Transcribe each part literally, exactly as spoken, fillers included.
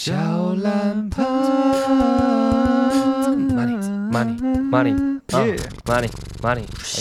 小懒趴 ，money money money money money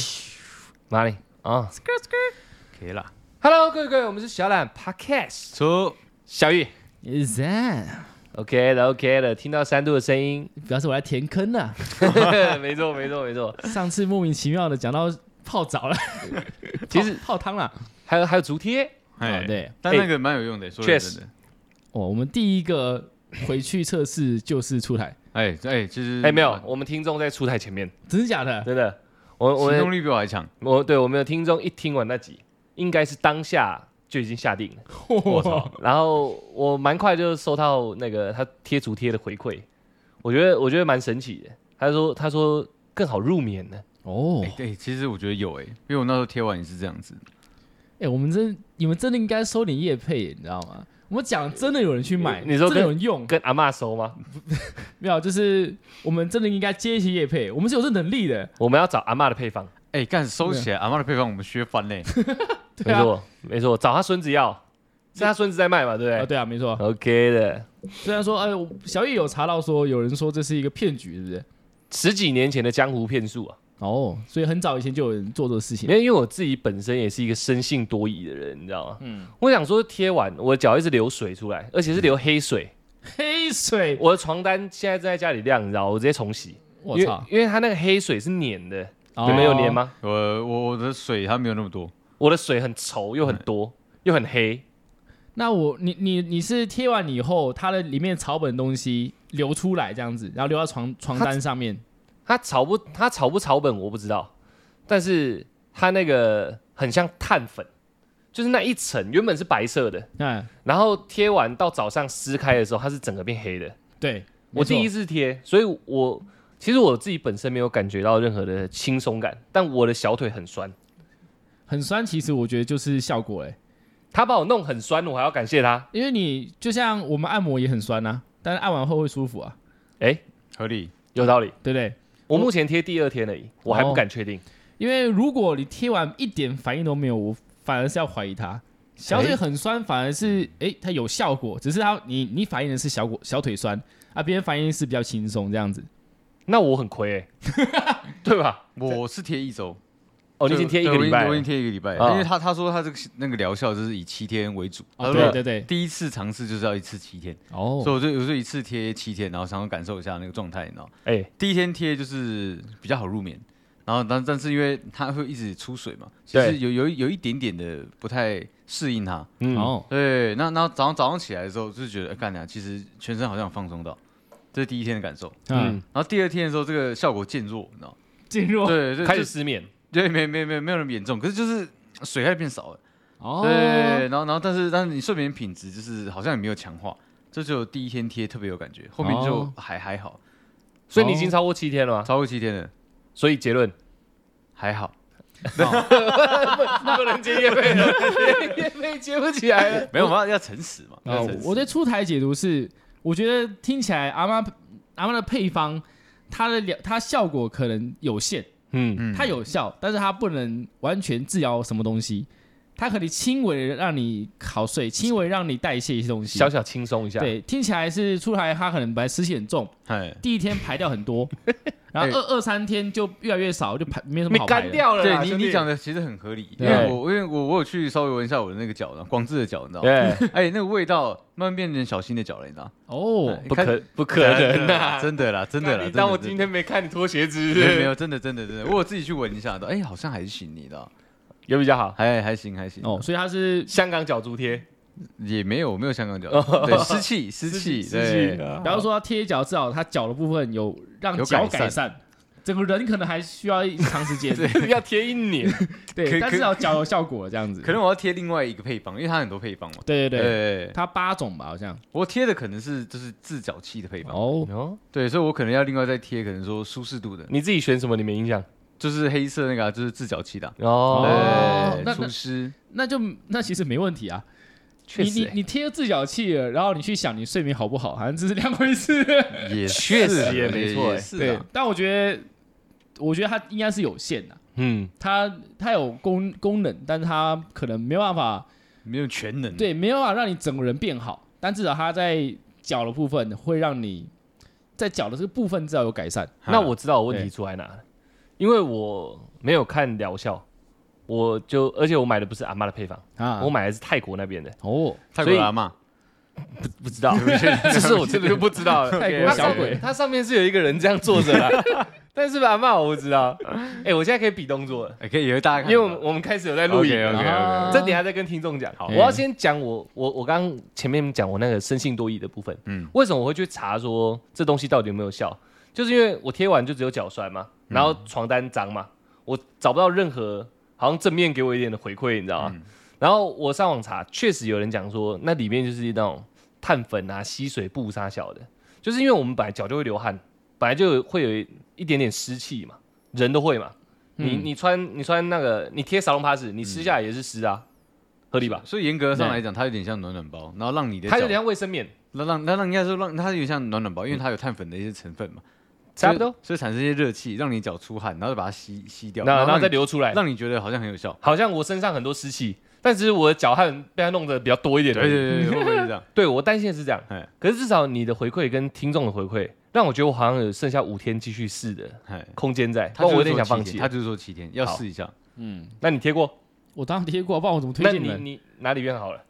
money 啊 ，skirt skirt， 可以啦。 Hello， 各位各位，我们是小懒 Podcast， 出小玉 ，Is that？ OK 的 OK 的，听到三度的声音， 表示我来填坑了。 没错没错没错。 上次莫名其妙的讲到泡澡了， 其实泡汤了， 还有还有足贴， 哎、 哦对， 但那个蛮有用的，说认真的。 哦，我们第一个回去测试就是出台， 哎哎，其实哎没有，我们听众在出台前面， 真的假的？ 真的，我我们行动力比我还强。 我对我们的听众一听完那集，应该是当下就已经下定了。 我操！ 然后我蛮快就收到那个他贴主贴的回馈，我觉得我觉得蛮神奇的。他说他说更好入眠呢。 哦， 哎、欸欸，其实我觉得有哎、欸，因为我那时候贴完也是这样子。 哎、欸，我们真你们真的应该收点业配，你知道吗？我们讲真的有人去买， 你说真的有人用， 跟阿嬷收吗？ 没有，就是我们真的应该接一些业配，我们是有这能力的。 我们要找阿嬷的配方。 哎、欸，干收起来，阿嬷的配方我们削翻嘞。 没错没错，找他孙子要，是他孙子在卖嘛，对不对？ 啊，对啊，没错。 OK 的。 虽然说，哎，小叶有查到说，有人说这是一个骗局，是不是？ 十几年前的江湖骗术啊。 哦，所以很早以前就有人做这个事情。 因为因为我自己本身也是一个生性多疑的人，你知道吗？嗯。我想说贴完，我的脚一直流水出来，而且是流黑水。 黑水， 我的床单现在正在家里晾，你知道，我直接重洗。 我操！ 因为它那个黑水是黏的， 哦、 你们有黏吗？ 我我我的水它没有那么多， 我的水很稠又很多、嗯、又很黑。 那我你你你是贴完以后，它的里面草本的东西流出来这样子，然后流到床床单上面。 它草不它草不草本我不知道，但是它那个很像碳粉，就是那一层原本是白色的，嗯，然后贴完到早上撕开的时候，它是整个变黑的。 对， 我第一次贴，所以我其实我自己本身没有感觉到任何的轻松感，但我的小腿很酸， 很酸。其实我觉得就是效果哎、欸， 他把我弄很酸，我还要感谢他， 因为你就像我们按摩也很酸啊，但是按完后会舒服啊， 哎、欸， 合理， 有道理， 对不对？ 我目前贴第二天而已，我还不敢确定、哦， 因为如果你贴完一点反应都没有，我反而是要怀疑它。小腿很酸，反而是哎、欸，它有效果，只是它你你反应的是小小腿酸啊，别人反应是比较轻松这样子。 那我很亏哎、欸，对吧？ 我是贴一周。 哦，你已经贴一个礼拜， 我已经贴一个礼拜、哦，因为他他说他这个那个疗效就是以七天为主， 哦、对对对， 第一次尝试就是要一次七天，哦，所以我就有时候一次贴七天，然后想要感受一下那个状态，你知道？哎、欸，第一天贴就是比较好入眠，然后但但是因为它会一直出水嘛，其实有有有一点点的不太适应它，嗯，哦，对，那然后早上早上起来的时候就是觉得干呀，其实全身好像有放松到，这是第一天的感受，嗯，然后第二天的时候这个效果渐弱，你知道？ 渐弱， 对， 开始失眠。 对，没没没没有那么严重，可是就是水开始变少了。哦，对，然后然后但是但是你睡眠品质就是好像也没有强化，这只有第一天贴特别有感觉，后面就还、哦、还好。 所以你已经超过七天了吗？ 超过七天了， 所以结论还好。 不能接业配了，业配接不起来了。 没有，我们要诚实嘛。 哦，我对出台解读是，我觉得听起来阿妈阿妈的配方，它的它效果可能有限。嗯，它有效，但是它不能完全治疗什么东西，它可以轻微的让你好睡，轻微让你代谢一些东西， 小小轻松一下。 对，听起来是出来，它可能本来湿气很重，第一天排掉很多，然后二二三天就越来越少，就排没什么好排的。 干掉了。 对你你讲的其实很合理，因为我因为我我有去稍微闻一下我的那个脚呢，广志的脚，你知道吗？对，哎，那个味道慢慢变成小新的脚了，你知道？ 哦， 不可不可能啊！ 真的啦，真的啦！ 你当我今天没看你脱鞋子？ 没有，真的真的真的，我有自己去闻一下的，哎，好像还行，你知道？ 有比较好， 还还行还行。 哦，所以它是香港脚足贴， 也没有没有香港脚，对，湿气湿气，对。 比方说它贴脚，至少它脚的部分有让脚改善。整个人可能还需要长时间， 对，要贴一年， 对，但至少脚有效果这样子。 可能我要贴另外一个配方，因为它很多配方嘛。 对对对，它八种吧，好像。 我贴的可能是就是治脚气的配方哦，对，所以我可能要另外再贴，可能说舒适度的。 你自己选什么？你没印象？ 就是黑色那个、啊，就是治脚气的哦， 对，除湿， 那就那其实没问题啊。 确实、欸， 你你你贴治脚气了，然后你去想你睡眠好不好，好像这是两回事。 也确实也没错、欸， 是对。但我觉得。我觉得它应该是有限的，嗯，它它有功功能，但是它可能没有办法， 没有全能， 对，没有办法让你整个人变好，但至少它在脚的部分会让你在脚的这个部分至少有改善。 那我知道我问题出在哪了，因为我没有看疗效，我就而且我买的不是阿嬷的配方啊，我买的是泰国那边的哦， 泰国的阿嬷。 不不知道，这是我真的就不知道了。 泰国小鬼， 它上面是有一个人这样坐着啦，但是阿嬷我不知道。哎，我现在可以比动作了， 可以，以为大家看， 因为我们我们开始有在录影，这等下再跟听众讲。 好， 我要先讲我我我刚刚前面讲我那个生性多疑的部分，嗯，为什么我会去查说这东西到底有没有效？就是因为我贴完就只有脚酸嘛，然后床单脏嘛，我找不到任何好像正面给我一点的回馈，你知道吗？然后我上网查，确实有人讲说，那里面就是那种碳粉啊、吸水布啥小的，就是因为我们本来脚就会流汗，本来就会有一点点湿气嘛，人都会嘛。嗯、你你穿你穿那个，你贴沙龙帕斯，你湿下来也是湿啊，合理吧？ 所以严格上来讲，它有点像暖暖包，然后让你的它有点像卫生棉， 让让让应该说让它有点像暖暖包，因为它有碳粉的一些成分嘛。 差不多， 所以产生一些热气，让你脚出汗，然后就把它吸吸掉， 然后, 然后再流出来， 让你觉得好像很有效， 好像我身上很多湿气，但是我的脚汗被它弄得比较多一点。 对对对，会不会是这样？ 对我担心的是这样，可是至少你的回馈跟听众的回馈，让我觉得我好像有剩下五天继续试的空间在，不然我有点想放弃。 他就是说七天要试一下， 嗯，那你贴过？ 我当然贴过，不然我怎么推荐你？ 那你你哪里变好了？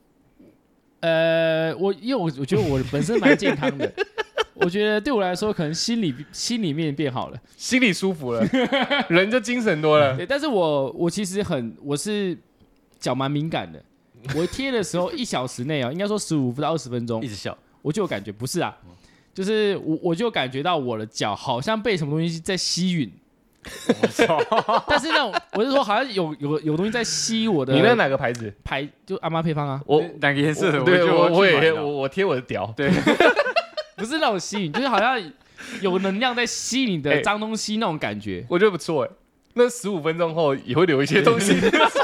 呃，我因为我我觉得我本身蛮健康的。我觉得对我来说，可能心里心里面变好了， 心里舒服了，人就精神多了。 对，但是我我其实很我是脚蛮敏感的，我贴的时候一小时内啊，应该说十五到二十分钟， 一直笑， 我就有感觉不是啊，就是我我就感觉到我的脚好像被什么东西在吸吮。我操！但是那种我是说，好像有有有东西在吸我的。 你那哪个牌子？ 牌就阿妈配方啊。 我哪个颜色的？ 对，我我也我我贴我的屌。 对。不是那种吸引，就是好像有能量在吸你的脏东西那种感觉， 我觉得不错哎。那十五分钟后也会留一些东西。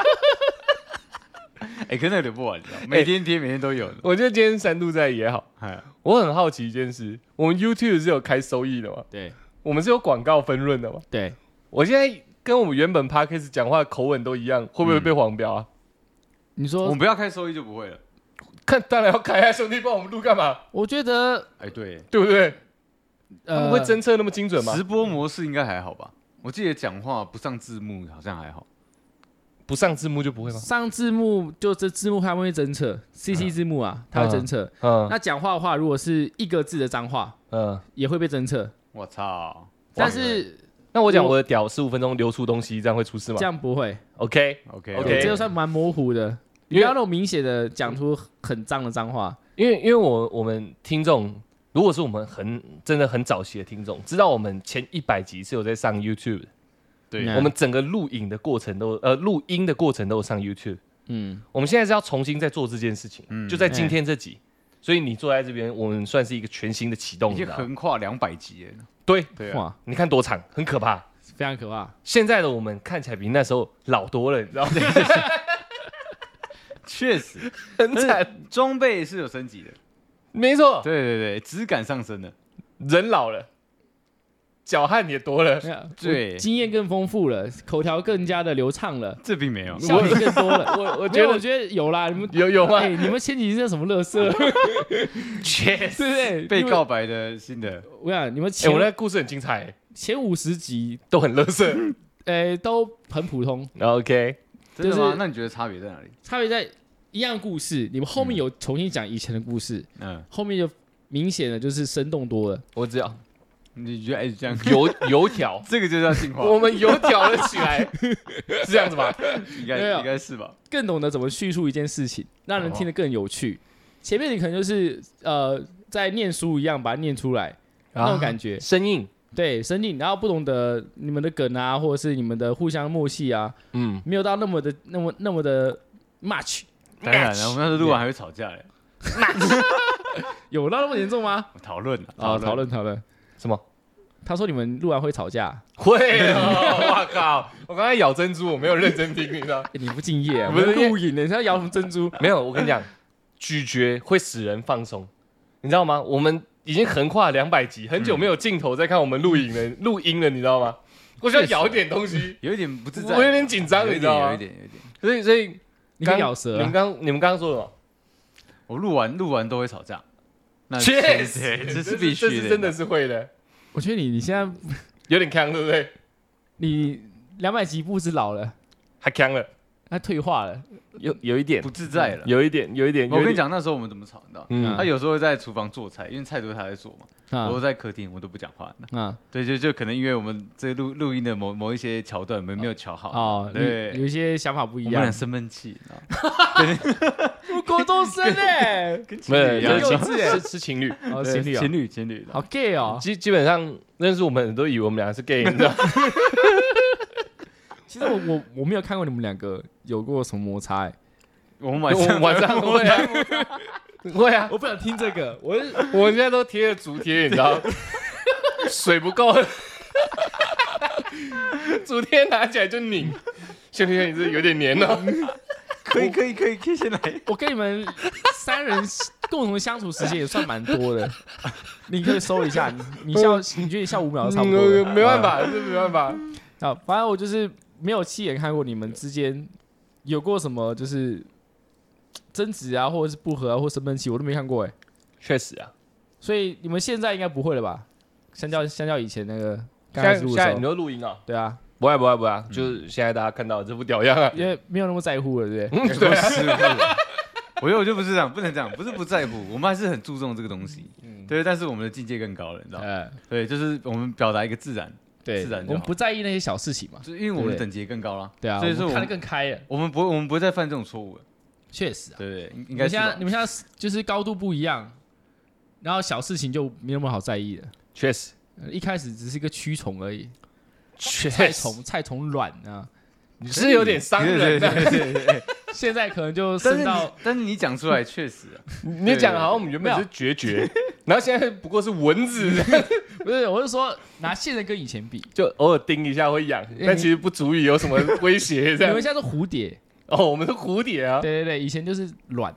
哎，可能留不完，每天贴每天都有。 我觉得今天三度在也好。我很好奇一件事，我们 YouTube 是有开收益的吗？ 对， 我们是有广告分润的吗？ 对， 我现在跟我们原本 Podcast 讲话口吻都一样，会不会被黄标啊？ 你说我们不要开收益就不会了。 看，当然要开啊！兄弟，帮我们录干嘛？ 我觉得， 哎，对， 对不对？他们会侦测那么精准吗？ 直播模式应该还好吧？我记得讲话不上字幕好像还好， 不上字幕就不会吗？ 上字幕就这字幕它会侦测 ，C C 字幕啊，它会侦测。嗯，那讲话的话，如果是一个字的脏话，嗯，也会被侦测。 我操！ 但是， 那我讲我的屌十五分钟流出东西，这样会出事吗？ 这样不会。 OK OK OK， 这就算蛮模糊的。不要那种明显的讲出很脏的脏话， 因为因为我我们听众，如果是我们很真的很早期的听众，知道我们前一百集是有在上 YouTube 的，对，我们整个录影的过程都呃录音的过程都有上 YouTube， 嗯，我们现在是要重新再做这件事情，嗯，就在今天这集，所以你坐在这边，我们算是一个全新的启动， 已经横跨两百集了， 对对啊，你看多长，很可怕， 非常可怕。 现在的我们看起来比那时候老多了，你知道吗？ 确实很惨， 装备是有升级的， 没错。 对对对，质感上升了， 人老了，脚汗也多了， 对，经验更丰富了，口条更加的流畅了。 这并没有， 笑点更多了。 我我觉得我觉得有啦，你们有有吗？ 哎，你们前几集是什么乐色？ 确实， 对不对？ 被告白的新的， 我想你们前我那故事很精彩， 前五十集都很乐色， 哎，都很普通。 OK。 真的吗？那你觉得差别在哪里？ 差别在一样故事，你们后面有重新讲以前的故事，嗯，后面就明显的就是生动多了。 我知道， 你觉得哎这样油油条， 这个就叫进化。 我们油条了起来，是这样子吧？ 应该应该是吧？ 更懂得怎么叙述一件事情，让人听得更有趣。前面你可能就是呃在念书一样把它念出来，那种感觉， 生硬。 对，生硬，然后不懂得你们的梗啊，或者是你们的互相默契啊，嗯，没有到那么的、那么、那么的 much。 当然了，我们那时候录完还会吵架嘞。 有到那么严重吗？ 讨论啊，讨论讨论什么？ 他说你们录完会吵架？ 会哦！我靠！我刚才咬珍珠，我没有认真听，你知道？ 你不敬业，不是录影的，你在咬什么珍珠？ 没有，我跟你讲，咀嚼会使人放松，你知道吗？我们。已经横跨两百集，很久没有镜头在看我们录影了，录音了，你知道吗？我需要咬一点东西， 有一点不自在， 我有点紧张，你知道吗？ 有一点，有一点。 所以，所以你可以咬舌。 你们刚，你们刚刚说什么？ 我录完，录完都会吵架， 那确实， 这是必须的， 这是真的是会的。 我觉得你你现在有点强，对不对？ 你两百级步是老了， 还强了， 还退化了， 有有一点不自在了， 有一点，有一点。 我跟你讲，那时候我们怎么吵，你知道？嗯，他有时候会在厨房做菜，因为菜都是他在做嘛。我在客厅，我都不讲话。嗯，对，就就可能因为我们这录录音的某某一些桥段，我们没有调好。哦，对， 有一些想法不一样。 我们俩生闷气， 我国中生哎， 跟情侣一样，是是情侣， 情侣， 情侣，情侣， 好 gay 哦。 基基本上认识我们都以为我们俩是 gay， 你知道？ 其实我我我没有看过你们两个有过什么摩擦哎。 我们晚上晚上会啊，会啊， 我不想听这个，我我现在都贴了竹贴，你知道，水不够，竹贴拿起来就拧，兄弟你这有点黏哦， 可以可以可以可以先来， 我跟你们三人共同相处时间也算蛮多的，你可以搜一下，你你笑，你觉得你笑五秒就差不多了， 没办法，这没办法， 好，反正我就是没有亲眼看过你们之间有过什么就是。争执啊，或者是不和啊，或生闷气，我都没看过哎。 确实啊， 所以你们现在应该不会了吧？相较相较以前那个刚开始录的时候，现在你都录音啊？ 对啊， 不会不会不会啊，嗯、就是现在大家看到这副屌样啊， 因为没有那么在乎了，对不对？嗯，对啊，是我觉得我就不是这样，不能这样，不是不在乎，我们还是很注重这个东西，嗯、对，但是我们的境界更高了，你知道吗？嗯、对，就是我们表达一个自然。 对， 自然我们不在意那些小事情嘛， 就因为我们等级更高了， 对啊，所以说我们看得更开了， 我们不我们不会再犯这种错误了。 确实啊， 对对，应该是。 你们现在你们现在就是高度不一样，然后小事情就没那么好在意了。 确实， 一开始只是一个蛆虫而已， 菜虫菜虫卵啊， 你是有点伤人的。 对对对对， 现在可能就升到， 但是你讲出来确实， 你讲好像我们原本是决绝，然后现在不过是蚊子。 不是，我是说拿现在跟以前比， 就偶尔叮一下会痒，但其实不足以有什么威胁。这样， 你们现在是蝴蝶。 哦，我们是蝴蝶啊！ 对对对，以前就是卵，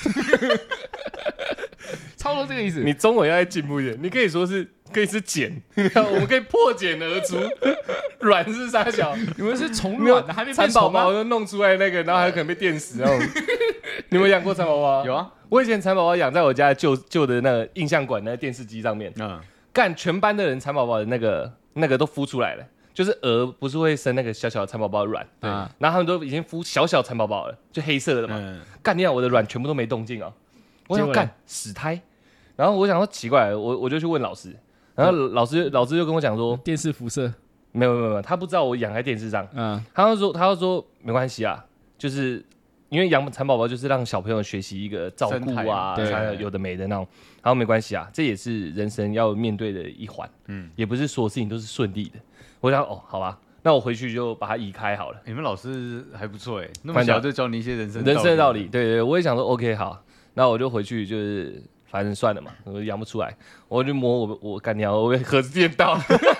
差不多这个意思。 你中文要再进步一点，你可以说是可以是茧，我们可以破茧而出。卵是啥小？ 你们是虫卵的，还没蚕宝宝就弄出来那个，然后还有可能被电死那种。你们养过蚕宝宝？ 有啊， 我以前蚕宝宝养在我家旧旧的那个印象馆那个电视机上面。嗯，干全班的人蚕宝宝的那个那个都孵出来了。就是鹅不是会生那个小小的蚕宝宝的卵，对，然后他们都已经孵小小蚕宝宝了，就黑色的嘛。嗯、干你啊，我的卵全部都没动静啊！我想干死胎，然后我想说奇怪，我我就去问老师，然后老师老师就跟我讲说， 电视辐射， 没有没有没有，他不知道我养在电视上，嗯，他就说他就说没关系啊，就是因为养蚕宝宝就是让小朋友学习一个照顾啊，有的没的那种，然后没关系啊，这也是人生要面对的一环，嗯，也不是所有事情都是顺利的。我想哦，好吧，那我回去就把它移开好了。 你们老师还不错哎，那么小就教你一些人生人生的道理。对 对, 對，我也想说 OK 好，那我就回去就是反正算了嘛，我养不出来，我就摸我我干娘，我被盒子电到，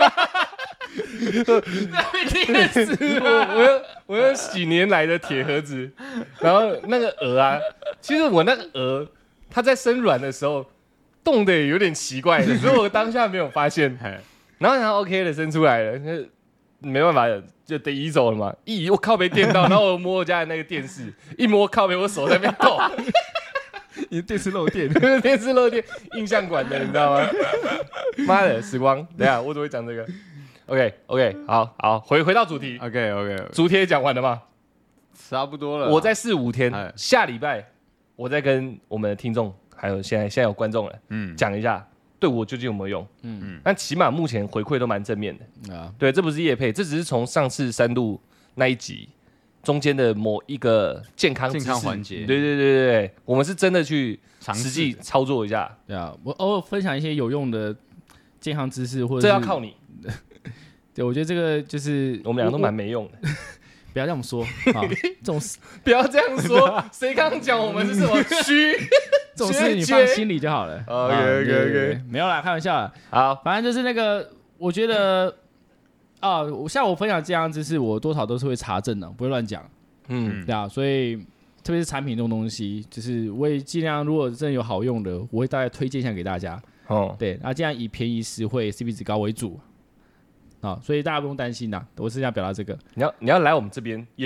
被电死了。我用我用几年来的铁盒子，然后那个鹅啊，其实我那个鹅它在生卵的时候动的也有点奇怪的，所以我当下没有发现。然后然后 OK 的生出来了，没办法就得移走了嘛。一移我靠被电到，然后我摸我家的那个电视，一摸靠被我手在那边抖， 你电视漏电， 电视漏电，印象馆的你知道吗？妈的时光，等一下我怎么会讲这个 ？OK OK 好好回回到主题 OK OK 主题也讲完了吗？ 差不多了。 我在四五天，下礼拜我再跟我们的听众还有现在现在有观众了，嗯，讲一下。对我究竟有没有用？嗯嗯，但起码目前回馈都蛮正面的啊。对，这不是业配，这只是从上次三度那一集中间的某一个健康健康环节。 对对对对对，我们是真的去实际操作一下。 对啊，我偶尔分享一些有用的健康知识，或者这要靠你。 对，我觉得这个就是我们俩都蛮没用的。 不要这样说啊！这种不要这样说，谁刚刚讲我们是什么虚？ 这种事你放心里就好了。 OK OK OK， 没有啦，开玩笑啦。 好， 反正就是那个，我觉得啊，像我分享这样知识，我多少都是会查证的，不会乱讲。嗯，对啊，所以特别是产品这种东西，就是我也尽量，如果真的有好用的，我会大概推荐一下给大家。哦，对，那尽量以便宜实惠、C P 值高为主。啊，所以大家不用担心呐，我是想表达这个。 你要你要来我们这边业配，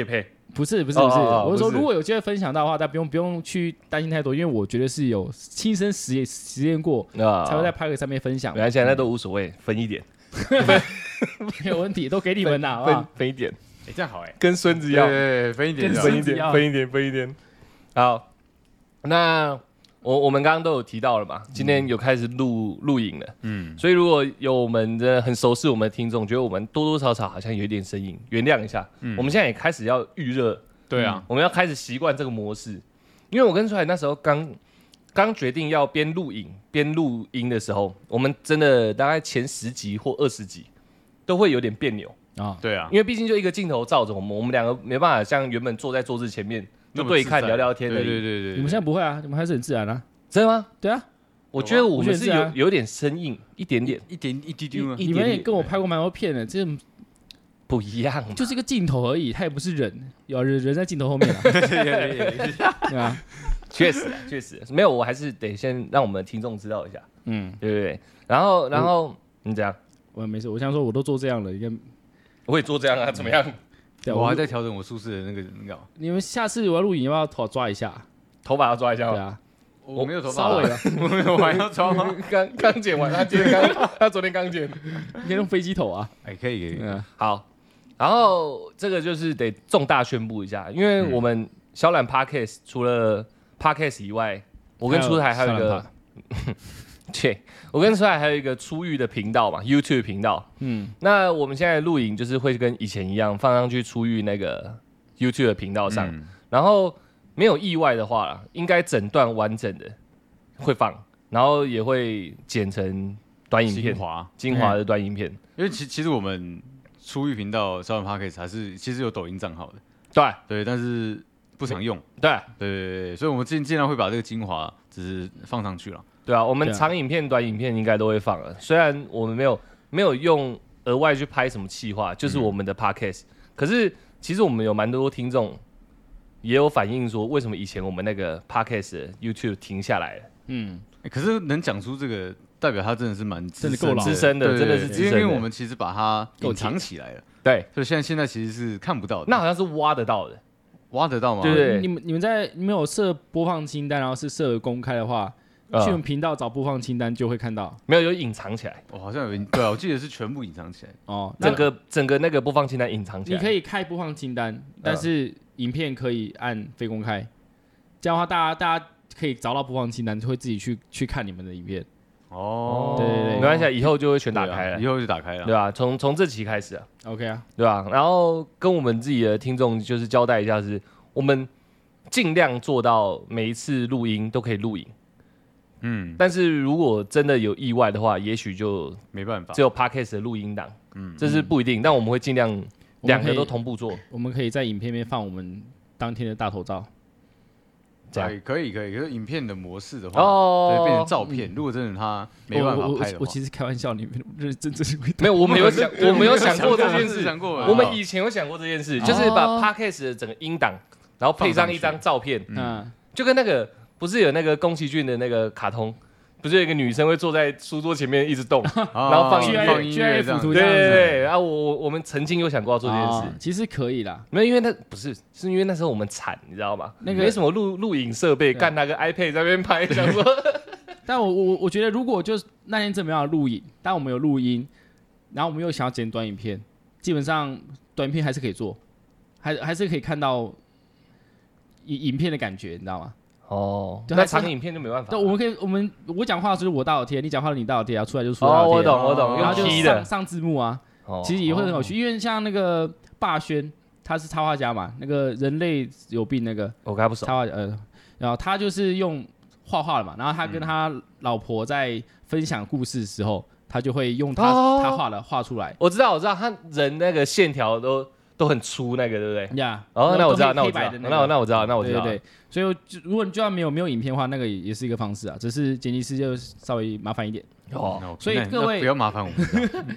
不是不是不是，我是说如果有机会分享到的话，但不用不用去担心太多，因为我觉得是有亲身实验实验过，才会在 Podcast 上面分享。 原来现在都无所谓，分一点， 没有问题，都给你们啦， 分分一点， 哎，这样好哎， 跟孙子一样， 对，分一点， 分一点，分一点，分一点。好，那我我们刚刚都有提到了嘛，今天有开始录录影了，嗯，所以如果有我们的很熟悉我们的听众，觉得我们多多少少好像有一点声音，原谅一下，嗯，我们现在也开始要预热， 对啊， 我们要开始习惯这个模式，因为我跟出来那时候刚刚决定要边录影边录音的时候，我们真的大概前十集或二十集都会有点别扭啊，对啊， 因为毕竟就一个镜头照着我们，我们两个没办法像原本坐在桌子前面。就对看聊聊天的， 对对对对。 你们现在不会啊？你们还是很自然啊？ 真的吗？ 对啊， 我觉得我们是有有点生硬，一点点， 一点一滴滴吗？ 你们也跟我拍过蛮多片的，这不一样， 就是一个镜头而已，它也不是人，有人人在镜头后面啊。对啊， 确实确实没有，我还是得先让我们的听众知道一下，嗯，对不对？然后然后你怎样？ 我没事，我想说我都做这样了，应该我也做这样啊，怎么样？ 对，我还在调整我舒适的那个那个。 你们下次我要录影，要不要头抓一下？ 头发要抓一下吗？ 对啊， 我没有头发， 稍微了， 我没有，我还要抓吗？ 刚刚剪完，他今天刚，他昨天刚剪， 你可以用飞机头啊。 哎，可以可以。 嗯， 好。然后这个就是得重大宣布一下，因为我们小懒 Podcast 除了 Podcast 以外，我跟出台还有一个。对，我跟出来还有一个出狱的频道嘛 ，YouTube 频道。嗯，那我们现在录影就是会跟以前一样放上去出狱那个 YouTube 的频道上，嗯、然后没有意外的话啦，应该整段完整的会放，然后也会剪成短影片， 精华精华的短影片。 因为其其实我们出狱频道小懒 Podcast 还是其实有抖音账号的， 对对，但是不常用， 对对对对，所以我们尽尽量会把这个精华只是放上去了。 对啊，我们长影片、短影片应该都会放了。虽然我们没有没有用额外去拍什么企划，就是我们的 podcast、嗯。可是其实我们有蛮多听众也有反映说，为什么以前我们那个 podcast YouTube 停下来了？嗯， 欸、可是能讲出这个，代表他真的是蛮真的够资深的，真的是资深的。 因为我们其实把它隐藏起来了， 对， 所以现在现在其实是看不到的。 那好像是挖得到的， 挖得到吗？ 对对， 你们你们在你们有设播放清单，然后是设公开的话。去我们频道找播放清单就会看到， 没有有隐藏起来。 我、哦、好像有，对啊，我记得是全部隐藏起来。 哦， 整个整个那个播放清单隐藏起来。 你可以开播放清单，但是影片可以按非公开。这样的话，大家大家可以找到播放清单，就会自己去去看你们的影片。 哦， 对对对， 没关系，以后就会全打开了， 啊、以后就打开了， 对吧、啊？从从这期开始啊 ，OK 啊， 对吧、啊？然后跟我们自己的听众就是交代一下是，是我们尽量做到每一次录音都可以录影。嗯，但是如果真的有意外的话，也许就没办法， 只有 podcast 的录音档，嗯，这是不一定，但我们会尽量两个都同步做。 我们可以在影片里面放我们当天的大头照， 这样可以可以。可是影片的模式的话，哦，对，变成照片。如果真的他没办法拍的话， 我其实开玩笑，你们认真真没有，我们有想，我们有想过这件事， 想过， 我们以前有想过这件事，就是把 podcast 的整个音档，然后配上一张照片，嗯，就跟那个。不是有那个宫崎骏的那个卡通，不是有一个女生会坐在书桌前面一直动，然后放音乐， 放音乐这样子。 对对对，然后我我们曾经有想过要做这件事， 其实可以啦。 没有，因为那不是，是因为那时候我们惨，你知道吗？那个没什么录录影设备，干那个 iPad 在那边拍，想说。 但我我我觉得，如果就是那天真没有录影，但我们有录音，然后我们又想要剪短影片，基本上短影片还是可以做，还还是可以看到影影片的感觉，你知道吗？ 哦，那长影片就没办法。 对，我们可以，我们我讲话就是我大头贴，你讲话你大头贴啊，出来就出来。 哦，我懂，我懂， 然后就上上字幕啊，其实也会很有趣，因为像那个霸轩，他是插画家嘛，那个人类有病那个， 我跟他不熟。 插画家，呃，然后他就是用画画的嘛，然后他跟他老婆在分享故事的时候，他就会用他他画的画出来。 我知道，我知道，他人那个线条都。都很粗那个，对不对？ 呀， 哦，那我知道，那我知道，那我那我知道，那我知道。 对对，所以如果你就算没有没有影片的话，那个也是一个方式啊，只是剪辑师就稍微麻烦一点。哦，所以各位不要麻烦我们。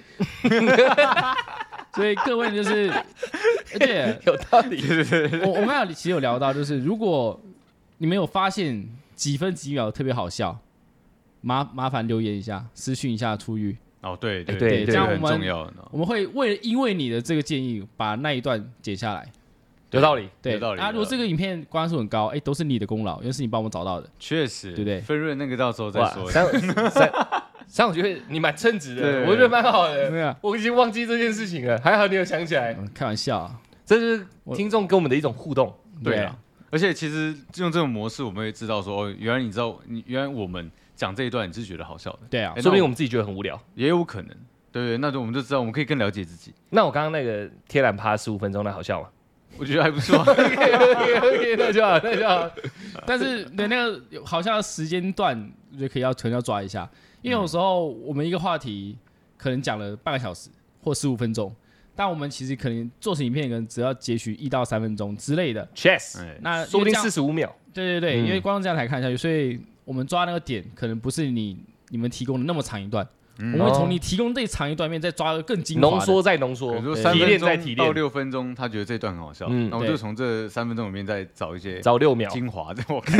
所以各位就是，而且有道理。 我我们刚才其实有聊到，就是如果你们有发现几分几秒特别好笑，麻麻烦留言一下，私讯一下出狱。 哦，对对对, 对，这样我们很重要。 我们会为因为你的这个建议把那一段剪下来， 有道理， 对， 有道理。 啊，如果这个影片观看数很高，哎，都是你的功劳，因为是你帮我们找到的。 确实， 对不对？ 分润那个到时候再说。 三三三，我觉得你蛮称职的，我觉得蛮好的。 对啊， 我已经忘记这件事情了，还好你有想起来。 开玩笑， 这是听众跟我们的一种互动。 对啊，而且其实用这种模式，我们会知道说，哦，原来你知道，你原来我们讲这一段你是觉得好笑的。 对啊， 说不定我们自己觉得很无聊， 也有可能。对对，那就我们就知道，我们可以更了解自己。 那我刚刚那个贴篮趴十五分钟，那好笑吗？ 我觉得还不错。 OK OK OK， 那就好，那就好。 但是对那个好像时间段，我觉得可以要可能要抓一下，因为有时候我们一个话题可能讲了半个小时或十五分钟，但我们其实可能做成影片，可能只要截取一到三分钟之类的。 Chess， 那说不定四十五秒。 对对对，嗯、因为观众这样才看下去，所以我们抓那个点，可能不是你你们提供的那么长一段。嗯、我们会从你提供这长一段面再抓个更精华， 浓缩再浓缩， 提炼再提炼到六分钟，他觉得这段很好笑，嗯、那我就从这三分钟里面再找一些找六秒精华，让我看。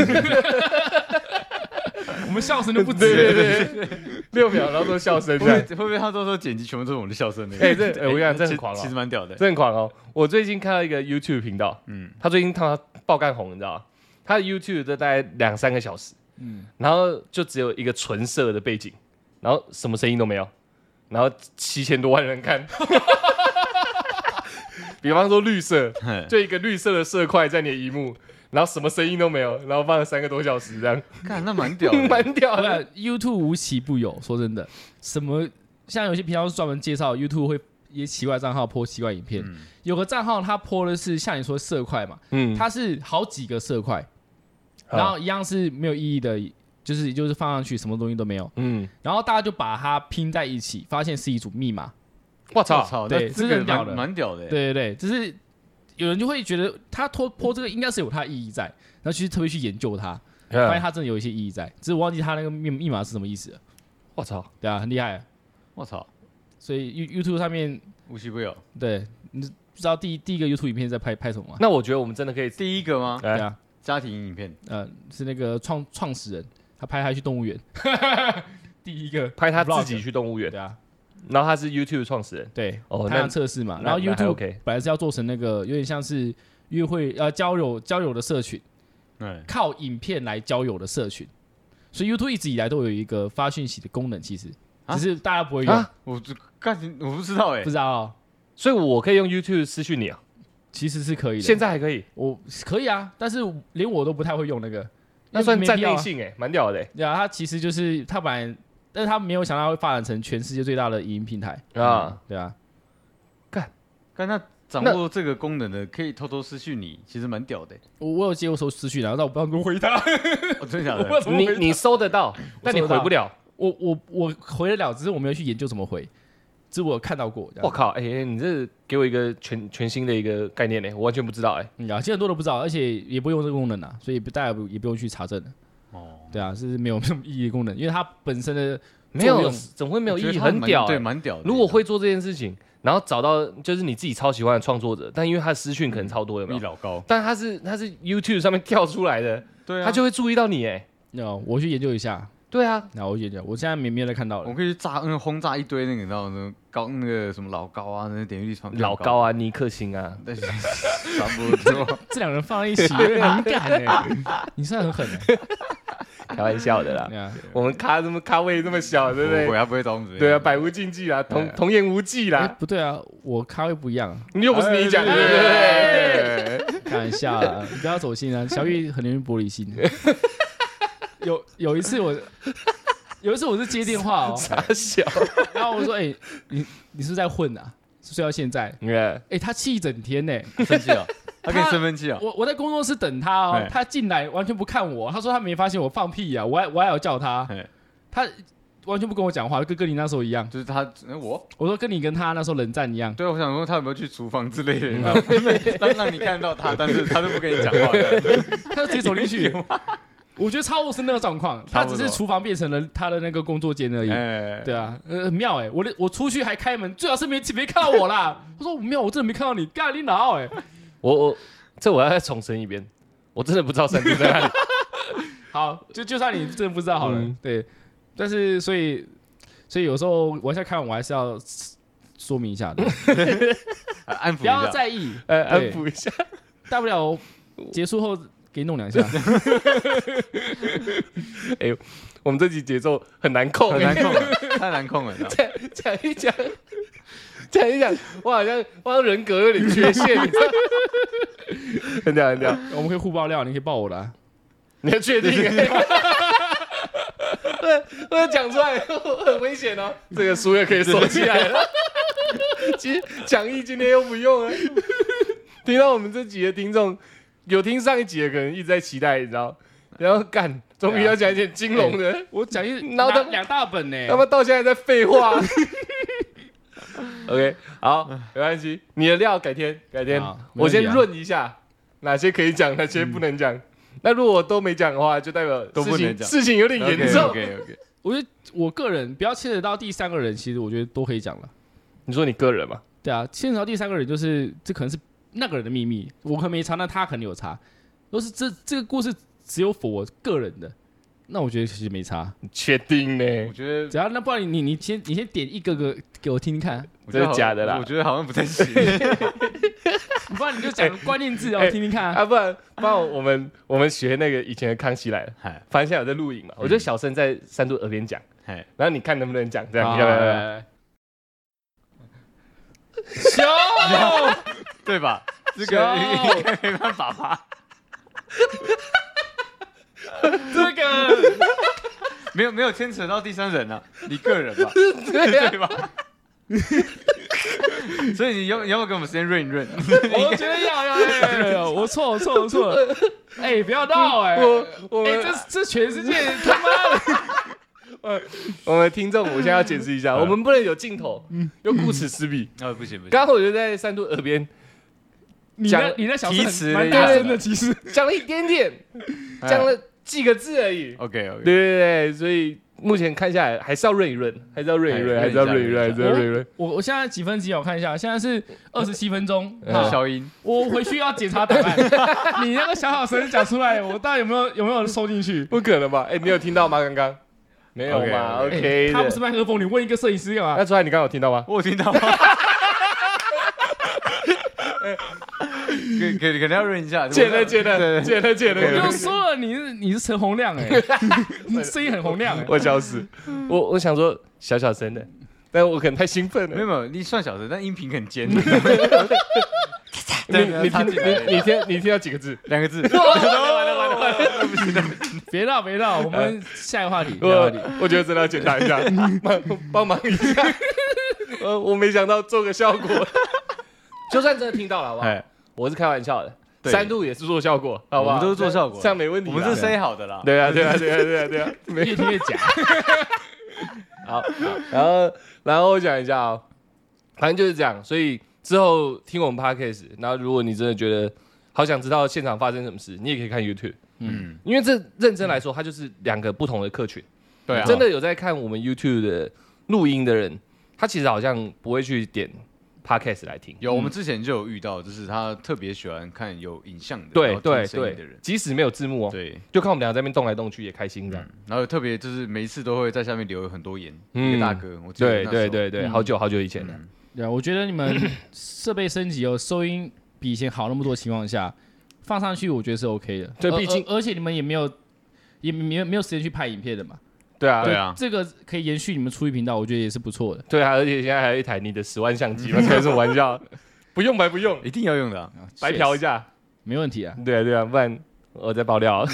我们笑声都不止， 对对对，六秒，然后都笑声， 会不会他到时候剪辑全部都是我们的笑声？ 哎、欸，这哎、欸，我跟你讲，这很狂哦， 其实蛮屌的， 这很狂哦。我最近看到一个 YouTube 频道，嗯，他最近他爆干红，你知道吗？他的 YouTube 都大概两三个小时，嗯，然后就只有一个纯色的背景，然后什么声音都没有。然后七千多万人看，比方说绿色，就一个绿色的色块在你的萤幕，然后什么声音都没有，然后放了三个多小时这样， 看那蛮屌的， 蛮屌的。 YouTube 无奇不有，说真的，什么像有些频道是专门介绍 YouTube 会一些奇怪账号 po 奇怪影片，嗯、有个账号他 po 的是像你说色块嘛，嗯，它是好几个色块，然后一样是没有意义的。就是就是放上去什么东西都没有，嗯，然后大家就把它拼在一起，发现是一组密码。 我操， 对，这个很屌的， 蛮屌的。 对对对，只是有人就会觉得他拖泼这个应该是有它的意义在，然后其实特别去研究它，发现它真的有一些意义在，只是我忘记它那个密密码是什么意思了。 我操， 对啊，很厉害。 我操， 所以 YouTube 上面无奇不有。 对，你知道第第一个 YouTube 影片在拍拍什么吗？ 那我觉得我们真的可以第一个吗？ 对啊， 家庭影片， 呃，是那个创创始人。他拍他去动物园，第一个拍他自己去动物园， 对啊， 然后他是 YouTube 创始人， 对，哦，他测试嘛，然后 YouTube 本来是要做成那个有点像是约会呃交友交友的社群，靠影片来交友的社群，所以 YouTube 一直以来都有一个发讯息的功能，其实只是大家不会用，啊、 我干我不知道哎、欸， 不知道、哦， 所以我可以用 YouTube 私讯你啊， 其实是可以的， 现在还可以， 我可以啊，但是连我都不太会用那个。 那算站内性哎，蛮屌的哎。 对啊，他其实就是他本来，但是他没有想到会发展成全世界最大的影音平台啊、 嗯。对啊， 干干他掌握这个功能的，可以偷偷私讯你，其实蛮屌的。 我我有接过收私讯，然后但我不知道怎么回他。 哦、真的假的？ 你你收得到，但你回不了。 我我我回得了，只是我没有去研究怎么回。只是我有看到过。 我靠，哎、欸，你这给我一个全全新的一个概念呢，我完全不知道哎、欸。 嗯啊，其实很多都不知道，而且也不用这个功能啊，所以大家也不用去查证的。哦，对啊，是没有什么意义的功能，因为它本身的没有，怎么会没有意义？很屌、欸， 对，蛮屌的。 如果会做这件事情，然后找到就是你自己超喜欢的创作者，但因为他的私讯可能超多，有没有？ 比老高， 但他是他是 YouTube 上面跳出来的， 对啊， 他就会注意到你哎、欸。 no, 我去研究一下。 对啊， 那我研究，我现在没没有在看到了。 我可以去炸，嗯，轰炸一堆那个，你知道那高那个什么老高啊，那个点击率老高啊，尼克星啊， 差不多。 这两个人放在一起有点敏感哎，你算很狠哎。 开玩笑的啦，我们咖这么咖位这么小，对不对？ 我还不会找我们。 对啊，百无禁忌啦，童童言无忌啦。 不对啊，我咖位不一样， 你又不是你讲的，对不对？ 开玩笑啦，你不要走心啊。小玉很容易玻璃心。有有一次我，有一次我是接电话哦， 傻小， 然后我说：“哎、欸，你你是不是在混啊？是睡到现在？”哎、欸，他气一整天呢、欸， 生气哦，他跟你生闷气哦。 我我在工作室等他哦，他进来完全不看我，他说他没发现我放屁啊，我还我还要叫他，他完全不跟我讲话，跟跟你那时候一样， 就是他我我说跟你跟他那时候冷战一样。 对，我想说他有没有去厨房之类的，让让你看到他，但是他都不跟你讲话的， 他就直接走进去。我觉得超是那个状况，他只是厨房变成了他的那个工作间而已。欸、对啊，呃，很妙哎、欸！我的我出去还开门，最好是没没看到我啦。他说妙，我真的没看到你，干你哪哎！ 我我这我要再重申一遍，我真的不知道山猪在哪里。 好，就就算你真的不知道好了，嗯、对。但是所以所以有时候我现在看完，我还是要说明一下的， 安抚一下， 不要在意， 呃，安抚一下。 大不了结束后给你弄两下。 哎、欸，我们这集节奏很难控， 很难控了，太难控了。 讲讲一讲，讲一讲，我好像我好像人格有点缺陷，你知道？很屌很屌， 我们可以互爆料，你可以爆我的、啊。 你要确定、欸？我我讲出来很危险哦，这个书也可以收起来了。其实讲义今天又不用了。听到我们这集的听众，有听上一集的可能一直在期待，你知道？然后干，终于要讲一点金融的。欸、 我讲一，然后他两大本呢、欸， 他们到现在在废话。OK， 好，没关系，你的料改天改天，我先润一下哪些可以讲，哪些不能讲。嗯，那如果都没讲的话，就代表都不能讲， 事情有点严重。 OK OK，, okay. 我觉得我个人不要牵扯到第三个人，其实我觉得都可以讲了。 你说你个人嘛？ 对啊，牵扯到第三个人，就是这可能是那个人的秘密，我可能没查，那他可能有查。都是这这个故事只有 for 我个人的，那我觉得其实没差。 你确定呢？ 我觉得只要那不然你你先你先点一个个给我听听看， 真的假的啦？ 我觉得好像不太行。 不然你就讲关键字，让我听听看、 欸、啊！不然不然我们我们学那个以前的康熙来了，反正现在有在录影嘛，我就小声在三度耳边讲，然后你看能不能讲这样，要不要？ 修， 对吧？这个应该没办法吧？ 这个没有没有牵扯到第三人啊，你个人吧？ 对对吧？所以你要你要不要给我们时间润一润？ 我觉得要要要要，我错我错我错了，哎、欸，不要闹哎、欸！我我哎、欸，这这全世界他妈的！我们听众，我现在要解释一下，我们不能有镜头，又顾此失彼。 啊，不行不行！ 刚刚我就在三度耳边讲，你那小声蛮大声的，其实讲了一点点，讲了几个字而已。 OK OK， 对对对，所以。目前看下来还是要润一润，还是要润一润，还是要润一润，还是要润一润。 我我现在几分几？我看一下，现在是二十七分钟。 消音。 我回去要检查档案。你那个小小声讲出来，我到底有没有有没有收进去？ 不可能吧？哎，你有听到吗？刚刚没有嘛 ？OK， 他不是麦克风，你问一个摄影师干嘛？ 那出来你刚刚有听到吗？ 我有听到。可可可能要润一下， 剪了剪了剪了剪了。 我就说了，你是你是陈洪亮哎，你声音很洪亮哎。 我笑死，我我想说小小声的，但我可能太兴奋了。 没有没有，你算小声，但音频很尖。 你你听你你听你听到几个字？ 两个字。 完了完了完了，不行了， 别闹别闹，我们下一个话题。 我我觉得真的要检查一下，帮帮忙一下。呃，我没想到做个效果。就算真的听到了，好不好？我是开玩笑的，三度也是做效果，好不好？ 我们都是做效果， 这样没问题。 我们是 say 好的啦。 对啊，对啊，对啊，对啊，对啊， 越听越假。 好，然后然后我讲一下哦，反正就是这样。所以之后听我们 podcast， 然后如果你真的觉得好想知道现场发生什么事，你也可以看 YouTube。嗯，因为这认真来说，它就是两个不同的客群。 对啊， 真的有在看我们 YouTube 的录音的人，他其实好像不会去点Podcast 来听。 有，我们之前就有遇到，就是他特别喜欢看有影像的， 对对对， 即使没有字幕哦， 对， 就看我们俩在那边动来动去也开心这样。 然后特别就是每一次都会在下面留很多言，一个大哥，我对对对对，好久好久以前了。 对啊，我觉得你们设备升级哦，收音比以前好那么多的情况下，放上去我觉得是 OK 的。 对，毕竟而且你们也没有也没有没有时间去拍影片的嘛。 对啊， 对啊， 这个可以延续你们出一频道，我觉得也是不错的。 对啊，而且现在还有一台你的十万相机嘛，开什么玩笑？不用白不用， 一定要用的、啊， 白嫖一下， 没问题啊。 对啊对啊，不然我再爆料。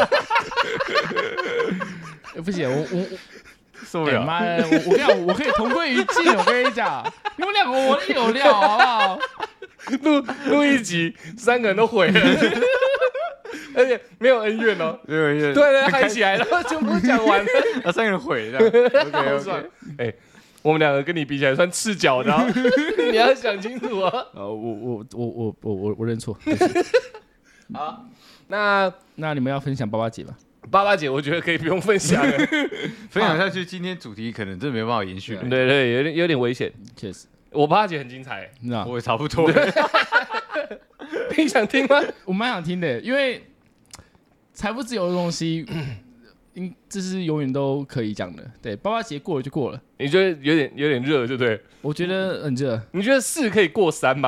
不行，我我受不了。 妈的，我我跟你讲，我可以同归于尽。我跟你讲，你们两个我有料，好不好？ 录录一集，三个人都毁了。而且没有恩怨哦， 没有恩怨， 对对，嗨起来，然后全部讲完了， 啊，三个人毁这样 ，OK OK， 哎，我们两个跟你比起来算赤脚的，你要想清楚啊。 呃，我我我我我我我认错。 好，那那你们要分享八八姐吧？ 八八姐，我觉得可以不用分享了， 分享下去，今天主题可能真的没办法延续了。 对对，有点有点危险， 确实。 我八八姐很精彩， 我也差不多。 你想听吗？ 我蛮想听的，因为财富自由的东西，嗯，这是永远都可以讲的。对，八八节过了就过了。 你觉得有点有点热，对不对？ 我觉得很热。 你觉得四可以过三吗？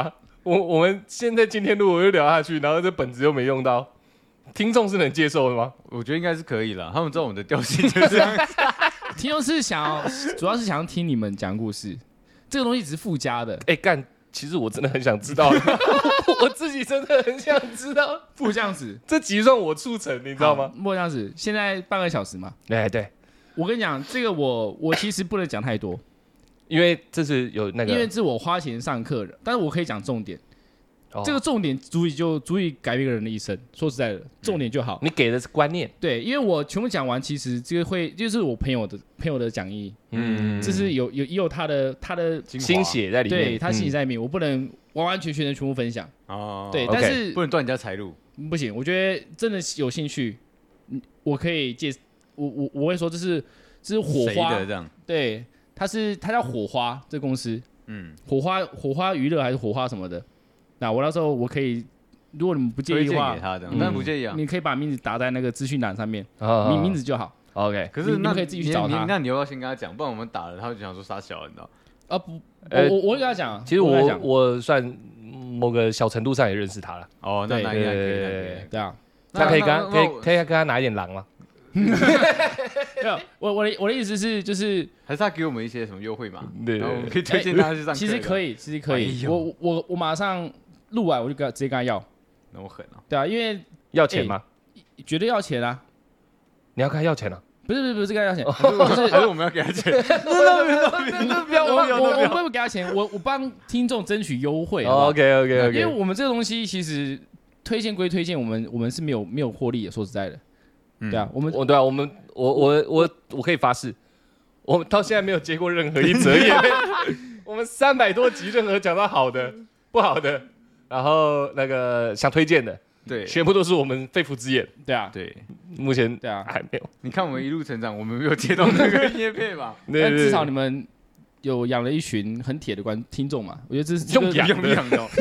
我我们现在今天如果又聊下去，然后这本子又没用到，听众是能接受的吗？ 我觉得应该是可以了，他们知道我们的调性就是这样。 听众是想要，主要是想要听你们讲故事，这个东西只是附加的。 哎、欸，干，其实我真的很想知道，我自己真的很想知道。 不这样子， 这集算我促成，你知道吗？ 不这样子，现在半个小时嘛。 哎、欸，对， 我跟你讲，这个我我其实不能讲太多。 因为这是有那个， 因为这是我花钱上课的，但是我可以讲重点。哦、这个重点足以就足以改变一个人的一生。说实在的，重点就好。 你给的是观念， 对，因为我全部讲完，其实这个会就是我朋友的朋友的讲义，嗯，这是有有也有他的他的心血在里面， 对他心血在里面，嗯、我不能完完全全的全部分享。哦，对， okay, 但是不能断人家财路， 不行。我觉得真的有兴趣，我可以介，我我我会说这是这是火花的这样， 对。它是它叫火花这公司，嗯，火花火花娱乐还是火花什么的？那我到时候我可以，如果你们不介意的话， 给他的，当然不介意啊。 你可以把名字打在那个资讯栏上面，名名字就好。 OK， 可是那可以自己去找他。 那你要不要先跟他讲？不然我们打了，他就想说傻小，你知道？ 啊不，我我会跟他讲。 其实我我算某个小程度上也认识他了。 哦，那那应该可以， 对啊， 那可以跟可以可以跟他拿一点狼吗？ 没有，我我的我的意思是，就是还是他给我们一些什么优惠嘛？ 对， 然后我们可以推荐他去上课。 其实可以，其实可以。我我我马上录完，我就跟直接跟他要。 那我狠啊！ 对啊，因为要钱吗？ 绝对要钱啊！ 你要跟他要钱啊？ 不是不是不是跟他要钱， 就是还是我们要给他钱？ 那那那不要，我我我不会给他钱，我我帮听众争取优惠。 OK OK OK， 因为我们这个东西其实推荐归推荐，我们我们是没有没有获利的。说实在的。对啊，我们我对啊，我们我我我我可以发誓，我们到现在没有接过任何一则业配，我们三百多集，任何讲到好的、不好的，然后那个想推荐的， 对， 全部都是我们肺腑之言。 对啊， 对， 目前对啊还没有。 你看我们一路成长，我们没有接到那个业配嘛？ 但至少你们有养了一群很铁的观听众嘛？我觉得这是用养用养的，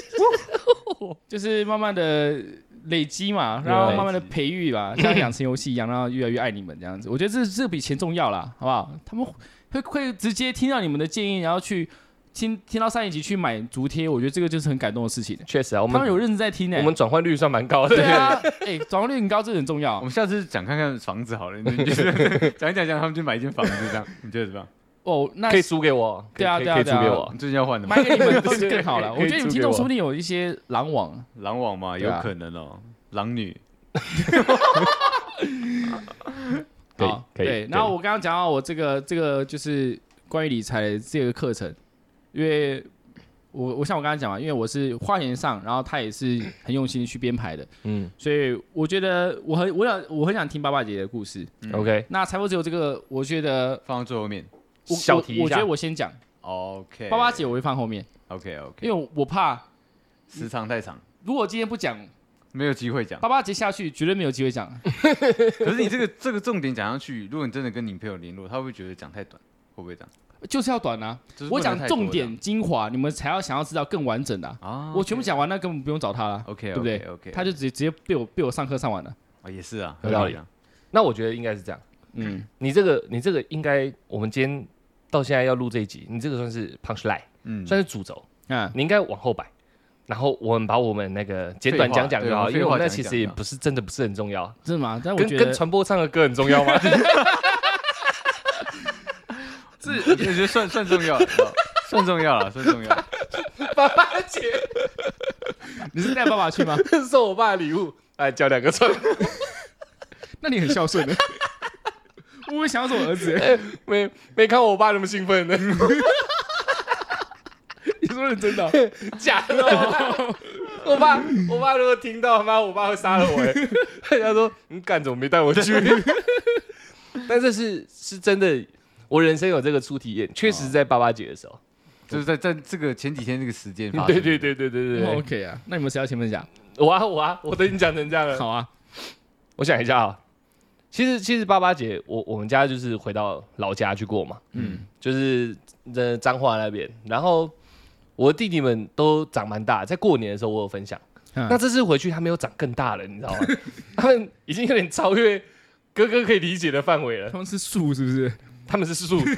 就是慢慢的。累积嘛，然后慢慢的培育吧，像养成游戏一样，然后越来越爱你们这样子。我觉得这这比钱重要啦，好不好？他们会会直接听到你们的建议，然后去听听到上一集去买足贴，我觉得这个就是很感动的事情。 确实啊，我们他们有认真在听呢、欸。 我们转换率算蛮高的。 对啊，哎、欸，转换率很高，这很重要。 我们下次讲看看房子好了，你觉得讲一讲讲，他们就买一间房子这样，你觉得怎么样？ 哦，那可以租给我。 对啊，对啊， 可以租给我。 你最近要换的吗？ 买给你们是更好了。我觉得你们听众说不定有一些狼网， 狼网嘛，有可能哦。狼女， 可以可以。 对，然后我刚刚讲到我这个这个就是关于理财的这个课程，因为我我像我刚刚讲嘛，因为我是花钱上，然后他也是很用心去编排的，嗯，所以我觉得我很我想我很想听爸爸姐姐的故事。 嗯、OK， 那财富自由这个，我觉得放到最后面， 小提一下。 我觉得我先讲 ，OK， 爸爸姐我会放后面 ，OK OK， 因为我怕时长太长， 如果今天不讲。 没有机会讲， 爸爸接下去绝对没有机会讲。 可是你这个这个重点讲上去，如果你真的跟你朋友联络，他会不会觉得讲太短？会不会这样？ 就是要短啊！我讲重点精华，你们才要想要知道更完整的啊！啊 okay. 我全部讲完，那根本不用找他了 ，OK， 对不对 ？OK， 他就直接直接被我被我上课上完了。 啊，也是啊， 有道理啊。那我觉得应该是这样。嗯，你这个你这个应该，我们今天到现在要录这一集，你这个算是 punchline， 嗯，算是主轴。嗯，你应该往后摆。然后我们把我们那个简短讲讲就好，因为我们那其实也不是真的不是很重要， 真的吗？但我觉得跟跟传播唱的歌很重要吗？ 是，我觉得算算重要，算重要了，算重要。 爸爸姐， 你是带爸爸去吗？ 送我爸的礼物，来交两个串。 那你很孝顺的。我会想要做我儿子、 欸，没没看我爸那么兴奋的。 你说认真的、哦？ 假的、哦？我爸，我爸如果听到，妈，我爸会杀了我哎！他说：“你干怎么没带我去？”但这是是真的，我人生有这个初体验，确实是在爸爸节的时候， 就是在在这个前几天这个时间发生。 对对对对对对 ，OK 啊，那你们谁要前面讲？ 我啊我啊，我都已经讲成这样了。 好啊， 我想一下啊，其实其实爸爸节，我我们家就是回到老家去过嘛，嗯，就是在彰化那边，然后。我的弟弟们都长蛮大，在过年的时候我有分享。嗯、那这次回去他们又长更大了，你知道吗？他们已经有点超越哥哥可以理解的范围了。 他们是树是不是？ 他们是树，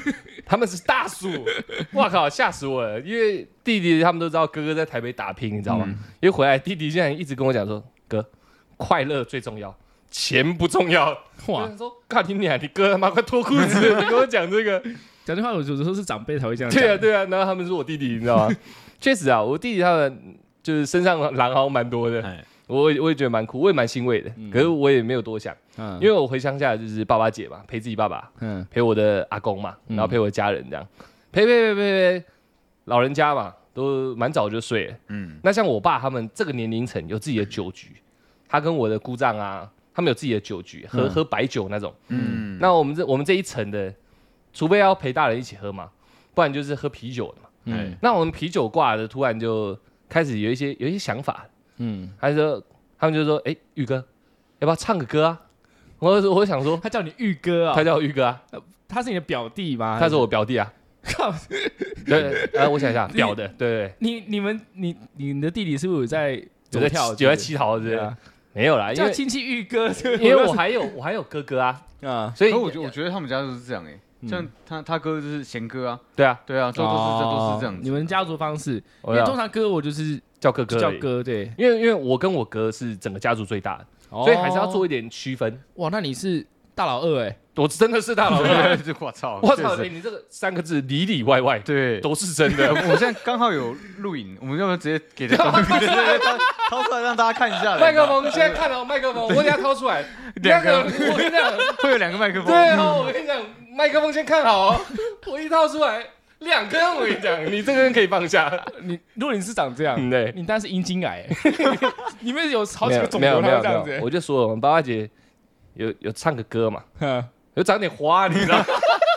他们是大叔，哇靠，吓死我了！因为弟弟他们都知道哥哥在台北打拼，你知道吗？嗯、因为回来弟弟现在一直跟我讲说，哥，快乐最重要，钱不重要。哇！说看你俩，你哥他妈快脱裤子！你跟我讲这个， 讲这话，我有时候是长辈才会这样讲。 对啊，对啊，然后他们是我弟弟，你知道吗？确实啊，我弟弟他们就是身上狼毫蛮多的。我我也觉得蛮酷，我也蛮欣慰的，嗯、可是我也没有多想，嗯、因为我回乡下就是爸爸姐嘛，陪自己爸爸，嗯、陪我的阿公嘛，然后陪我的家人这样，陪陪陪陪陪，老人家嘛都蛮早就睡了，嗯、那像我爸他们这个年龄层有自己的酒局，他跟我的姑丈啊，他们有自己的酒局，喝、嗯、喝白酒那种，嗯、那我们这我们这一层的，除非要陪大人一起喝嘛，不然就是喝啤酒的嘛，嗯、那我们啤酒挂的突然就开始有一些有一些想法。嗯，他就说，他们就说，哎、欸，玉哥，要不要唱个歌啊？我我想说， 他叫你玉哥啊， 他叫我玉哥啊， 他是你的表弟吗？ 他是我表弟啊。靠，对，呃，我想一下，表的，对对。 你你们你你的弟弟是不是有在有在跳有在乞讨之类的？没有啦， 叫亲戚玉哥， 因为我还有我还有哥哥啊，啊， 所以我觉得我觉得他们家都是这样哎。像他他哥就是贤哥啊， 对啊对啊，都都是这都是这样子。 你们家族方式，因为通常哥我就是叫哥哥， 叫哥，对， 因为因为我跟我哥是整个家族最大的，所以还是要做一点区分。 哇，那你是大老二哎， 我真的是大老二， 我操， 我操，你这个三个字里里外外对都是真的。 我现在刚好有录影，我们要不要直接给他掏出来让大家看一下？ 麦克风现在看到麦克风，我等下掏出来，两个，我跟你讲， 会有两个麦克风。 对哦，我跟你讲。麦克风先看好哦，我一套出来两根，我跟你讲，你这个人可以放下。 你如果你是长这样， 嗯、对， 你当然是阴茎癌，里面有好几个肿瘤， 没有这样子。 我就说我们八八姐有有唱个歌嘛，有长点花，你知道？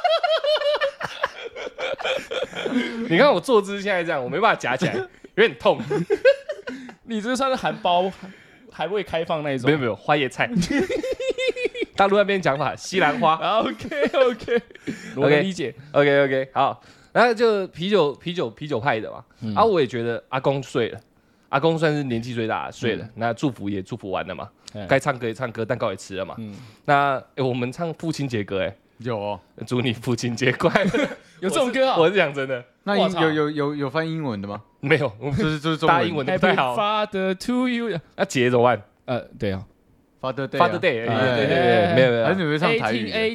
你看我坐姿现在这样，我没办法夹起来，有点痛。 你这算是含苞还未开放那一种？ 没有没有，花椰菜。大陆那边讲法，西兰花。 OK OK， 我能理解。 OK OK， 好，然后就啤酒啤酒啤酒派的嘛。嗯、啊，我也觉得阿公睡了，阿公算是年纪最大的睡了，嗯、那祝福也祝福完了嘛，该、嗯、唱歌也唱歌，蛋糕也吃了嘛。嗯、那、欸、我们唱父亲节歌，哎， 有、哦， 祝你父亲节快乐， 有这种歌啊？ 我是讲真的。 那有有有有翻英文的吗？ 没有， 就是就是中文。 大英文的不太好。 Father to you， 那节怎么办？ 呃，对啊。 Father Day，Father Day， 对对对，没有没有， 还是你会唱台语 ？A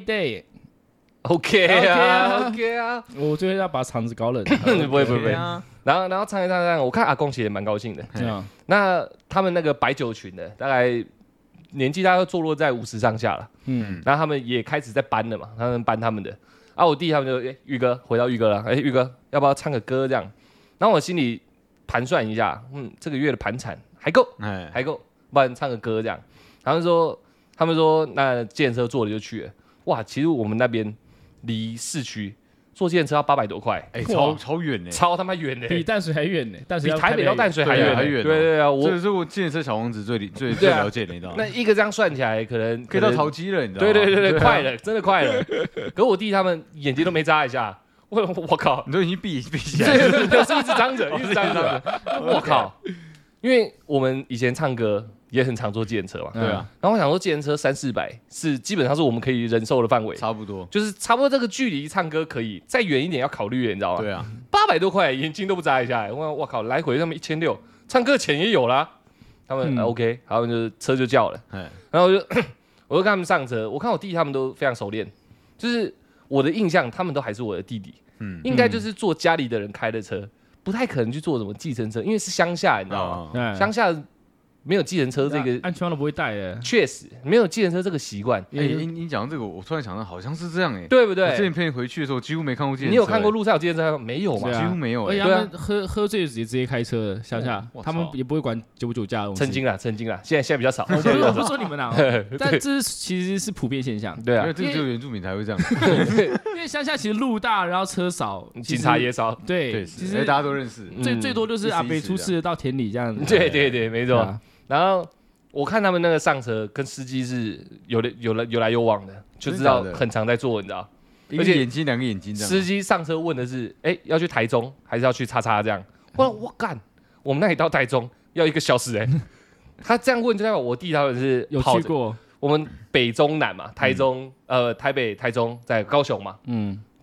Day，OK 啊 ，OK 啊， 我最近要把场子搞冷， 不会不会，然后然后唱一唱唱，我看阿公其实也蛮高兴的。那他们那个白酒群的，大概年纪大概坐落在五十上下了，嗯，然后他们也开始在搬了嘛，他们搬他们的，啊，我弟他们就哎玉哥回到玉哥了，哎玉哥要不要唱个歌这样？然后我心里盘算一下，嗯，这个月的盘缠还够，还够，不然唱个歌这样。他们说，他们说，那计程车坐了就去了。哇，其实我们那边离市区坐计程车要八百多块， 哎、欸，超超远呢， 超他妈远呢， 比淡水还远呢，淡水比台北到淡水还远， 还远。 对对啊， 我这是我计程车小王子最最最了解的，你知道吗？ 那一个这样算起来，可能可以到桃机了，你知道吗？ 对对对对，快了，真的快了。可我弟他们眼睛都没眨一下，我我靠， 你都已经闭闭起来了， 是一直张着，一直张着，我靠，因为我们以前唱歌。也很常坐计程车嘛， 对啊。 然后我想说，计程车三四百是基本上是我们可以忍受的范围， 差不多， 就是差不多这个距离唱歌可以，再远一点要考虑，你知道吗？ 对啊， 八百多块，眼睛都不眨一下，我我靠，来回他们一千六，唱歌钱也有啦。他们、嗯啊、OK， 他们就车就叫了，然后我就我就跟他们上车，我看我弟他们都非常熟练，就是我的印象，他们都还是我的弟弟，嗯，应该就是坐家里的人开的车，不太可能去坐什么计程车，因为是乡下，你知道吗？乡、哦、下。没有计程车这个安全帽都不会戴的， 确实没有计程车这个习惯。 哎、欸，你你讲到这个，我突然想到，好像是这样哎、欸， 对不对？ 我之前陪你回去的时候，几乎没看过计程车、欸。 你有看过路上有计程车没有嘛？ 几乎没有、欸。 而且他们喝喝醉直接直接开车，想想他们也不会管酒不酒驾的东西。 曾经啦，曾经啦，现在现在比较少。 我不是我不是说你们啦，但这其实是普遍现象。 对啊，因为这个只有原住民才会这样。 因为乡下其实路大，然后车少， 警察也少。 对，其实大家都认识。 最最多就是阿北出事到田里这样子。 对对对，没错。然后。我看他们那个上车跟司机是有的有来有来有往的，就知道很常在做，你知道？ 而且眼睛两个眼睛这样。 司机上车问的是，哎、欸，要去台中还是要去叉叉这样？我我干，我们那里到台中要一个小时哎、欸。他这样问就代表我弟他们是有去过。 我们北中南嘛，台中、嗯、呃台北、台中在高雄嘛，嗯，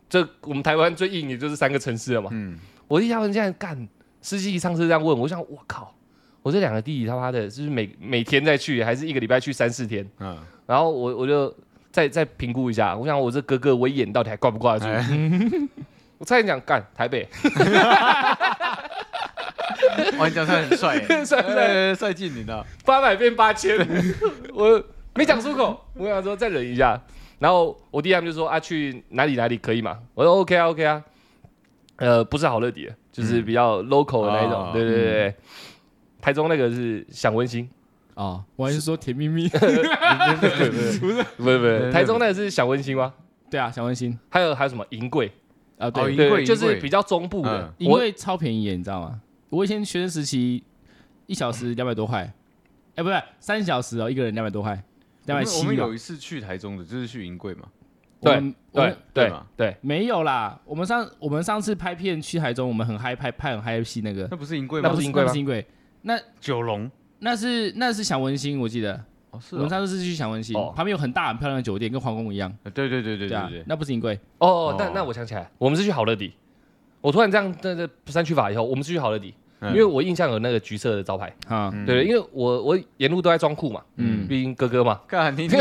这我们台湾最硬也就是三个城市了嘛。嗯，我弟他们现在干司机一上车这样问我，想我靠，我这两个弟弟他妈的，是不是每每天在去，还是一个礼拜去三四天？嗯，然后我我就再再评估一下，我想我这哥哥威严到底还挂不挂得住？哎、我差点讲干台北。 哇，你讲出来很帅，帅帅帅劲，你知道？ 八百变八千，我没讲出口。我想说再忍一下，然后我弟他们就说啊，去哪里哪里可以嘛？我说 OK 啊 OK 啊，呃，不是好乐迪，就是比较 local 的那一种，哦、对对对对。嗯、台中那个是享温馨哦，我还是说甜蜜蜜， 不是不是不是，台中那个是享温馨吗？ 对啊，享温馨。 还有还有什么银柜啊？对， 银柜就是比较中部的， 银柜超便宜，你知道吗？我以前学生时期，一小时两百多块，哎，不对，三小时哦，一个人两百多块，两百七。 我们有一次去台中的，就是去银柜嘛。 对对对对， 没有啦。我们上我们上次拍片去台中，我们很嗨拍拍很嗨戏那个。 那不是银柜吗？ 那不是银柜吗？ 那不是银柜。那九龙， 那是那是享温馨，我记得。 哦，是。 我们上次是去享温馨，旁边有很大很漂亮的酒店，跟皇宫一样。 对对对对对对， 那不是银柜。 哦，那那我想起来，我们是去好乐迪。我突然这样在这删去法以后，我们是去好乐迪。因为我印象有那个橘色的招牌啊，嗯、对，因为我我沿路都在装酷嘛，嗯，毕竟哥哥嘛， 干你你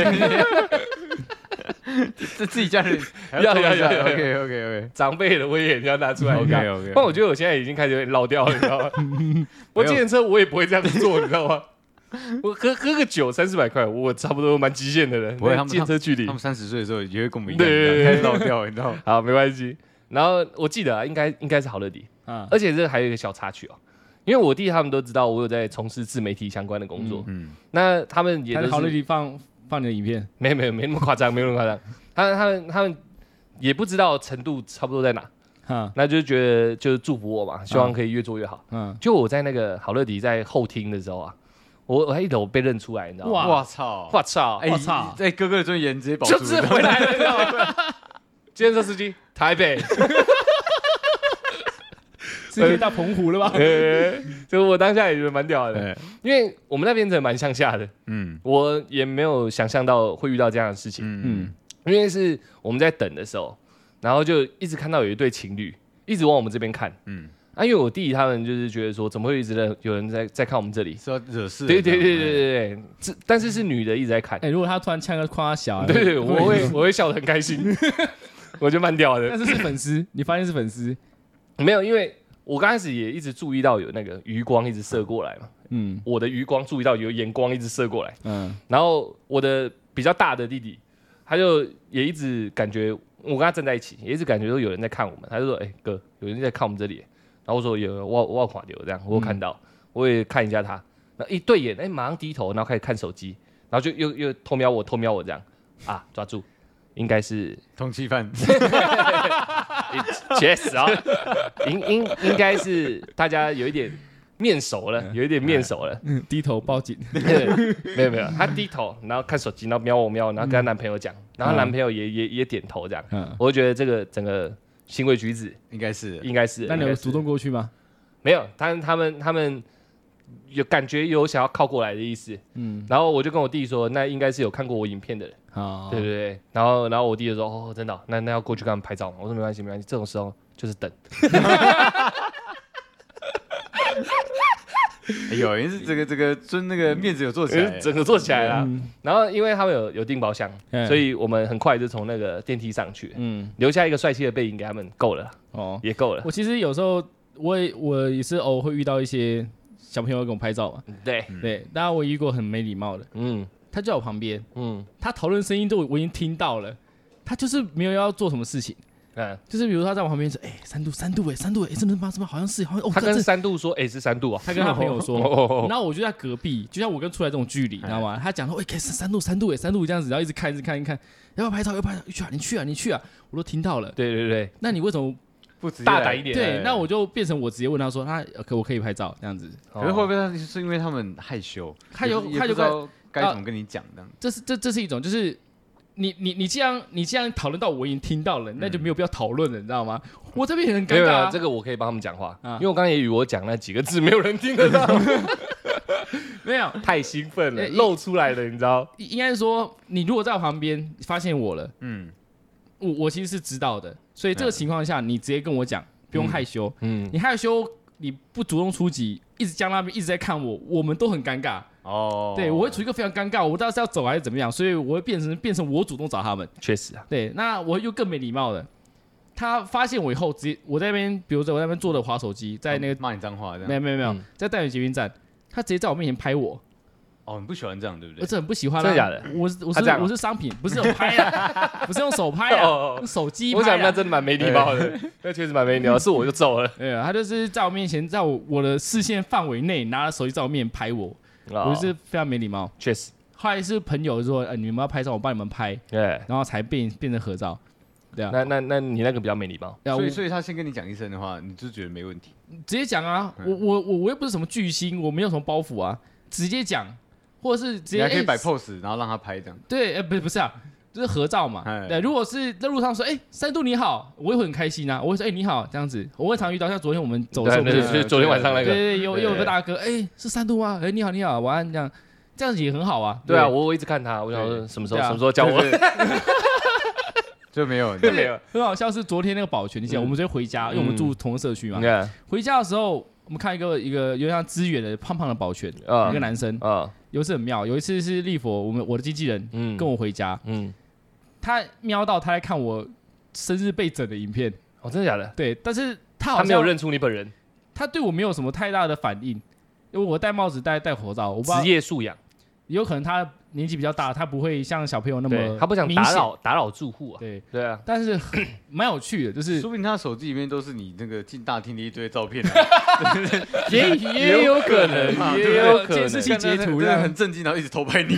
这自己家人要要要 ，OK OK OK， 长辈的威严要拿出来 ，OK OK。 但我觉得我现在已经开始有点老掉了，你知道吗？我计程车我也不会这样子做，你知道吗？我喝喝个酒三四百块，我差不多蛮极限的人。 不会，他们计程车距离， 他们三十岁的时候也会跟我们一样，对开始老掉，你知道吗？ 好，没关系。然后我记得啊，应该应该是好乐迪。嗯、而且这还有一个小插曲哦，因为我弟他们都知道我有在从事自媒体相关的工作，嗯，那他们也都是好乐迪放放你的影片， 没没没那么夸张，没那么夸张，他他们他们也不知道程度差不多在哪，嗯，那就觉得就是祝福我嘛，希望可以越做越好，嗯，就我在那个好乐迪在后厅的时候啊，我我还一楼被认出来，你知道吗？ 哇操， 哇操， 我操， 哎哥哥的尊严直接保住， 就是回来了，你知道吗？计程车司机，台北。 是可以到澎湖了吧？ 欸、就我当下也觉得蛮屌的，因为我们那边真的蛮乡下的，嗯，我也没有想象到会遇到这样的事情，嗯，因为是我们在等的时候，然后就一直看到有一对情侣一直往我们这边看，嗯，啊，因为我弟他们就是觉得说，怎么会一直有人在在看我们这里， 是要惹事？ 对对对对对对，这但是是女的一直在看， 哎、欸，如果他突然呛个夸小， 对对，我会我会笑得很开心，我觉得蛮屌的。 但是是粉丝，你发现是粉丝？ 没有，因为。我刚开始也一直注意到有那个余光一直射过来嘛，嗯，我的余光注意到有眼光一直射过来，嗯，然后我的比较大的弟弟，他就也一直感觉我跟他站在一起，也一直感觉说有人在看我们，他就说，哎、欸、哥，有人在看我们这里，然后我说有，我我垮掉这样，我有看到，嗯、我也看一下他，然后一对眼，哎、欸，马上低头，然后开始看手机，然后就又又偷瞄我，偷瞄我这样，啊，抓住。应该是通缉犯， 确实啊，应应应该是大家有一点面熟了，有一点面熟了， 嗯，低头报警， 没有没有，他低头，然后看手机，然后瞄我瞄，然后跟他男朋友讲，然后男朋友也也也点头这样，我就觉得这个整个行为举止应该是应该是， 那你有主动过去吗？ 没有，但他们他们。有感觉有想要靠过来的意思，嗯，然后我就跟我弟说，那应该是有看过我影片的人，哦、对对对，然后然后我弟就说，哦，真的、哦，那那要过去跟他们拍照吗？我说没关系没关系，这种时候就是等。 哎呦，也是这个这个尊那个面子有做起来， 整个做起来了。嗯、然后因为他们有有订包厢，嗯、所以我们很快就从那个电梯上去，嗯，留下一个帅气的背影给他们够了，哦，也够了。 我其实有时候我也我也是偶尔会遇到一些。小朋友跟我拍照嘛， 对对，当然我遇过很没礼貌的，嗯，他就在我旁边，嗯，他讨论声音都我已经听到了，他就是没有要做什么事情，嗯，就是比如他在我旁边说，哎、欸，三度三度哎、欸，三度哎、欸，真的吗？什么好像是，好像哦， 他跟三度说，哎、欸，是三度啊， 他跟他朋友说，哦、然后我就在隔壁，就像我跟出来这种距离，你知道吗？他讲说，哎、欸，三度三度哎、欸，三度这样子，然后一直看一直看一看，要不要拍照？要拍照？去啊，你去啊，你去啊，我都听到了， 对对对， 那你为什么？ 不直接大胆一点， 对，那我就变成我直接问他说，他可我可以拍照这样子， 可是会不会是因为他们害羞， 他有他就知道该怎么跟你讲这样？ 这是这这是一种，就是你你你这样你这样讨论到我已经听到了，那就没有必要讨论了，你知道吗？我这边很尴尬、啊， 这个我可以帮他们讲话，因为我刚才也与我讲那几个字，没有人听得到， 没有， 太兴奋了，露出来了，你知道？ 应该是说，你如果在我旁边发现我了，嗯。 我我其实是知道的，所以这个情况下，你直接跟我讲，不用害羞。嗯，你害羞，你不主动出击，一直僵那边一直在看我，我们都很尴尬。哦，对，我会处于一个非常尴尬，我不知道是要走还是怎么样，所以我会变成变成我主动找他们。 确实啊， 对，那我又更没礼貌了。他发现我以后，直接我在那边，比如说我在那边坐着滑手机，在那个骂你脏话， 没有没有没有，在淡水捷运站，他直接在我面前拍我。 哦，你不喜欢这样对不对？ 我真的很不喜欢， 真的假的？ 我是我是我是商品，不是用拍啊，不是用手拍啊，用手机拍。 我想那真的蛮没礼貌的，那确实蛮没礼貌，是我就揍了。 对啊，他就是在我面前，在我我的视线范围内拿着手机在我面前拍我，我就是非常没礼貌。 确实， 后来是朋友说，呃，你们要拍照，我帮你们拍，对，然后才变变成合照。对啊， 那那那你那个比较没礼貌， 所以所以他先跟你讲一声的话，你就觉得没问题， 直接讲啊，我我我我又不是什么巨星，我没有什么包袱啊，直接讲。或者是直接你还可以摆 pose， 然后让他拍这样。 对，呃，不是不是啊，就是合照嘛。对，如果是在路上说，哎，三度你好，我也会很开心啊。我会说，哎，你好，这样子。我会常遇到，像昨天我们走的时候， 就是昨天晚上那个， 对对，有有个大哥，哎，是三度吗？哎，你好你好，晚安，这样，这样子也很好啊。 对啊，我我一直看他，我想说什么时候什么时候教我。 就没有， 就没有。很好笑是昨天那个保全，你讲我们直接回家，因为我们住同个社区嘛。回家的时候，我们看一个一个有点像资源的胖胖的保全，一个男生啊。有一次很妙，有一次是立佛，我们我的经纪人跟我回家，嗯，他瞄到他在看我生日被整的影片， 哦，真的假的？ 对，但是他好像他没有认出你本人， 他对我没有什么太大的反应，因为我戴帽子戴戴口罩，我不知道职业素养， 有可能他年纪比较大，他不会像小朋友那么， 他不想打扰打扰住户啊， 对对啊， 但是蛮有趣的，就是说不定他手机里面都是你那个进大厅的一堆照片， 也也有可能，也有可能监视器截图， 很震惊，然后一直偷拍你，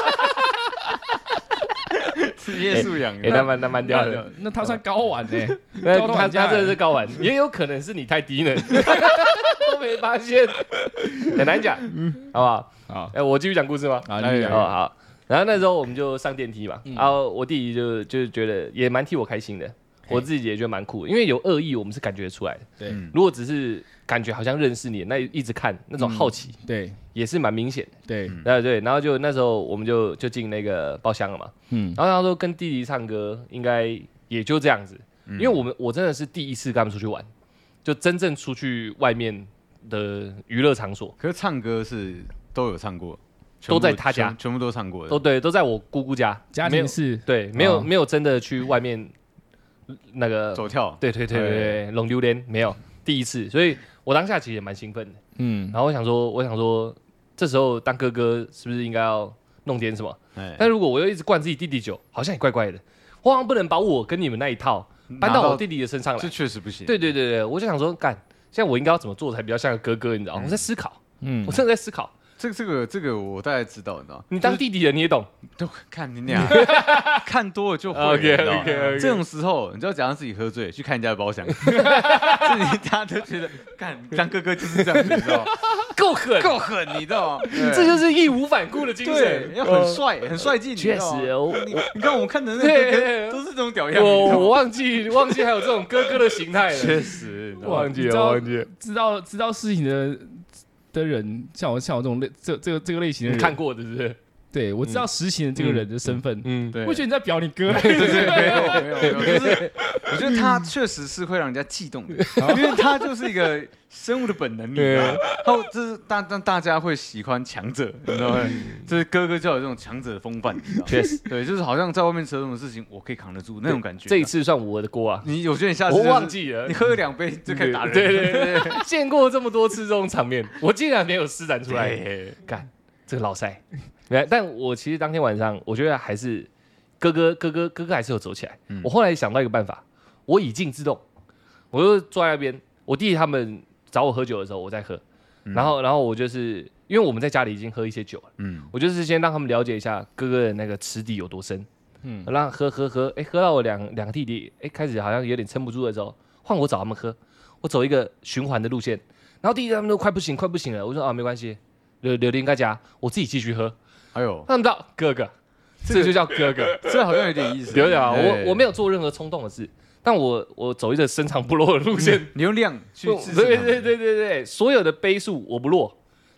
职业素养， 哎，那蛮那蛮屌的， 那他算高玩呢， 他他真的是高玩，也有可能是你太低能，都没发现，很难讲，好不好？好，哎，我继续讲故事吗？ 好， 你讲。哦，好。然后那时候我们就上电梯嘛，然后我弟弟就就觉得也蛮替我开心的，我自己也觉得蛮酷的，因为有恶意我们是感觉得出来的。对，如果只是感觉好像认识你，那一直看那种好奇，对，也是蛮明显的。 对， 对对，然后就那时候我们就就进那个包厢了嘛，嗯，然后他说跟弟弟唱歌应该也就这样子，因为我们我真的是第一次跟他们出去玩，就真正出去外面的娱乐场所。 可是唱歌是都有唱过。 都在他家， 全部都唱过的， 都对，都在我姑姑家， 家庭式， 对，没有没有真的去外面那个走跳， 对对对对对，龙榴莲没有第一次，所以我当下其实也蛮兴奋的，嗯，然后我想说，我想说，这时候当哥哥是不是应该要弄点什么？但如果我又一直灌自己弟弟酒，好像也怪怪的，我好像不能把我跟你们那一套搬到我弟弟的身上来， 这确实不行。 对对对对，我就想说，干，现在我应该要怎么做才比较像个哥哥？你知道吗？我在思考，嗯，我真的在思考。 这个这个这个我大概知道，你知道？ 你当弟弟的你也懂， 都看你俩看多了就会。OK OK。这种时候，你就要假装自己喝醉，去看人家的包厢，是你大家都觉得，干当哥哥就是这样子，你知道吗？ 够狠， 够狠，你知道吗？ 这就是义无反顾的精神， 要很帅，很帅气。 确实， 你你看我们看的那个哥哥都是这种屌样。 我我忘记忘记还有这种哥哥的形态了。 确实， 忘记了，忘记了。 知道知道事情的。的人像我像我这种类这这个这个类型的人看过的是不是？ 对，我知道实行的这个人的身份，嗯，对，我觉得你在表你哥， 对对对，没有没有没有，就是我觉得他确实是会让人家悸动的，因为他就是一个生物的本能，你知道吗？他就是大让大家会喜欢强者，你知道吗？就是哥哥就有这种强者的风范，你知道吗？ 确实， 对，就是好像在外面扯这种事情，我可以扛得住那种感觉。 这一次算我的锅啊！ 你我觉得你下次我忘记了， 你喝两杯就可以打人。 对对对对，见过这么多次这种场面，我竟然没有施展出来，干这个老塞。但我其实当天晚上，我觉得还是哥哥哥哥哥哥还是有走起来。嗯、我后来想到一个办法，我以静制动，我就坐在那边，我弟弟他们找我喝酒的时候，我在喝，嗯、然后然后我就是因为我们在家里已经喝一些酒了，嗯，我就是先让他们了解一下哥哥的那个池底有多深，嗯，让喝喝喝，哎，喝到我两两个弟弟，哎，开始好像有点撑不住的时候，换我找他们喝，我走一个循环的路线，然后弟弟他们都快不行快不行了，我说啊没关系，留留林该家，我自己继续喝。哎呦，他们知道哥哥，这就叫哥哥， 这好像有点意思。 有点啊，我我没有做任何冲动的事，但我我走一个深藏不露的路线， 你用量去， 对对对对对，所有的杯数我不落，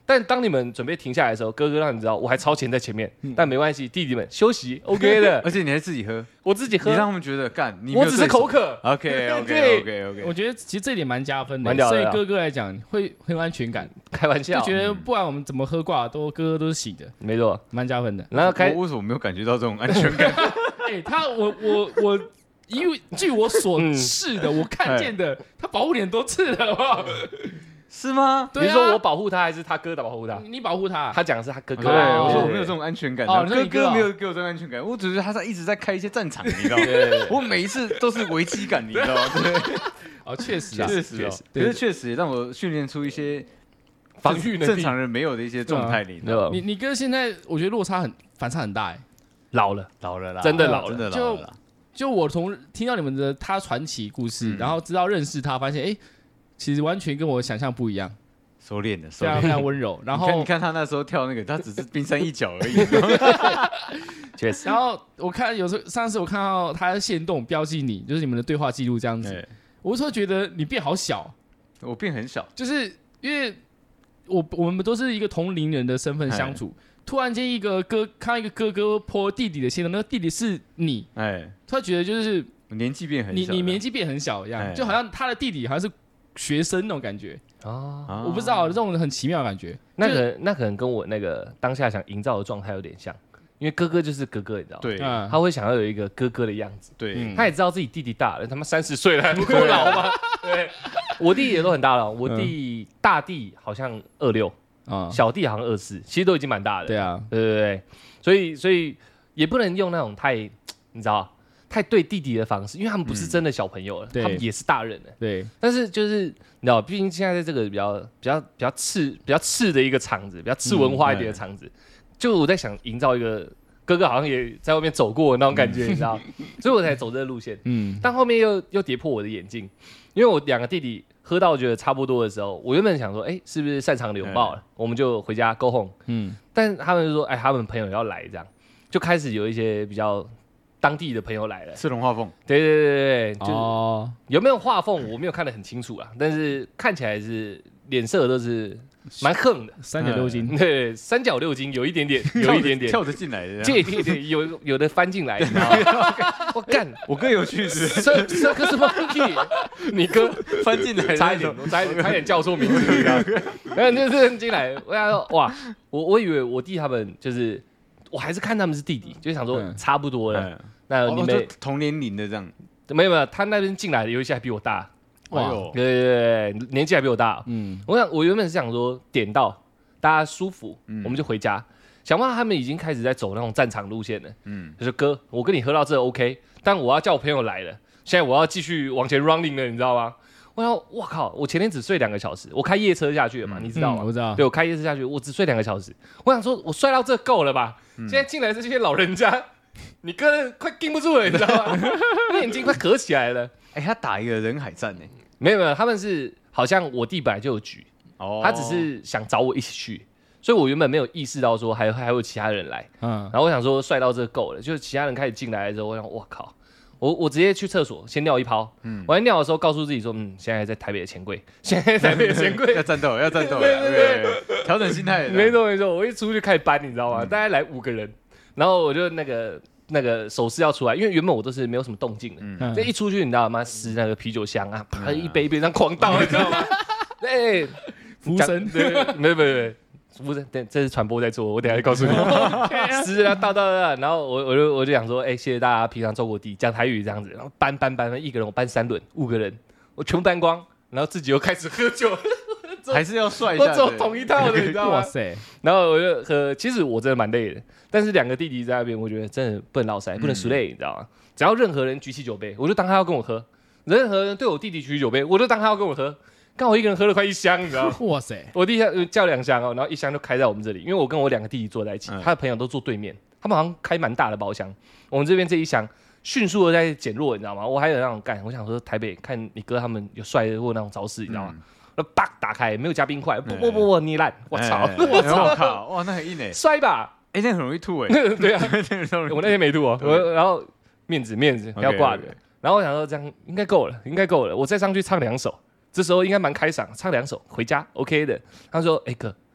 但当你们准备停下来的时候，哥哥让你知道我还超前在前面，但没关系，弟弟们休息 OK 的。 而且你还自己喝， 我自己喝， 你让他们觉得干，你我只是口渴。 OK OK OK OK， 我觉得其实这点蛮加分的，所以哥哥来讲会很有安全感。 开玩笑， 就觉得不管我们怎么喝挂，都哥哥都是洗的， 没错， 蛮加分的。 然后开，我为什么没有感觉到这种安全感？ 哎，他我我我。因为据我所视的，我看见的，他保护你很多次了，好不好？ 是吗？ 你说我保护他，还是他哥的保护他？ 你保护他， 他讲的是他哥哥。 对，我说我没有这种安全感。哦，哥哥没有给我这种安全感，我只是他在一直在开一些战场，你知道吗？我每一次都是危机感，你知道吗？对。 哦，确实啊， 确实哦，可是确实也让我训练出一些防御正常人没有的一些状态，你知道吗？ 你你哥现在我觉得落差很反差很大，哎， 老了， 老了啦， 真的老了， 真的老了。 就我从听到你们的他传奇故事，嗯、然后知道认识他，发现哎、欸，其实完全跟我想象不一样， 收敛的， 非常非常温柔。然后你 看, 你看他那时候跳那个，他只是冰山一角而已。 确实。 然后我看有时候上次我看到他的限动标记你，就是你们的对话记录这样子，欸、我说觉得你变好小， 我变很小， 就是因为我我们都是一个同龄人的身份相处。欸突然间，一个哥看到一个哥哥泼弟弟的线动，那个弟弟是你，哎，他觉得就是年纪变很小， 你你年纪变很小一样，就好像他的弟弟好像是学生那种感觉啊，我不知道这种很奇妙的感觉。 那可那可能跟我那个当下想营造的状态有点像，因为哥哥就是哥哥，你知道吗？ 对， 他会想要有一个哥哥的样子， 对， 他也知道自己弟弟大了，他妈三十岁了还不够老吗？对，我弟也都很大了，我弟大弟好像二六。嗯、小弟好像二四，其实都已经蛮大的。 对啊， 对对对，所以所以也不能用那种太，你知道，太对弟弟的方式，因为他们不是真的小朋友了，嗯、他们也是大人了。 对， 但是就是你知道，毕竟现在在这个比较比较比较次比较次的一个场子，比较次文化一点的场子，嗯、就我在想营造一个哥哥好像也在外面走过那种感觉，嗯、你知道，所以我才走这个路线。嗯，但后面又又跌破我的眼镜，因为我两个弟弟。喝到觉得差不多的时候，我原本想说，哎、欸，是不是擅长的拥抱了？嗯、我们就回家 go home。嗯，但他们就说，哎、欸，他们朋友要来，这样就开始有一些比较当地的朋友来了。 赤龙画凤， 对对对对对，哦，有没有画凤我没有看得很清楚啊，但是看起来是脸色都是蛮横的， 三角六斤， 对，三角六斤有一点点，有一点点跳着进来的， 对对对，有有的翻进来，你知道吗？我干， 我哥有去是， 这这个什么 monkey？ 你哥翻进来， 差一点，我差一点，差一点叫错名字，你知道吗？然后就是进来，我想说，哇，我我以为我弟他们就是，我还是看他们是弟弟，就想说差不多了。那你们同年龄的这样， 没有没有，他那边进来的有一些还比我大。哇，对对对，年纪还比我大。嗯，我想我原本是想说点到大家舒服，嗯、我们就回家。想不到他们已经开始在走那种战场路线了。嗯，就说哥，我跟你喝到这 OK， 但我要叫我朋友来了，现在我要继续往前 running 了，你知道吗？我想，我靠，我前天只睡两个小时，我开夜车下去了嘛，嗯、你知道吗？ 嗯、我知道。 对，我开夜车下去，我只睡两个小时。我想说，我睡到这够了吧？嗯、现在进来这些老人家，你哥快盯不住了，你知道吗？眼睛快合起来了。 哎、欸，他打一个人海战呢、欸。 没有没有，他们是好像我弟本来就有局，哦、他只是想找我一起去，所以我原本没有意识到说还还有其他人来，嗯，然后我想说帅到这够了，就是其他人开始进来的时候，我想我靠，我我直接去厕所先尿一泡，嗯，我在尿的时候告诉自己说，嗯，现在在台北的钱柜，现在在台北的钱柜要战斗要战斗，对对对，调整心态， 没错没错，我一出去开始搬，你知道吗？嗯、大概来五个人，然后我就那个。那个手势要出来，因为原本我都是没有什么动静的，嗯，这一出去你知道吗？撕那个啤酒箱啊，啪一杯一杯这样狂倒，你知道吗？对， 服务生， 对，没有没有没有，服务生，对，这是传播在做，我等一下告诉你，撕啊倒倒倒，然后我我就我就想说，哎、欸，谢谢大家平常照顾我弟，讲台语这样子，然后搬搬搬，一个人我搬三轮，五个人我全部搬光，然后自己又开始喝酒。 还是要帅一下， 我走同一套的，你知道吗？哇塞！然后我就喝，其实我真的蛮累的，但是两个弟弟在那边，我觉得真的不能落塞，不能输累，你知道吗？只要任何人举起酒杯，我就当他要跟我喝；任何人对我弟弟举起酒杯，我就当他要跟我喝。刚好一个人喝了快一箱，你知道吗？哇塞！我弟弟叫两箱哦，然后一箱就开在我们这里，因为我跟我两个弟弟坐在一起，嗯、他的朋友都坐对面，他们好像开蛮大的包厢，我们这边这一箱迅速的在减弱，你知道吗？我还有那种干，我想说台北看你哥他们有帅的或那种招式，你知道吗？嗯叭打开，没有加冰块，不不不不，你烂！我操！ 我操！靠！哇，那很硬哎， 摔吧！ 哎，那很容易吐哎。 对啊，我那天没吐哦，我然后面子面子不要挂着，然后我想说这样应该够了，应该够了，我再上去唱两首，这时候应该蛮开嗓，唱两首回家 OK 的。他说：“哎哥，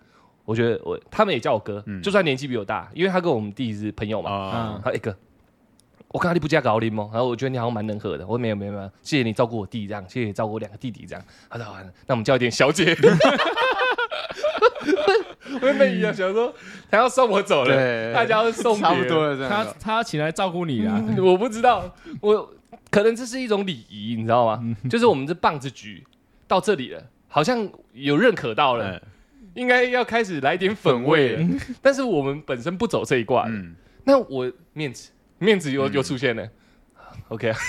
我觉得我他们也叫我哥，嗯、就算年纪比我大，因为他跟我们弟是朋友嘛。啊、他一哥，我看到你不加高龄吗？然后我觉得你好像蛮能喝的。我说没有没有没有，谢谢你照顾我弟这样，谢谢你照顾我两个弟弟这样。他说好，那我们叫一点小姐。我原本一样想说，他要送我走了，大家要送差不多了这样。 他他要请来照顾你啊、 嗯！我不知道，我可能这是一种礼仪，你知道吗？嗯、就是我们这棒子局到这里了，好像有认可到了，嗯、应该要开始来点粉味了。嗯、但是我们本身不走这一挂的，嗯、那我面子面子又又出现了。嗯、OK 啊，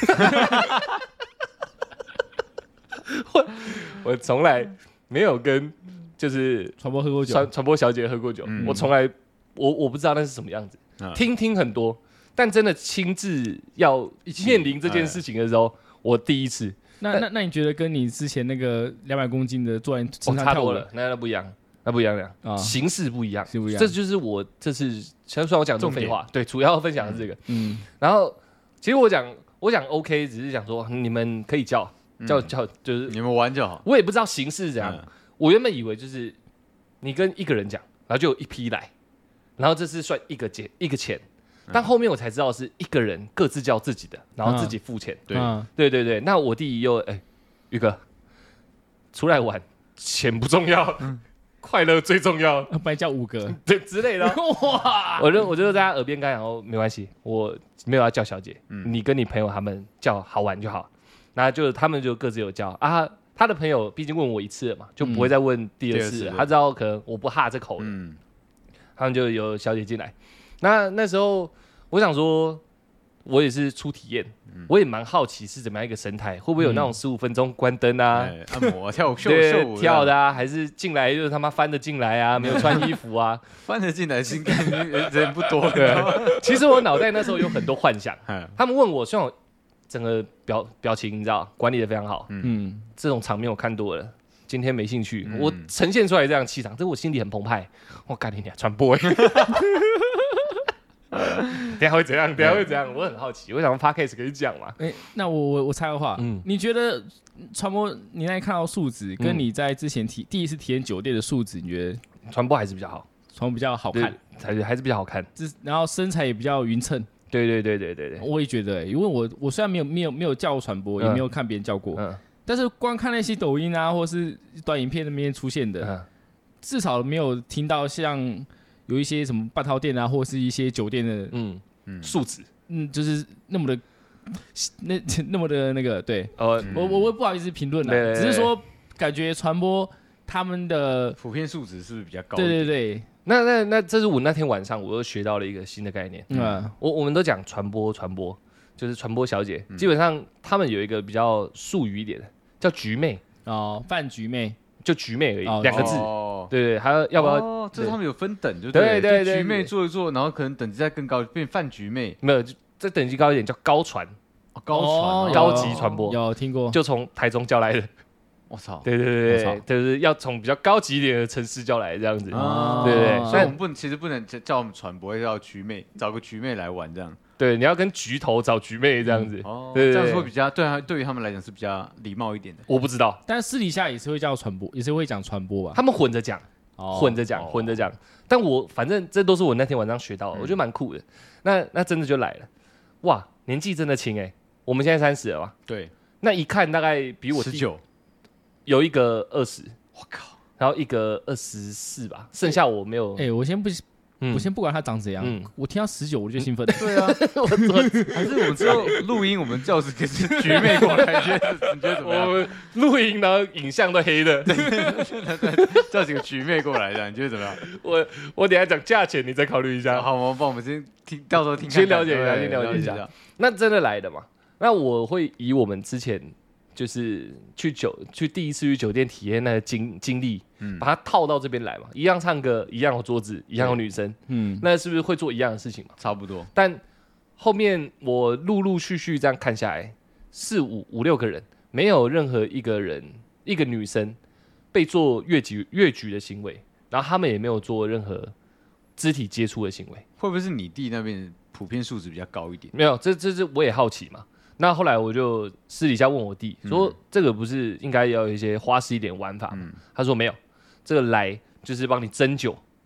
我我从来没有跟。就是传播喝过酒， 传传播小姐喝过酒，嗯、我从来我我不知道那是什么样子，嗯、听听很多，但真的亲自要面临这件事情的时候，哎、我第一次。 那那那你觉得跟你之前那个两百公斤的坐在身上跳舞了， 那那不一样，那不一样，啊、形式不一样，不一样。这就是我这次，虽然我讲这种废话，对，主要分享的这个，嗯，然后其实我讲我讲 OK， 只是讲说你们可以叫叫叫，就是你们玩就好， 我也不知道形式怎样。嗯我原本以为就是你跟一个人讲，然后就有一批来，然后这是算一个钱一个钱，但后面我才知道是一个人各自叫自己的，然后自己付钱。 嗯、 对对对对，那我弟又哎，宇哥出来玩，钱不重要，嗯、快乐最重要， 不然叫五哥对之类的。哇！我就我就在他耳边干，然后没关系，我没有要叫小姐，嗯、你跟你朋友他们叫好玩就好，然后就他们就各自有叫啊。他的朋友毕竟问我一次了嘛，就不会再问第二次了。嗯、他知道可能我不哈这口的，嗯、他们就有小姐进来。那那时候我想说，我也是初体验，嗯、我也蛮好奇是怎么样一个生态，会不会有那种十五分钟关灯啊、 嗯、按摩、跳舞、秀舞跳的啊，还是进来就是他妈翻得进来啊，没有穿衣服啊， 翻得进来应该人不多的。其实我脑袋那时候有很多幻想，他们问我，虽然我整个表表情你知道管理得非常好，嗯，这种场面我看多了，今天没兴趣，嗯、我呈现出来这样气场，这我心里很澎湃，我干你娘传播，等下会怎样？等下会怎样？我很好奇，我想 podcast 可以讲嘛？ 哎、欸，那我我我猜的话，嗯，你觉得传播你那天看到数值，跟你在之前体第一次体验酒店的数值，你觉得传播还是比较好， 传播比较好看， 还是还是比较好看， 然后身材也比较匀称。 对对对对对对， 我也觉得、欸，因为我我虽然没有没有没有叫过传播，嗯、也没有看别人叫过，嗯、但是光看那些抖音啊，或是短影片那边出现的，嗯、至少没有听到像有一些什么半套店啊，或是一些酒店的嗯嗯素质， 嗯，就是那么的那那么的那个，对，呃，我我我不好意思评论了，只是说感觉传播他们的普遍素质是不是比较高？ 对对对。 那那那，这是我那天晚上我又学到了一个新的概念。嗯，我我们都讲传播传播，就是传播小姐，嗯、基本上他们有一个比较术语一点的，叫局妹哦，饭局妹， 就局妹而已，两、哦、个字。哦、对对，还要要不要？ 哦，这是他们有分等，就对对 对, 對，局妹做一做，然后可能等级再更高，变饭局妹。 没有，再等级高一点叫高传， 哦、高传、哦、 高级传播， 有听过， 就从台中叫来的。 我操！ 对对对对，就是要从比较高级一点的城市叫来这样子，哦、对对对。 所以我们不能，其实不能叫我们传播，要局妹，找个局妹来玩这样。 对，你要跟局头找局妹这样子， 嗯、哦，对对对，这样说比较对啊，对于他们来讲是比较礼貌一点的。 我不知道， 但私底下也是会叫传播，也是会讲传播吧？ 他们混着讲，哦、混着讲，哦、混着讲。但我反正这都是我那天晚上学到的，嗯、我觉得蛮酷的。那那真的就来了，哇，年纪真的轻哎、欸，我们现在三十了嘛？ 对， 那一看大概比我十九。 有一个二十， 我靠， 然后一个二十四吧，剩下我没有。 哎、欸，我先不，嗯、我先不管他长怎样，嗯、我听到十九我就兴奋。 对啊，我我还是我们之后录音，我们叫是可是局妹过来，你觉得你觉得怎么样？ 我们录音然后影像都黑的， 叫几个局妹过来的，你觉得怎么样？ 我我等一下讲价钱，你再考虑一下。 好，我帮我们先听，到时候听看看， 先了解一下，先了解一下。那真的来的嘛？那我会以我们之前。就是去酒去第一次去酒店体验那个经经历，嗯、把它套到这边来嘛，一样唱歌，一样有桌子，一样有女生，嗯，那是不是会做一样的事情嘛？ 差不多。 但后面我陆陆续续这样看下来，四五五六个人，没有任何一个人一个女生被做越级越局的行为，然后他们也没有做任何肢体接触的行为。 会不会是你弟那边普遍素质比较高一点？ 没有，这这这我也好奇嘛。那后来我就私底下问我弟说：“嗯、这个不是应该要有一些花式一点玩法吗？”嗯、他说：“没有，这个来就是帮你斟酒，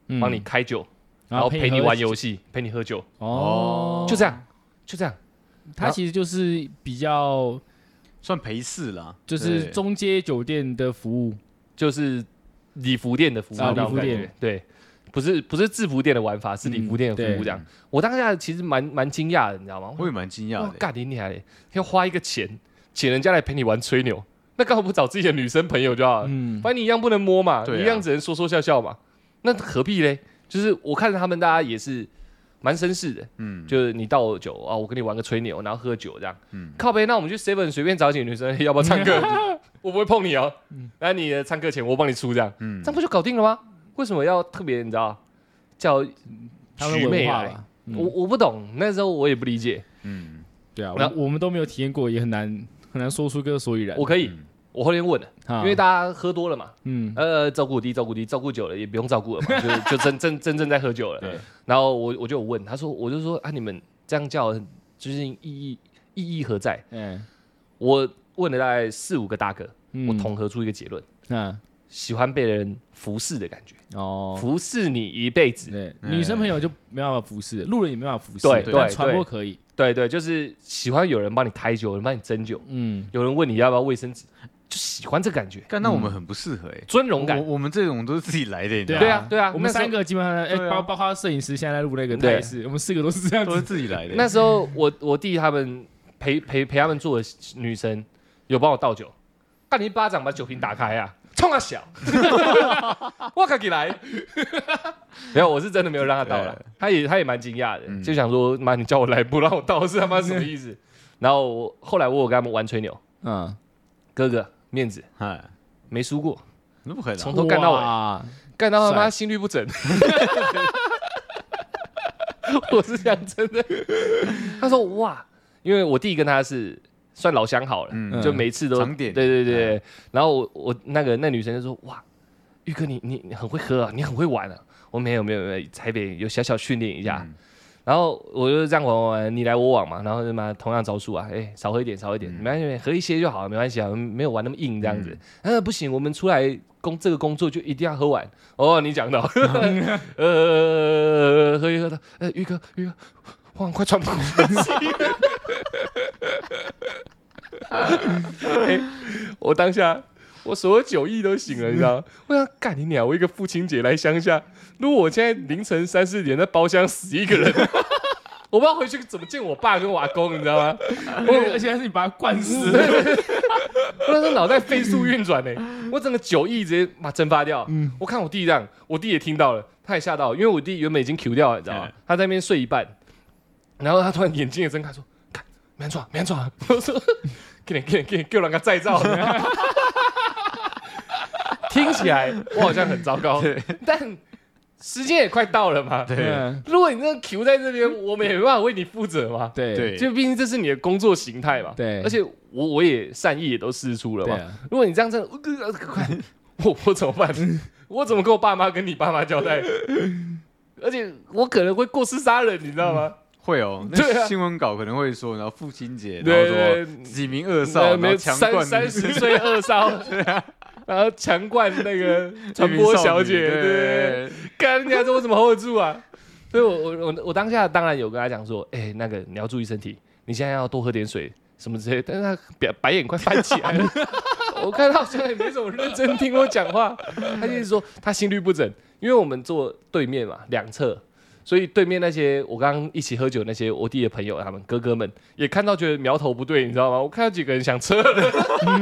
帮你开酒，然后陪你玩游戏，陪你喝酒。哦，就这样，就这样。 他其实就是比较算陪侍啦， 就是中阶酒店的服务， 就是礼服店的服务。礼服店对，不是不是制服店的玩法，是礼服店的服务这样。我当下其实蛮蛮惊讶的，你知道吗？ 我也蛮惊讶的。 干你娘嘞！要花一个钱，请人家来陪你玩吹牛，那干嘛不找自己的女生朋友就好了？嗯，反正你一样不能摸嘛，你一样只能说说笑笑嘛，那何必嘞？就是我看着他们大家也是。蛮绅士的，嗯，就是你倒酒啊，我跟你玩个吹牛，然后喝酒这样，嗯，靠北，那我们去 seven 随便找几个女生，要不要唱歌？我不会碰你哦，那你的唱歌钱我帮你出这样，嗯，这样不就搞定了吗？为什么要特别你知道叫娶妹来？ 我我不懂，那时候我也不理解， 嗯，对啊，我我们都没有体验过，也很难很难说出个所以然。 我可以。我后天问了，因为大家喝多了嘛，嗯，呃，照顾我弟，照顾弟，照顾久了也不用照顾了嘛，就就真真真正在喝酒了。对，然后我我就有问，他说，我就说啊，你们这样叫，就是意义意义何在？嗯，我问了大概四五个大哥，我统合出一个结论，嗯，喜欢被人服侍的感觉，哦，服侍你一辈子。 对，女生朋友就没办法服侍，路人也没办法服侍，对对，传播可以。 对对，就是喜欢有人帮你抬酒，有人帮你斟酒，嗯，有人问你要不要卫生纸。就喜欢这感觉， 但那我们很不适合哎， 尊荣感。 我们这种都是自己来的， 对啊，对啊。 我们三个基本上，哎，包包括摄影师现在在录那个，他也是，我们四个都是这样， 都是自己来的。 那时候我我弟他们陪陪陪他们住的女生有帮我倒酒，干你一巴掌把酒瓶打开啊，冲他小，我自己来。没有，我是真的没有让他倒了，他也他也蛮惊讶的，就想说妈你叫我来不让我倒是他妈什么意思？然后我后来我有跟他们玩吹牛，嗯，哥哥。面子，哎，没输过， 那不可能， 从头干到尾，干到他妈心律不整。我是讲真的。他说哇，因为我弟跟他是算老相好了，嗯、就每次都常点， 对对对。嗯、然后我我那个那女生就说哇，玉哥你你你很会喝啊，你很会玩啊。我没有没有没有，台北有小小训练一下。嗯然后我就这样玩玩玩，你来我往嘛，然后就嘛同样招数啊，哎，少喝一点，少喝一点，没关系，喝一些就好了，没关系啊，没有玩那么硬这样子。嗯、啊，不行，我们出来工这个工作就一定要喝完。哦，你讲到，呃，喝一喝的，呃，玉哥，玉哥，哇，快喘不过气。哎，我当下。我所有酒意都醒了，你知道吗？我想干你娘！我一个父亲节来乡下，如果我现在凌晨三四点在包厢死一个人，我不知道回去怎么见我爸跟我阿公，你知道吗？ 我而且还是你把他灌死， 我那时候脑袋飞速运转呢，我整个酒意直接把蒸发掉。嗯、我看我弟这样，我弟也听到了，他也吓到了，因为我弟原本已经 Q 掉了，你知道吗？他在那边睡一半，然后他突然眼睛也睁开，说：“看，没人闯，没人闯。”我说：“给你，给你，给你，给我两个再造。”听起来我好像很糟糕，但时间也快到了嘛。对，如果你这个 Q 在这边，我们也没办法为你负责嘛。对，就毕竟这是你的工作形态嘛。对，而且我我也善意也都释出了嘛。如果你这样真的，快，我我怎么办？我怎么跟我爸妈跟你爸妈交代？而且我可能会过失杀人，你知道吗？ 会哦，那新闻稿可能会说，然后父亲节，然后说几名二少，然后强灌三十岁二少，对啊。然后强灌那个传播小姐，对对对，干人家说我怎么 hold 得住啊？所以我我我我当下当然有跟他讲说，哎、欸，那个你要注意身体，你现在要多喝点水什么之类的。但是他白白眼快翻起来了，我看他好像也没怎么认真听我讲话，他就是说他心律不整，因为我们坐对面嘛，两侧。所以对面那些我刚刚一起喝酒那些我弟的朋友，他们哥哥们也看到觉得苗头不对，你知道吗？我看到几个人想撤了。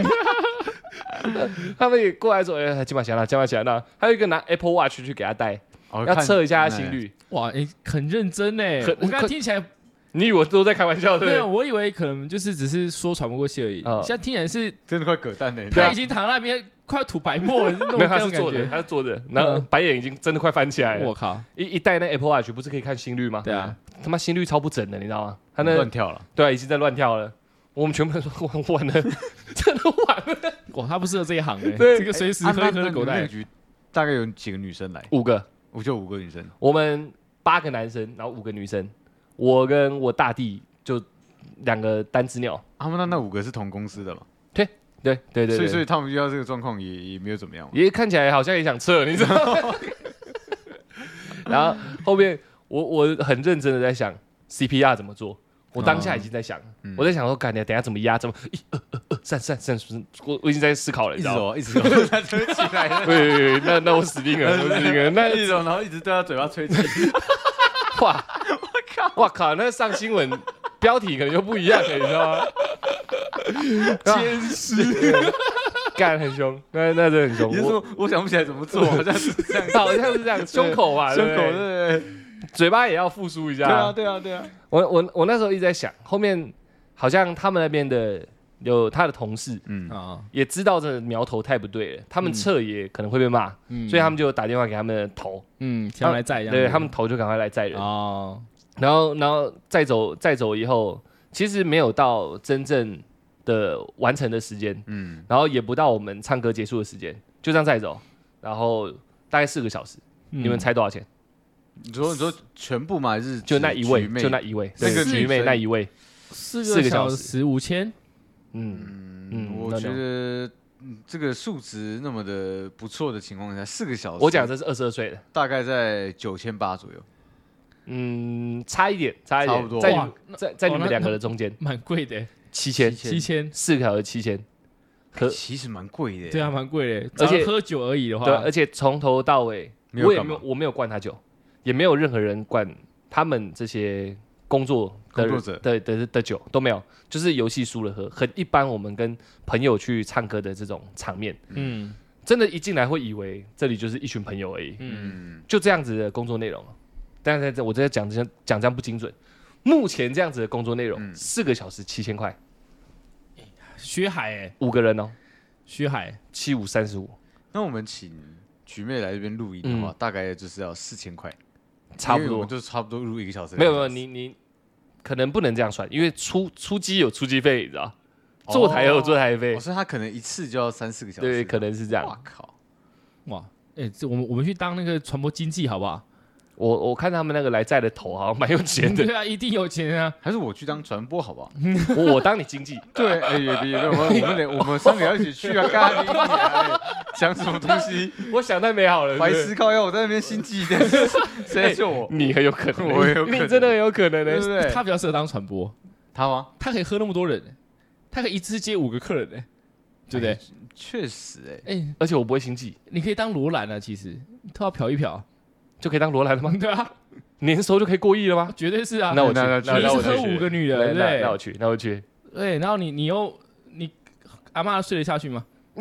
他们也过来说：“哎，金马侠啦，金马侠啦。”还有一个拿 Apple Watch 去给他戴，哦、要测一下他心率。 哇，哎、欸，很认真哎！我刚刚听起来， 你以为我都在开玩笑对不对？ 没有，我以为可能就是只是说喘不过气而已。哦、现在听起来是真的快嗝蛋了， 他已经躺在那边快要吐白沫了。 没有，他是坐着，他是坐着，然后白眼已经真的快翻起来了。 我靠！ 一一戴那 Apple Watch 不是可以看心率吗？ 对啊， 他妈心率超不整的，你知道吗？他那乱跳了。 对啊，已经在乱跳了。我们全部人说完完了，真的完了。 哇，他不适合这一行哎、欸，这个随时喝一喝狗蛋。 那局大概有几个女生来？ 五个， 我就五个女生。 我们八个男生，然后五个女生。我跟我大弟就两个单只鸟。 他们那那五个是同公司的嘛？ 对对对对。 所以所以他们遇到这个状况也也没有怎么样。 也看起来好像也想撤，你知道吗？ 然后后面我我很认真的在想 C P R 怎么做。我当下已经在想，嗯、我在想说，干你等下怎么压，怎么一二二二三三三，我我已经在思考了，你知道吗？ 一直哦，一直哦，他吹起来了。 对对对，那那我死定了，我死定了。那一种，然后一直对他嘴巴吹气。 哇，我靠，哇靠，那上新闻标题可能就不一样了，你知道吗？ 监视， 干很凶，那那真的很凶。 你是说我想不起来怎么做，好像是这样， 好像是这样，胸口吧， 胸口对对对。 嘴巴也要复苏一下。 对啊，对啊，对啊。 我我我那时候一直在想，后面好像他们那边的有他的同事，嗯啊，也知道这苗头太不对了，他们撤也可能会被骂，嗯，所以他们就打电话给他们的头， 嗯，想来载， 对他们头就赶快来载人哦。然后然后再走再走以后，其实没有到真正的完成的时间，嗯，然后也不到我们唱歌结束的时间，就这样再走，然后大概四个小时，你们猜多少钱？ 你说你说全部吗？还是就那一位？就那一位，那个橘妹那一位， 四个小时五千。 嗯嗯，我觉得这个数值那么的不错的情况下，四个小时， 我讲这是二十二岁的， 大概在九千八左右。 嗯，差一点，差一点，差不多，在在在你们两个的中间， 蛮贵的， 七千， 七千， 四个小时七千， 可其实蛮贵的。 对啊，蛮贵的，而且喝酒而已的话， 对，而且从头到尾，我也没有，我没有灌他酒。也没有任何人灌他们这些工作的工作者的 的, 的, 的酒都没有，就是游戏输了喝，很一般。我们跟朋友去唱歌的这种场面，嗯，真的，一进来会以为这里就是一群朋友而已，嗯，就这样子的工作内容。但是我在讲这讲这样不精准，目前这样子的工作内容，四、嗯、个小时七千块， 薛海哎、欸， 五个人哦， 薛海七五三十五。 那我们请菊妹来这边录音的话，嗯、大概就是要四千块。 差不多， 就是差不多录一个小时。 没有没有，你你可能不能这样算，因为出出机有出机费，你知道？坐台有坐台费， 哦，所以他可能一次就要三四个小时。 对，可能是这样。 哇靠！ 哇，哎、欸，这我们我们去当那个传播经济好不好？ 我我看他们那个来载的头好像蛮有钱的。 对啊，一定有钱啊！ 还是我去当传播好不好？ 我我当你经纪。 对，哎也别别，我们我们得我们三个要一起去啊！干你娘！讲什么东西？ 我想太美好了。 白思高要我在那边心机一点，谁来救我？ 你很有可能， 我也有可能， 你真的很有可能的， 对不对？ 他比较适合当传播， 他吗？ 他可以喝那么多人，他可以一次接五个客人，对不对？ 确实，哎哎，而且我不会心悸， 你可以当罗兰啊，其实他要嫖一嫖就可以当罗兰了吗？ 对啊。 年收就可以过亿了吗？ 绝对是啊！ 那我去， 那那我去，喝五个女人，对不对？ 那我去，那我去。 对，然后你你又你阿嬤睡得下去吗？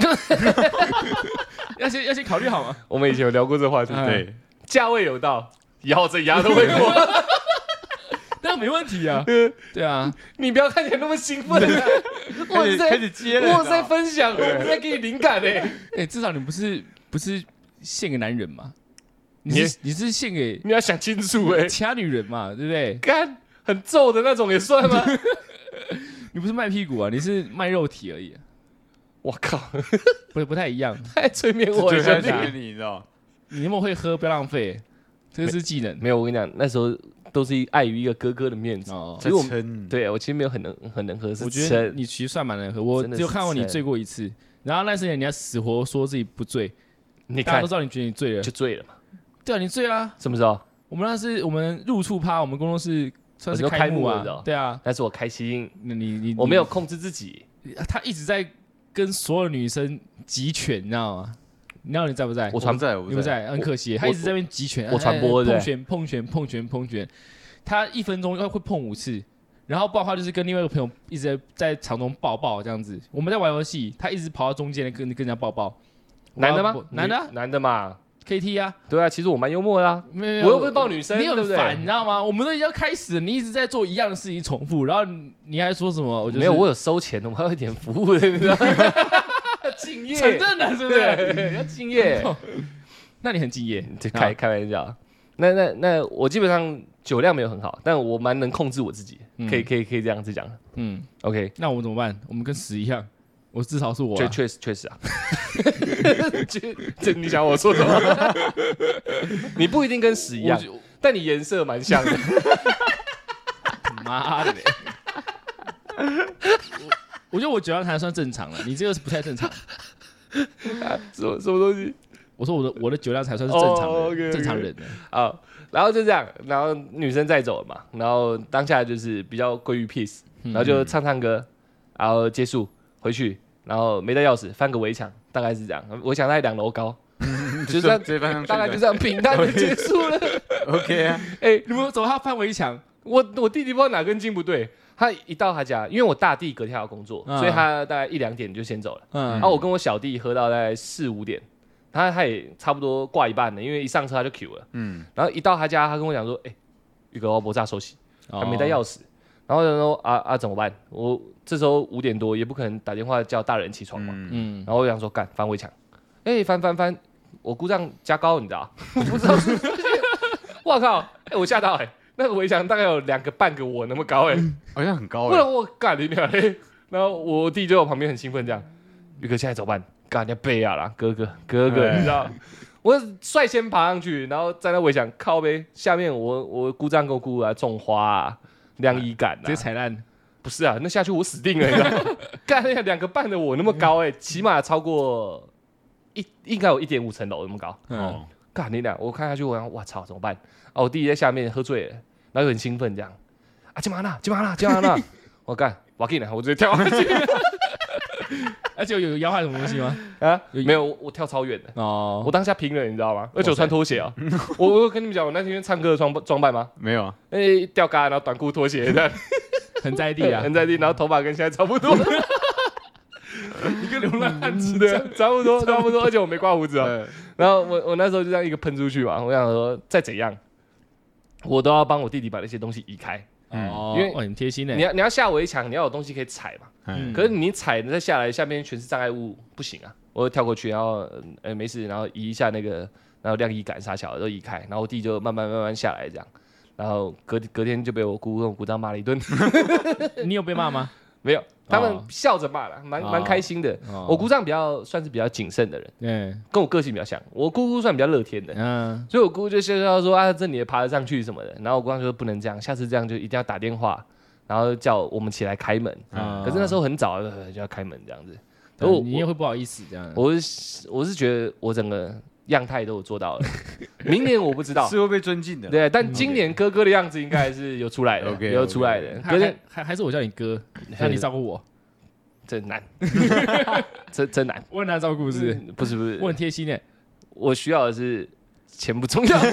要先要先考虑好吗？ 我们以前有聊过这个话题，对，价位有到，咬着牙都会过， 那没问题啊。对啊， 你不要看起来那么兴奋， 我在开始接了， 我在分享，我在给你灵感嘞。 哎，至少你不是不是献给男人嘛？你是你是献给你要想清楚哎， 其他女人嘛，对不对？ 干很皱的那种也算吗？ 你不是卖屁股啊，你是卖肉体而已、啊。 我靠， 不不太一样， 太催眠我了， 催眠你，你知道？ 你那么会喝，不要浪费，这个是技能。 没有，我跟你讲，那时候都是碍于一个哥哥的面子， 哦、 其实我们对我其实没有很能很能喝， 我觉得你其实算蛮能喝，我只有看过你醉过一次，然后那时候你要死活说自己不醉， 你大家都知道你觉得你醉了， 就醉了嘛。 对啊，你醉啦！ 什么时候？ 我们那是我们入处趴，我们工作室算是开幕啊。对啊， 但是我开心， 你你我没有控制自己。 他一直在跟所有女生集拳，你知道吗？你知道你在不在？ 我传在， 你不在，很可惜。他一直在那边集拳， 我传播碰拳碰拳碰拳碰拳，他一分钟要会碰五次，然后不然的话就是跟另外一个朋友一直在在场中抱抱这样子。我们在玩游戏，他一直跑到中间跟跟人家抱抱。 男的吗？ 男的， 男的嘛。 K T 啊， 对啊，其实我蛮幽默的啊，我又不是抱女生， 你很烦，你知道吗？我们都已经要开始了，你一直在做一样的事情重复，然后你还说什么？我没有，我有收钱的，我们还有一点服务的，你知道吗？敬业， 承认的，是不是？ 要敬业， 那你很敬业， 就开开玩笑。那那那我基本上酒量没有很好，但我蛮能控制我自己，可以可以可以这样子讲。嗯 ，OK， 那我们怎么办？我们跟屎一样。我至少是我、啊， 确确实确实啊，这你想我说什么？你不一定跟屎一样，但你颜色蛮像的。 妈的！我我觉得我酒量还算正常了，你这个是不太正常。 啊、什么什么东西？ 我说我的我的酒量才算是正常的、oh, okay, okay. 正常人的。 好，然后就这样，然后女生再走了嘛，然后当下就是比较归于 peace，、嗯、然后就唱唱歌，然后结束回去，然后没带钥匙，翻个围墙，大概是这样，围墙大概两楼高。就这样，大概就这样平淡的结束了。 OK 啊， 哎、欸，你们走他翻围墙， 我我弟弟不知道哪根筋不对，他一到他家，因为我大弟隔天要工作，嗯、所以他大概一两点就先走了。嗯，然后我跟我小弟喝到大概四五点，他他也差不多挂一半了，因为一上车他就 Q 了。嗯，然后一到他家，他跟我讲说，哎、欸，宇哥我不炸收洗，还没带钥匙。哦、然后他说啊啊怎么办？我这时候五点多也不可能打电话叫大人起床嘛。嗯，然后我想说干翻围墙，哎、欸、翻翻翻。我姑丈加高，你知道？我不知道是不是。我靠！哎、欸，我吓到哎、欸，那个围墙大概有两个半个我那么高哎、欸， 好像很高哎、 欸。不然我干你娘嘞！然后我弟就在我旁边很兴奋这样，宇哥现在怎么办？干你背啊啦，哥哥哥哥，你知道？我率先爬上去，然后在那围墙靠背下面我，我我姑丈跟我姑姑啊种花啊，晾衣杆啊， 直接踩烂。 不是啊，那下去我死定了，你知道？干那两个半的我那么高哎、欸，起码超过。一应该有一点五层楼那么高，哦，干你俩！我看下去，我想，哇操，怎么办？啊，我弟弟在下面喝醉了，然后又很兴奋这样，啊，金马纳，金马纳，金马纳，我干，我给你，我直接跳下去。 而且有摇坏什么东西吗？ 啊，没有，我跳超远的哦，我当下拼了，你知道吗？而且我穿拖鞋啊，我我跟你们讲，我那天唱歌的装装扮吗？ 没有啊， 哎，吊嘎，然后短裤拖鞋这样， 很在地啊， 很在地，然后头发跟现在差不多。 一个流浪汉子的，差不多，差不多，而且我没刮胡子哦。然后我我那时候就这样一个喷出去嘛，我想说再怎样，我都要帮我弟弟把那些东西移开。 哦，因为很贴心的。 你要你要下围墙，你要有东西可以踩嘛。嗯。可是你踩，你再下来，下面全是障碍物，不行啊。我就跳过去，然后呃没事，然后移一下那个，然后晾衣杆啥小的都移开，然后我弟就慢慢慢慢下来这样，然后隔隔天就被我姑跟我姑丈骂了一顿。 你有被骂吗？ 没有，他们笑着骂了，蛮蛮开心的。哦、我姑丈比较算是比较谨慎的人，嗯，跟我个性比较像。我姑姑算比较乐天的，嗯，所以我姑姑就笑笑说啊，这你也爬得上去什么的。然后我姑丈就说不能这样，下次这样就一定要打电话，然后叫我们起来开门。嗯、可是那时候很早就要开门这样子， 嗯、我你也会不好意思这样。 我是我是觉得我整个样态都有做到了，明年我不知道是会被尊敬的， 对，但今年哥哥的样子应该是有出来的， okay, 有出来的。 可是还还是我叫你哥，让你照顾我。 真难，真真难。 我很难照顾是？ 不是不是， 我很贴心诶。 我需要的是钱不重要，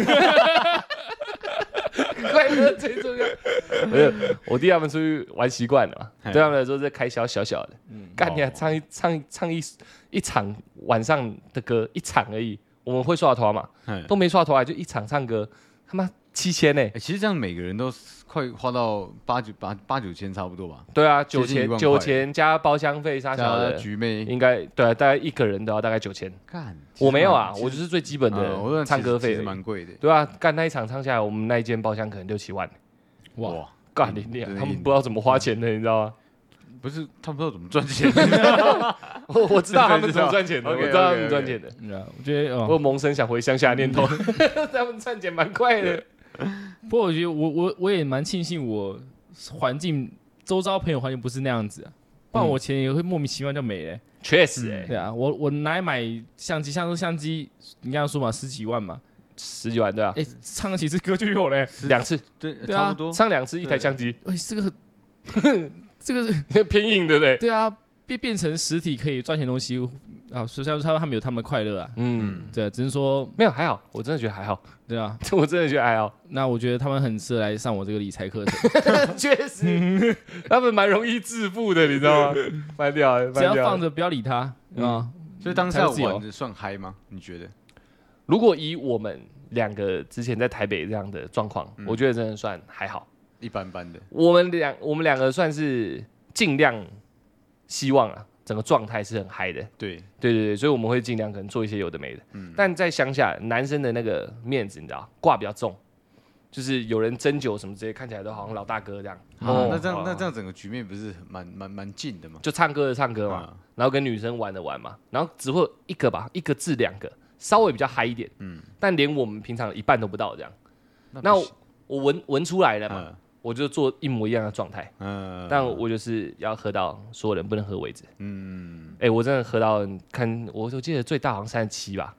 快乐最重要。我弟他们出去玩习惯了嘛，对他们来说这开销小小的。干你唱一唱唱一一场晚上的歌，一场而已。我们会刷团嘛，都没刷团，就一场唱歌，他妈七千呢、欸。 其实这样每个人都快花到八九八八九千差不多吧？ 对啊，九千九千加包厢费啥小的， 局妹应该对啊，大概一个人都要大概九千。干，我没有啊，我就是最基本的唱歌费， 蛮贵的。 对啊，干那一场唱下来，我们那一间包厢可能六七万。哇，干你娘！他们不知道怎么花钱的，你知道吗？ 不是，他们不知道怎么赚钱。 我我知道他们怎么赚钱的，我知道他们赚钱的。 我觉得我萌生想回乡下的念头，他们赚钱蛮快的。 不过我觉得我我我也蛮庆幸我环境周遭朋友环境不是那样子啊，不然我钱也会莫名其妙就没了。 确实哎， 对啊，我我拿来买相机，像说相机，你刚刚说嘛，十几万嘛， 十几万对啊。 哎，唱几次歌就有嘞， 两次， 对对啊， 差不多， 唱两次一台相机。 哎，这个这个偏硬对不对？ 对啊，变变成实体可以赚钱的东西啊，所以他他们有他们的快乐啊。嗯，对，只是说没有还好，我真的觉得还好。 对啊， 我真的觉得还好。 那我觉得他们很适合来上我这个理财课程。 确实，他们蛮容易致富的，你知道吗？蛮屌的， 只要放着不要理他，啊、嗯， 所以当下玩的算嗨吗？你觉得？ 如果以我们两个之前在台北这样的状况，嗯、我觉得真的算还好。 一般般的， 我们两我们两个算是尽量希望啊，整个状态是很嗨的。 对对对对，所以我们会尽量可能做一些有的没的。嗯，但在乡下，男生的那个面子你知道挂比较重，就是有人斟酒什么之类，看起来都好像老大哥这样。 哦，那这样那这样整个局面不是蛮蛮蛮近的吗？ 就唱歌的唱歌嘛，嗯、然后跟女生玩的玩嘛，然后只会一个吧，一个至两个，稍微比较嗨一点。嗯，但连我们平常一半都不到这样。那, 那我我闻闻出来了嘛。嗯，我就做一模一样的状态，嗯，但我就是要喝到所有人不能喝为止，嗯，哎、欸，我真的喝到看，我我记得最大好像三十七吧，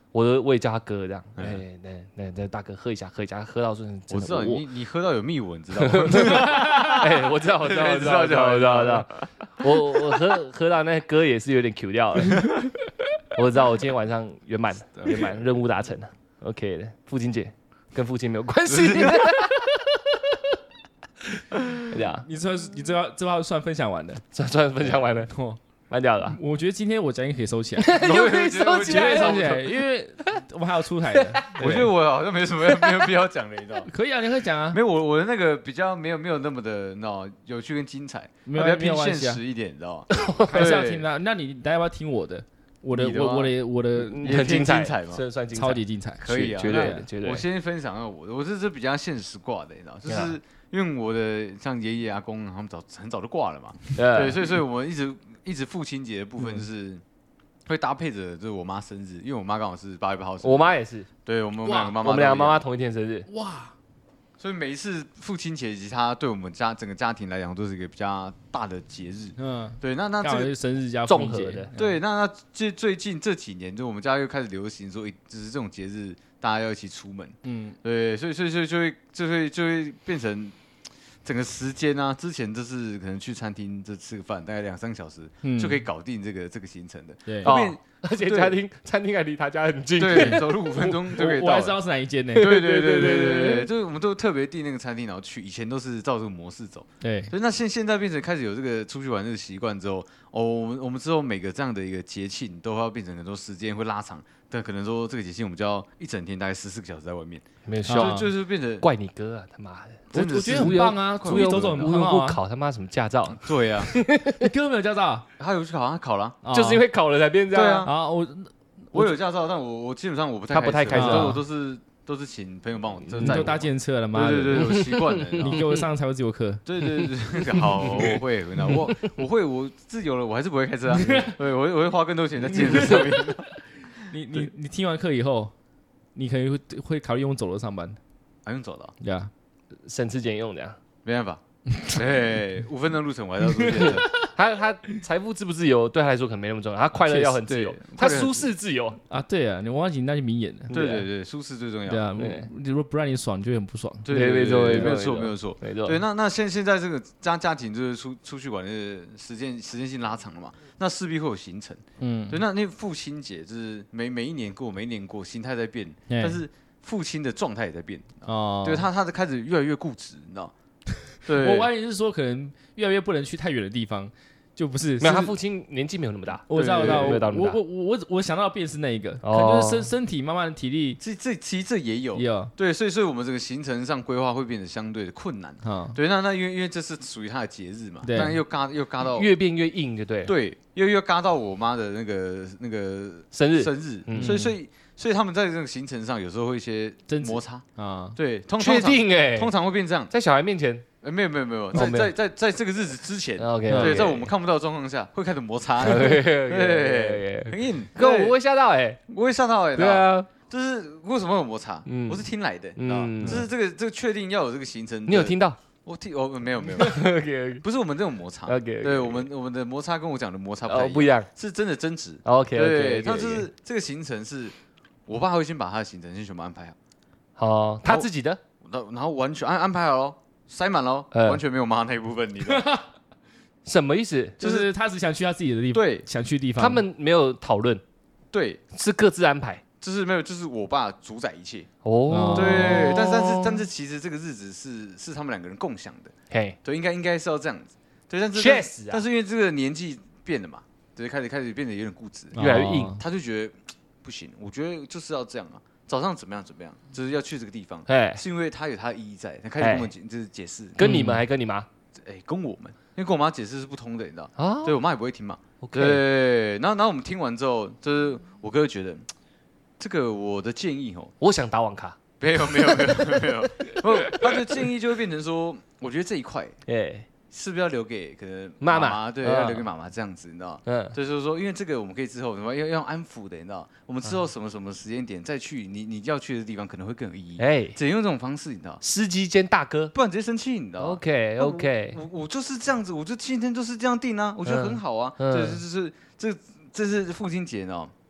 我我也叫他哥这样，哎，那那那大哥喝一下，喝一下，喝到说我知道你你喝到有密吻，知道吗？ 哎，我知道，我知道，我知道，我知道，我知道，我知道，我我喝喝到那歌也是有点 Q 掉了。我知道，我今天晚上圆满，圆满任务达成了 ，OK 的。父亲节跟父亲没有关系。对啊， 你这你这这话算分享完了， 算算分享完了。蛮屌的， 我觉得今天我讲也可以收起来， 又可以收起来， 收起来，因为我们还有出台的。 我觉得我好像没什么没有必要讲的，你知道？ 可以啊，你可以讲啊。 没有我我的那个比较没有没有那么的，你知道有趣跟精彩，比较偏现实一点，你知道吗？ 还是要听啊。那你大家要不要听我的？我的我我的我的很精彩吗？ 算算精彩， 超级精彩， 可以啊， 绝对绝对。 我先分享我的，我这是比较现实挂的，你知道，就是因为我的像爷爷阿公他们早很早就挂了嘛，对，所以所以我们一直。一直父亲节的部分就是会搭配着，就是我妈生日，因为我妈刚好是八月八号生日， 我妈也是， 对我们两个妈妈， 我们两个妈妈同一天生日， 哇！ 所以每一次父亲节，其实它对我们家整个家庭来讲都是一个比较大的节日，嗯，对，那那这个生日加综合的， 对，那那最最近这几年，就我们家又开始流行说，只是这种节日大家要一起出门，嗯，对，所以所以所以就会就会就会变成。整个时间啊，之前就是可能去餐厅就吃个饭，大概两三个小时、嗯、就可以搞定这个这个行程的。 对， 后面、哦、而且餐厅餐厅还离他家很近， 对，走路五分钟就可以到。 我还知道是哪一间呢？ 对对对对对对，就是我们都特别订那个餐厅，然后去。以前都是照这个模式走。 对， 所以那现现在变成开始有这个出去玩这个习惯之后，哦，我们我们之后每个这样的一个节庆都要变成很多时间会拉长。但可能说这个节庆我们就要一整天大概十四个小时在外面， 没错， 就就是变成怪你哥啊，他妈的， 我我觉得很棒啊，出去走走很好啊， 不考他妈什么驾照？ 对啊， 你哥没有驾照， 他有去考，他考了， 就是因为考了才变这样。 对啊， 啊，我我有驾照，但我我基本上我不太他不太开车，我都是都是请朋友帮我， 你都搭计程车了吗？ 对对对，我习惯了。 你给我上财务自由课， 对对对，好，我会，我我会，我自由了，我还是不会开车啊，对我我会花更多钱在计程车上面。 你你你听完课以后，你可能会会考虑用走路上班， 还用走的？ 对啊， 省吃俭用的呀， 没办法。对，五分钟路程我还是要出现。 他他财富自不自由对他来说可能没那么重要，他快乐要很自由，他舒适自由啊。对啊，你王安吉那就明眼了。 对对对，舒适最重要。 对啊，如果不让你爽，就会很不爽。 对对对，没有错没有错。对，那那现现在这个家家庭就是出出去玩的时间时间性拉长了嘛，那势必会有行程。嗯，对，那那父亲节就是每每一年过，每一年过，心态在变，但是父亲的状态也在变。哦，对他他开始越来越固执，你知道。对， 我怀疑是说，可能越来越不能去太远的地方，就不是。 没有，他父亲年纪没有那么大。 我知道，我知道，我我我我我想到的便是那一个，可能就是身身体慢慢的体力。 这这其实这也有， 有对，所以所以我们这个行程上规划会变得相对的困难。对，那那因为因为这是属于他的节日嘛，但又嘎又嘎到越变越硬，就对。 对，又又嘎到我妈的那个那个生日生日，所以所以。所以他们在这个行程上有时候会一些摩擦啊，对，通确定哎， 通常会变这样， 在小孩面前， 呃，没有没有没有，在在在在这个日子之前 ，OK， 对，在我们看不到的状况下，会开始摩擦，对，很硬， 哥，我会吓到哎， 我会吓到哎， 对啊， 就是为什么会有摩擦？我是听来的，你知道吗？就是这个这个确定要有这个行程， 你有听到？ 我听我没有没有，不是我们这种摩擦，对我们我们的摩擦跟我讲的摩擦不一样， 是真的争执 ，OK， 对，他就是这个行程是。我爸会先把他的行程先全部安排好，哦，他自己的， 然后完全安安排好喽，塞满喽，完全没有妈那一部分，你知道？ 什么意思？ 就是他只想去他自己的地方， 对， 想去地方。 他们没有讨论， 对， 是各自安排， 就是没有，就是我爸主宰一切。哦，对，但是但是但是其实这个日子是是他们两个人共享的，嘿，对，应该应该是要这样子，对，但是确实啊， 但是因为这个年纪变了嘛，对，开始开始变得有点固执， 越来越硬， 他就觉得。不行，我觉得就是要这样啊。早上怎么样怎么样，就是要去这个地方，是因为它有它的意义在。他开始跟我们解，就是解释， 跟你们还跟你妈， 哎，跟我们，因为跟我妈解释是不通的，你知道啊？对我妈也不会听嘛。对，然后然后我们听完之后，就是我哥觉得这个我的建议哦， 我想打网咖， 没有没有没有没有，他的建议就会变成说，我觉得这一块，哎。是不是要留给可能妈妈？对，要留给妈妈这样子，你知道？嗯，就是说，因为这个我们可以之后什么要要安抚的，你知道？我们之后什么什么时间点再去，你你要去的地方可能会更有意义。哎，只能用这种方式，你知道？ 司机兼大哥， 不然直接生气，你知道 ？OK OK， 我我就是这样子，我就今天就是这样定啊，我觉得很好啊。对，就是这这是父亲节呢，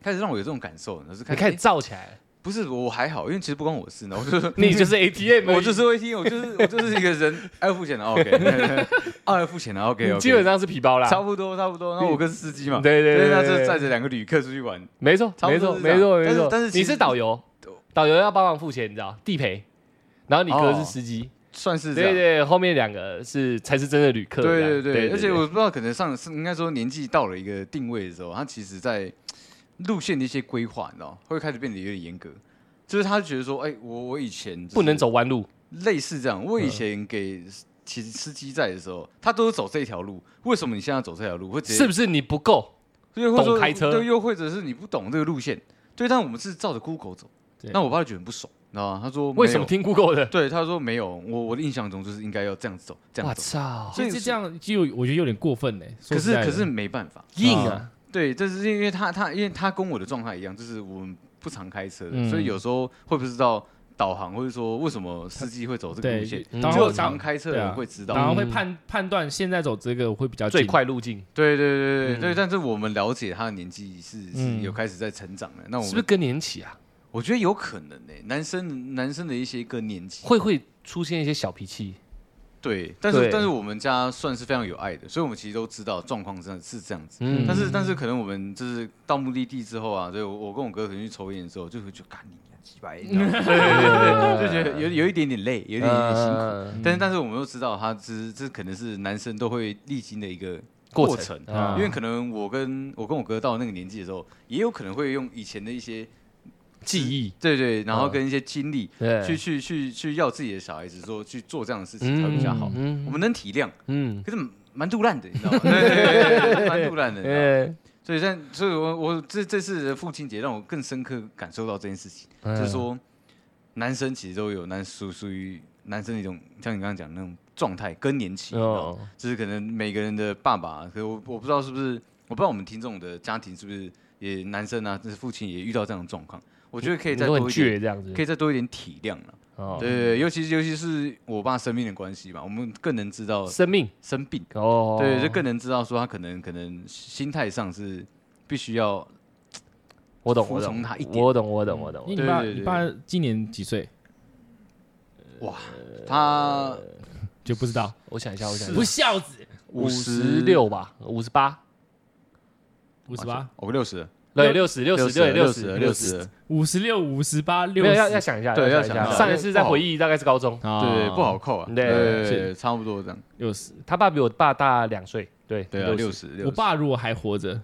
开始让我有这种感受，是你开始燥起来。 不是我还好，因为其实不关我事呢。我就是你就是 A T M， 我就是 A T M， 我就是我就是一个人，要付钱的 OK， 要付钱的 OK， 基本上是皮包啦， 差不多差不多。那我跟司机嘛， 对对对， 那就载着两个旅客出去玩， 没错没错没错没错。 但是你是导游，导游要帮忙付钱，你知道地陪，然后你哥是司机。 算是这样， 对对，后面两个是才是真的旅客。 对对对，而且我不知道，可能上是应该说年纪到了一个定位的时候，他其实在路线的一些规划，你知道，会开始变得有点严格。就是他觉得说，哎、欸，我我以前不能走弯路， 类似这样。我以前给其实司机在的时候，他都是走这条路，为什么你现在走这条路？会直接是不是你不够懂开车？ 对，又或者是你不懂这个路线？对，但我们是照着 Google 走，那我爸就觉得很不爽，你知道吗？他说为什么听 Google 的？ 对，他说没有，我我的印象中就是应该要这样子走，这样走。 我操， 所以这样就我觉得有点过分嘞。 可是可是没办法， 硬啊。 对，这是因为他他因为他跟我的状态一样，就是我们不常开车的，嗯、所以有时候会不知道导航，或者说为什么司机会走这个路线，只有常开车的人会知道， 然后会判判断现在走这个会比较最快路径。 对对对对、嗯、对，但是我们了解他的年纪是是有开始在成长的，那我们是不是更年期啊？ 我觉得有可能诶、欸，男生男生的一些更年期会会出现一些小脾气。 对，但是但是我们家算是非常有爱的，所以我们其实都知道状况真的是这样子。嗯、但是但是可能我们就是到目的地之后啊，所以我我跟我哥可能去抽烟的时候，就会觉得干你啊鸡掰，对对对，就觉得有有一点点累，有一点点辛苦。嗯、但是但是我们都知道，他这这可能是男生都会历经的一个过程，过程嗯、因为可能我跟我跟我哥到那个年纪的时候，也有可能会用以前的一些。 记忆， 对对，然后跟一些经历，嗯、去去去去要自己的小孩子说去做这样的事情才会比较好。嗯嗯、我们能体谅，嗯，可是蛮肚烂的，你知道吗？对对对，蛮肚烂的。对，所以像所以我我这这次的父亲节让我更深刻感受到这件事情，嗯、就是说男生其实都有男属属于男生的一种像你刚刚讲的那种状态更年期，哦，就是可能每个人的爸爸，可是我我不知道是不是，我不知道我们听众的家庭是不是也男生啊，就是父亲也遇到这样的状况。我觉得可以再多一点， 这样子， 可以再多一点体谅了。哦，对对，尤其尤其是我爸生病的关系吧，我们更能知道生命生病哦，对，就更能知道说他可能可能心态上是必须要， 我懂， 服从他一点， 我懂，我懂，我懂。 你爸你爸今年几岁？ 哇，他就不知道， 我想一下，我想一下， 不孝子， 五十六吧，五十八， 五十八， 我六十。 对，六十六十对六十六十五十六五十八六十，要要想一下， 对，要想一下。上一次在回忆大概是高中， 对，不好扣啊，对，差不多这样。 六十， 他爸比我爸大两岁，对对，六十。 我爸如果还活着，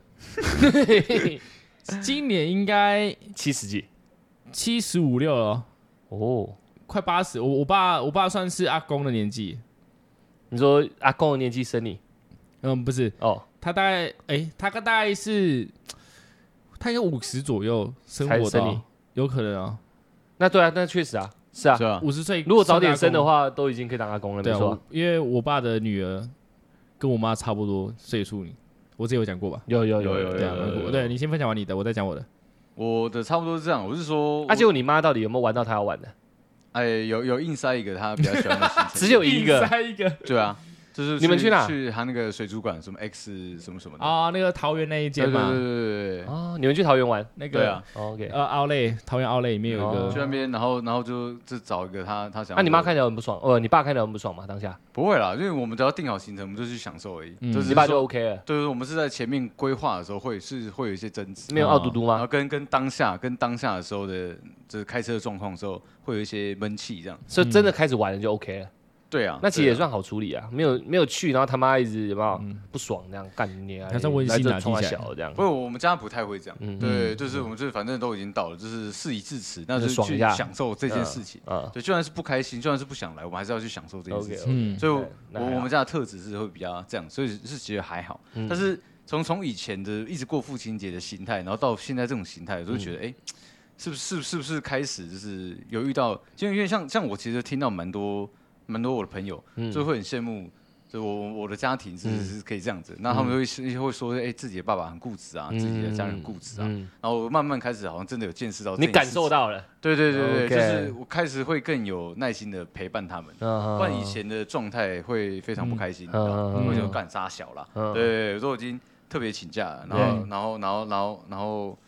今年应该七十几， 七十五六了，哦，快八十。我我爸我爸算是阿公的年纪。 你说阿公的年纪生你？ 嗯，不是哦，他大概哎，他大概是。他应该五十左右生活的，有可能啊。 那对啊，那确实啊，是啊， 五十岁。 如果早点生的话，都已经可以当阿公了，没错。 因为我爸的女儿跟我妈差不多岁数，我之前有讲过吧？ 有有有有有。对，你先分享完你的，我再讲我的。 我的差不多是这样，我是说， 啊，结果你妈到底有没有玩到她要玩的？ 哎，有有硬塞一个她比较喜欢的行程， 只有一个， 硬塞一个， 对啊。就是你们去哪？ 去他那个水族馆，什么 X 什么什么的啊，那个桃园那一间嘛。 对对对对啊，你们去桃园玩那个？ 对啊 ，OK。 呃，奥莱，桃园奥莱里面有一个。 去那边，然后然后就就找一个他他想。 那你妈看起来很不爽，呃，你爸看起来很不爽吗？当下？ 不会啦，因为我们只要定好行程，我们就去享受而已。 嗯，你爸就 OK 了。 对，我们是在前面规划的时候会是会有一些争执。 没有傲嘟嘟吗？ 然后跟跟当下跟当下的时候的，就是开车的状况的时候，会有一些闷气这样。 所以真的开始玩了就 OK 了。 对啊， 那其实也算好处理啊，没有没有去，然后他妈一直有没有不爽这样干你啊， 还算温馨啊， 冲他小这样。 不是我们家不太会这样，对，就是我们就是反正都已经到了，就是事已至此，那就去享受这件事情。对，就算是不开心，就算是不想来，我们还是要去享受这件事情。所以，我我们家的特质是会比较这样，所以是觉得还好。但是从从以前的一直过父亲节的心态，然后到现在这种心态，我就觉得哎。是不是是不是开始就是有遇到，因为因为像像我其实听到蛮多。蛮多我的朋友就会很羡慕，就我我的家庭是是可以这样子，那他们会会说，哎，自己的爸爸很固执啊，自己的家人很固执啊，然后我慢慢开始好像真的有见识到， 你感受到了， 对对对对，就是我开始会更有耐心的陪伴他们，不然以前的状态会非常不开心，为什么干啥小啦？对，有时候已经特别请假了，然后然后然后然后然后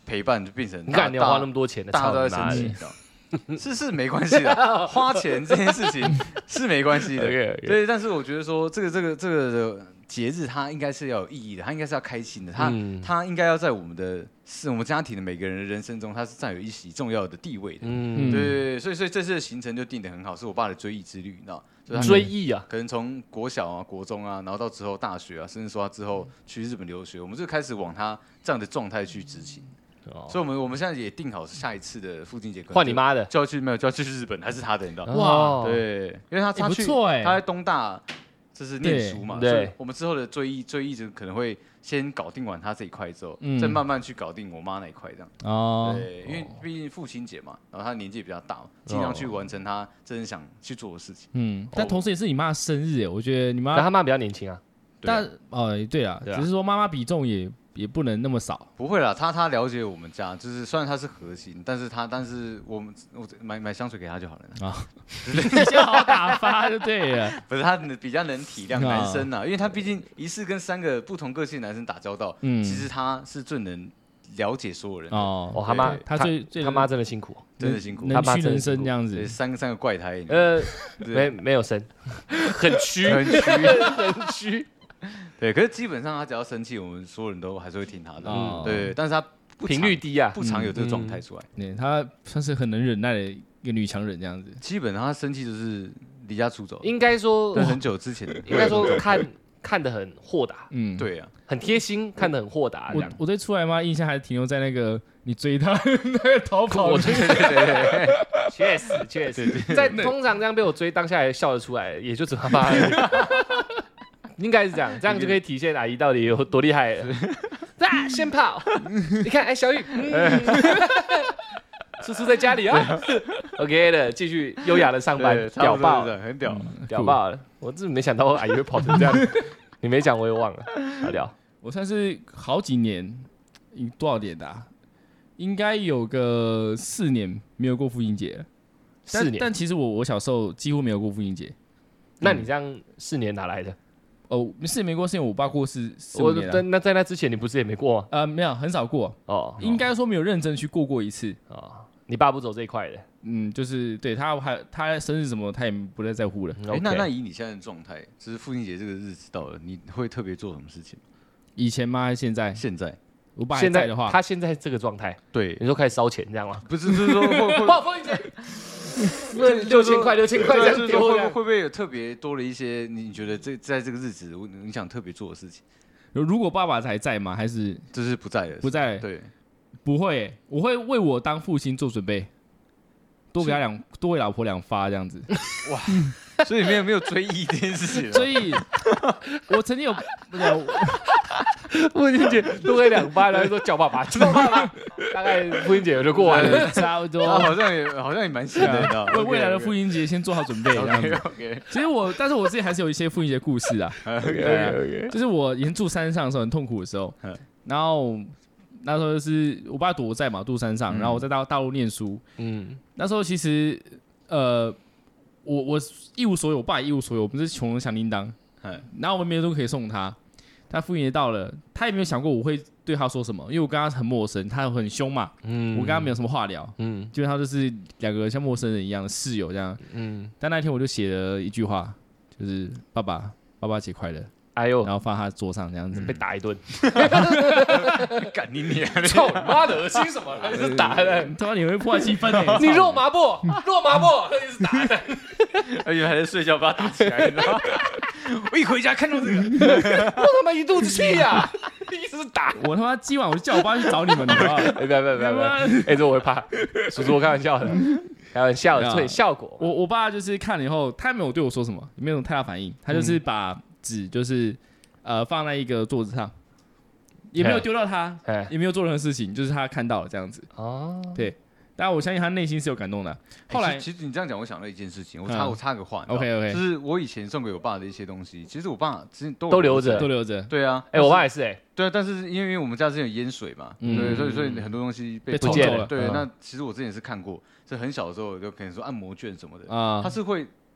陪伴就变成， 你看你要花那么多钱的， 大家都在生气，是是没关系的，花钱这件事情是没关系的，对。但是我觉得说这个这个这个的节日，它应该是要有意义的，它应该是要开心的，它、嗯、它应该要在我们的是我们家庭的每个人的人生中，它是占有一席重要的地位的。嗯，对对对，所以所以这次的行程就定得很好，是我爸的追忆之旅，你知道？ 追忆啊， 可能从国小啊、国中啊，然后到之后大学啊，甚至说他之后去日本留学，我们就开始往他这样的状态去执行。哦、所以我们我们现在也定好下一次的父亲节， 换你妈的， 就要去没有就要去日本，还是他的，你知道？ 哇， 对，因为他他去， 欸欸、 他在东大。就是念书嘛，所以我们之后的追忆追忆就可能会先搞定完他这一块之后，嗯、再慢慢去搞定我妈那一块这样。哦，对，因为毕竟父亲节嘛，然后他年纪也比较大，尽量去完成他真正想去做的事情。 嗯，但同时也是你妈的生日哎，我觉得你妈， 但他妈比较年轻啊。 但哦，对啊，只是说妈妈比重也。也不能那么少， 不会啦，他他了解我们家，就是虽然他是核心，但是他但是我们我买买香水给他就好了啊， 比较好打发就对了。 不是他比较能体谅男生呐、啊，因为他毕竟一次跟三个不同个性的男生打交道，嗯，其实他是最能了解所有人的。 哦，哦他妈他最他妈真的辛苦， 真的辛苦， 能屈能伸这样子， 三个三个怪胎， 呃，没没有生，很虚很虚很虚。 对，可是基本上他只要生气，我们所有人都还是会听他的。嗯、对，但是他频率低啊， 不常有这个状态出来。 对，他算是很能忍耐的一个女强人这样子。 基本上他生气就是离家出走。 应该说， 很久之前的， 应该说看看得很豁达。 嗯，对啊， 很贴心，看得很豁达。 我我对出来妈印象还停留在那个你追他那个逃跑。 对对对对，确实确实，在通常这样被我追，当下还笑得出来，也就只他妈。应该是这样，这样就可以体现阿姨到底有多厉害了。啊，先跑！你看，哎，小雨，嗯、叔叔在家里啊。OK 的，继续优雅的上班，屌爆， 很屌， 嗯、屌爆了。我真没想到我阿姨会跑成这样。你没讲我也忘了，好屌。 我算是好几年，多少年的、啊？应该有个四年没有过父亲节了。 四年， 但其实我我小时候几乎没有过父亲节。 那你这样四年哪来的？ 哦，四年没过是因为我爸过世四五年了。 那在那之前你不是也没过吗？ 呃，没有，很少过。哦，应该说没有认真去过过一次。 哦，你爸不走这一块的。 嗯，就是对他还他生日什么他也不再在乎了。 哎、欸，那那以你现在的状态，就是父亲节这个日子到了，你会特别做什么事情？ 以前吗？还是现在？ 现在。 我爸还在的话， 他现在这个状态， 对， 你说开始烧钱这样吗？ 不是，就是说会报父亲节。六千块，六千块这样丢， 会会不会有特别多了一些？你觉得这在这个日子，你想特别做的事情？ 如果爸爸还在吗？还是就是不在了？ 不在， 对， 不会，我会为我当父亲做准备，多给他两，多为老婆两发这样子。 哇，所以没有没有追忆这件事情。 所以，我曾经有不是。 父亲节多给两发，然后说叫爸爸，叫爸爸。大概父亲节我就过完了， 差不多。 好像也好像也蛮新的， 为未来的父亲节先做好准备。OK， 其实我，但是我自己还是有一些父亲节故事啊。OK， 就是我以前住山上的时候很痛苦的时候，然后那时候就是我爸躲在嘛，住山上，然后我在大大陆念书。嗯，那时候其实呃，我我一无所有，我爸也一无所有，我们是穷人响叮当。然后我们没有东西可以送他。他父亲节到了，他也没有想过我会对他说什么，因为我跟他很陌生，他很凶嘛，嗯，我跟他没有什么话聊，嗯，基本上就是两个像陌生人一样的室友这样，嗯。但那天我就写了一句话，就是爸爸，爸爸节快乐， 哎呦， 然后放他桌上这样子， 被打一顿， 干你娘！ 操你妈的，恶心什么？你是打的， 他妈你会破坏气氛的， 你肉麻不？肉麻不？你是打的， 而且还在睡觉，把他打起来，你知道吗？我一回家看到这个， 我他妈一肚子气呀！一直打我他妈今晚我就叫我爸去找你们，你知道吗？ 哎，不要不要不要不要！哎，这我会怕，叔叔我开玩笑的，开玩笑的，做效果。 我我爸就是看了以后，他没有对我说什么，也没有太大反应，他就是把纸就是呃放在一个桌子上，也没有丢到他，也没有做任何事情，就是他看到了这样子。哦，对。但我相信他内心是有感动的。后来， 其实你这样讲，我想到一件事情，我插我插个话 ，OK OK， 就是我以前送给我爸的一些东西，其实我爸其实都都留着， 都留着。 对啊， 哎，我爸也是哎， 对啊，但是因为我们家之前有淹水嘛，对，所以所以很多东西被偷走了。 对，那其实我之前是看过，是很小的时候就可能说按摩券什么的，他是会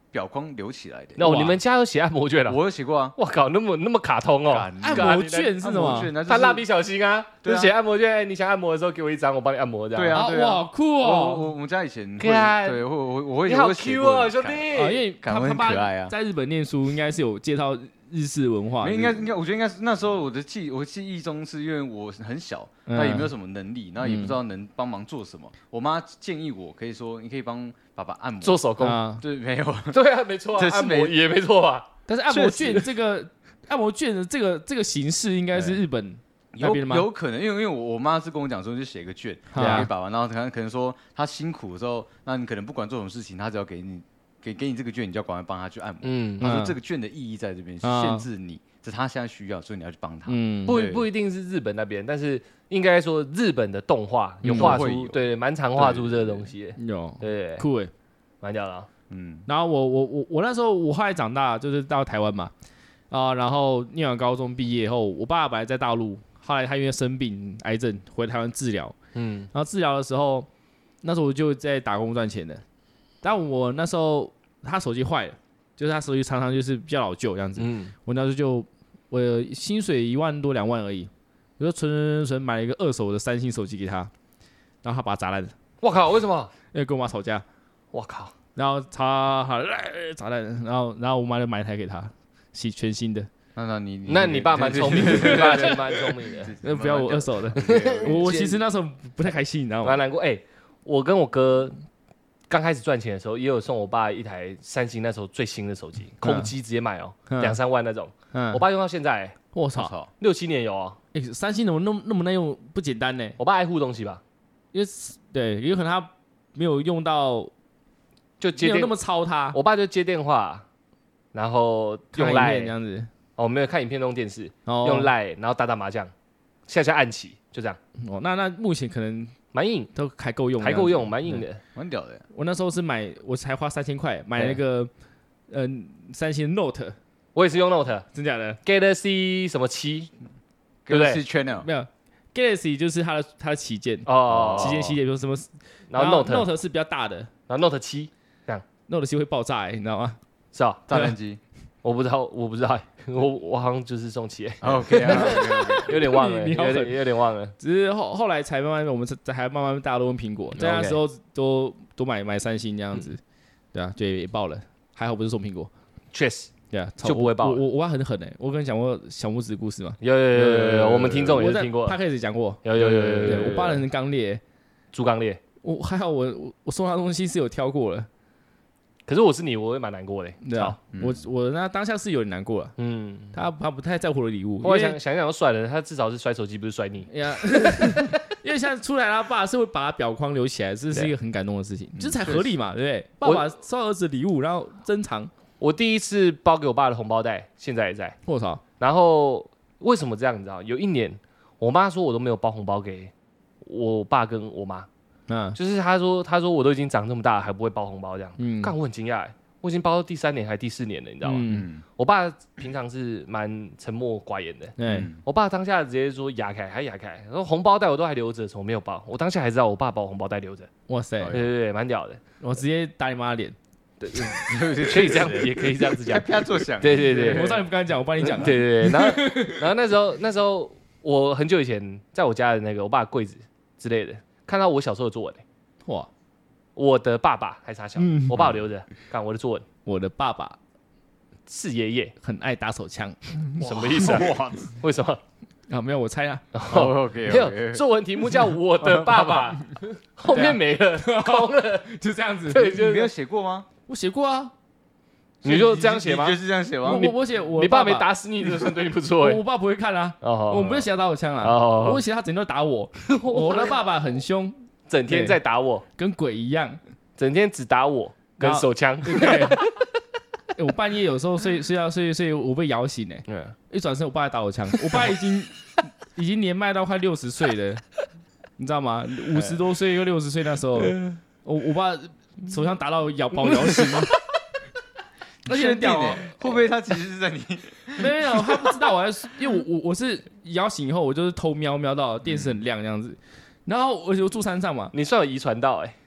表框留起来的。 那、哦、你们家有写按摩券啊？ 我有写过啊。 我靠，那么那么卡通哦！ 按摩券是什么？ 他蜡笔小新啊，就写按摩券，哎，你想按摩的时候给我一张，我帮你按摩这样。 对啊， 哇，好酷哦！ 我我们家以前对，我我我会你好 Q 哦，兄弟。 啊，因为他很可爱啊， 在日本念书应该是有介绍日式文化。 应该应该，我觉得应该是那时候我的记我记忆中是因为我很小，那也没有什么能力，然后也不知道能帮忙做什么。我妈建议我可以说，你可以帮爸爸按摩做手工。 对，没有。 对啊，没错，按摩也没错吧？ 但是按摩券这个按摩券的这个这个形式应该是日本那边吗？ 有可能，因为因为我我妈是跟我讲说，就写一个券给爸爸，然后可能可能说他辛苦的时候，那你可能不管做什么事情，他只要给你给给你这个券，你就要赶快帮他去按摩。嗯，他说这个券的意义在这边，是限制你，是他现在需要，所以你要去帮他。嗯， 不不一定是日本那边，但是应该说日本的动画有画出，对，蛮常画出这个东西。 有， 对， 酷诶， 蛮屌的。 嗯，然后我我我我那时候我后来长大就是到台湾嘛，啊，然后念完高中毕业后，我爸本来在大陆，后来他因为生病癌症回台湾治疗，嗯，然后治疗的时候，那时候我就在打工赚钱的，但我那时候他手机坏了，就是他手机常常就是比较老旧这样子，嗯，我那时候就我薪水一万多两万而已，我就存存存买了一个二手的三星手机给他，然后他把它砸烂了， 我靠，为什么？ 因为跟我妈吵架， 我靠。 然后他好砸烂，然后然后我妈就买一台给他，洗全新的。 那那你那你爸蛮聪明的，你爸真蛮聪明的。 那不要我二手的，我我其实那时候不太开心，你知道吗？ 蛮难过。哎，我跟我哥刚开始赚钱的时候，也有送我爸一台三星那时候最新的手机，空机直接买哦，两三万那种。我爸用到现在， 我操， 六七年有哦。 哎，三星怎么那么那么耐用？不简单呢。 我爸爱护东西吧？ 因为对，有可能他没有用到。 就接电那么操他， 我爸就接电话，然后用赖这样子。 哦，没有看影片，用电视，哦、用赖，然后打打麻将，下下暗棋，就这样。 哦，那那目前可能蛮硬， 都还够用， 还够用，蛮硬的， 蛮屌的。 我那时候是买，我才花三千块买那个，嗯、呃，三星 Note， 我也是用 Note， 真假的 ？Galaxy 什么七，对不对 ？Channel 没有 ，Galaxy 就是它的它的旗舰哦，旗舰系列，比如什么， 然后 Note Note 是比较大的， 然后 Note 七。 Note 七会爆炸、欸，你知道吗？ 是啊， 炸弹机， 我不知道，我不知道，我我好像就是送七 ，OK 啊， 有点忘了，有点有点忘了， 只是后后来才慢慢，我们才还慢慢大家都用苹果，在那时候都都买买三星这样子，对啊，就也爆了，还好不是送苹果， 确实， 对啊， 就不会爆。 我我我爸很狠哎，我跟你讲过小拇指的故事吗？ 有有有有有，我们听众也听过， 他开始讲过， 有有有有有， 我爸人很刚烈， 猪刚烈， 我还好，我我我送他东西是有挑过了。 可是我是你，我会蛮难过的。 对啊，嗯、我我那当下是有点难过了。嗯，他他不太在乎我的礼物。 我想想想，甩了，他至少是摔手机，不是摔你。 呀，因为现在出来，他爸是会把他表框留起来，这是一个很感动的事情，这才合理嘛，对不对？爸爸收儿子礼物，然后珍藏。 我第一次包给我爸的红包袋，现在也在。 我操！ 然后为什么这样？你知道？有一年，我妈说我都没有包红包给我爸跟我妈。嗯，就是他说，他说我都已经长这么大了，还不会包红包这样。嗯，干我很惊讶，我已经包到第三年还是第四年了，你知道吗？嗯，我爸平常是蛮沉默寡言的。嗯，我爸当下直接说牙开，还牙开，说红包袋我都还留着，我没有包。我当下还知道我爸把我红包袋留着。 哇塞， 对对对，蛮屌的。 我直接打你妈的脸。 对，可以这样，也可以这样子讲。 啪作响。 对对对， 我知道你不敢讲，我帮你讲。 对对对，然后然后那时候那时候我很久以前在我家的那个我爸的柜子之类的，看到我小时候的作文。哇，我的爸爸还差小，嗯、我爸留着，看我的作文。 我的爸爸是爷爷， 很爱打手枪， 什么意思啊？为什么？ 啊，没有，我猜啊。 哦、okay, okay. 没有，作文题目叫我的爸爸，后面没了，空了， 就这样子。 对，你没有写过吗？ 我写过啊。 你就这样写吗？ 你就是这样写吗？ 我我写我， 你爸没打死你，这算对你不错。 我爸不会看啊，我不会写他打我枪啊，我会写他整天都打我。我的爸爸很凶。 整天在打我， 跟鬼一样， 整天只打我，跟手枪。 对对欸、我半夜有时候睡睡觉睡睡，我被摇醒哎、欸，一转身我爸在打我枪，我爸已经已经年迈到快六十岁了，你知道吗？五十多岁又六十岁那时候，我我爸手枪打到摇把我摇醒， 而且很屌哦，会不会他其实是在你？ 没有，他不知道我在，因为我我我是摇醒以后，我就是偷瞄瞄到电视很亮这样子。然后我就住山上嘛， 你算有遗传到哎、欸，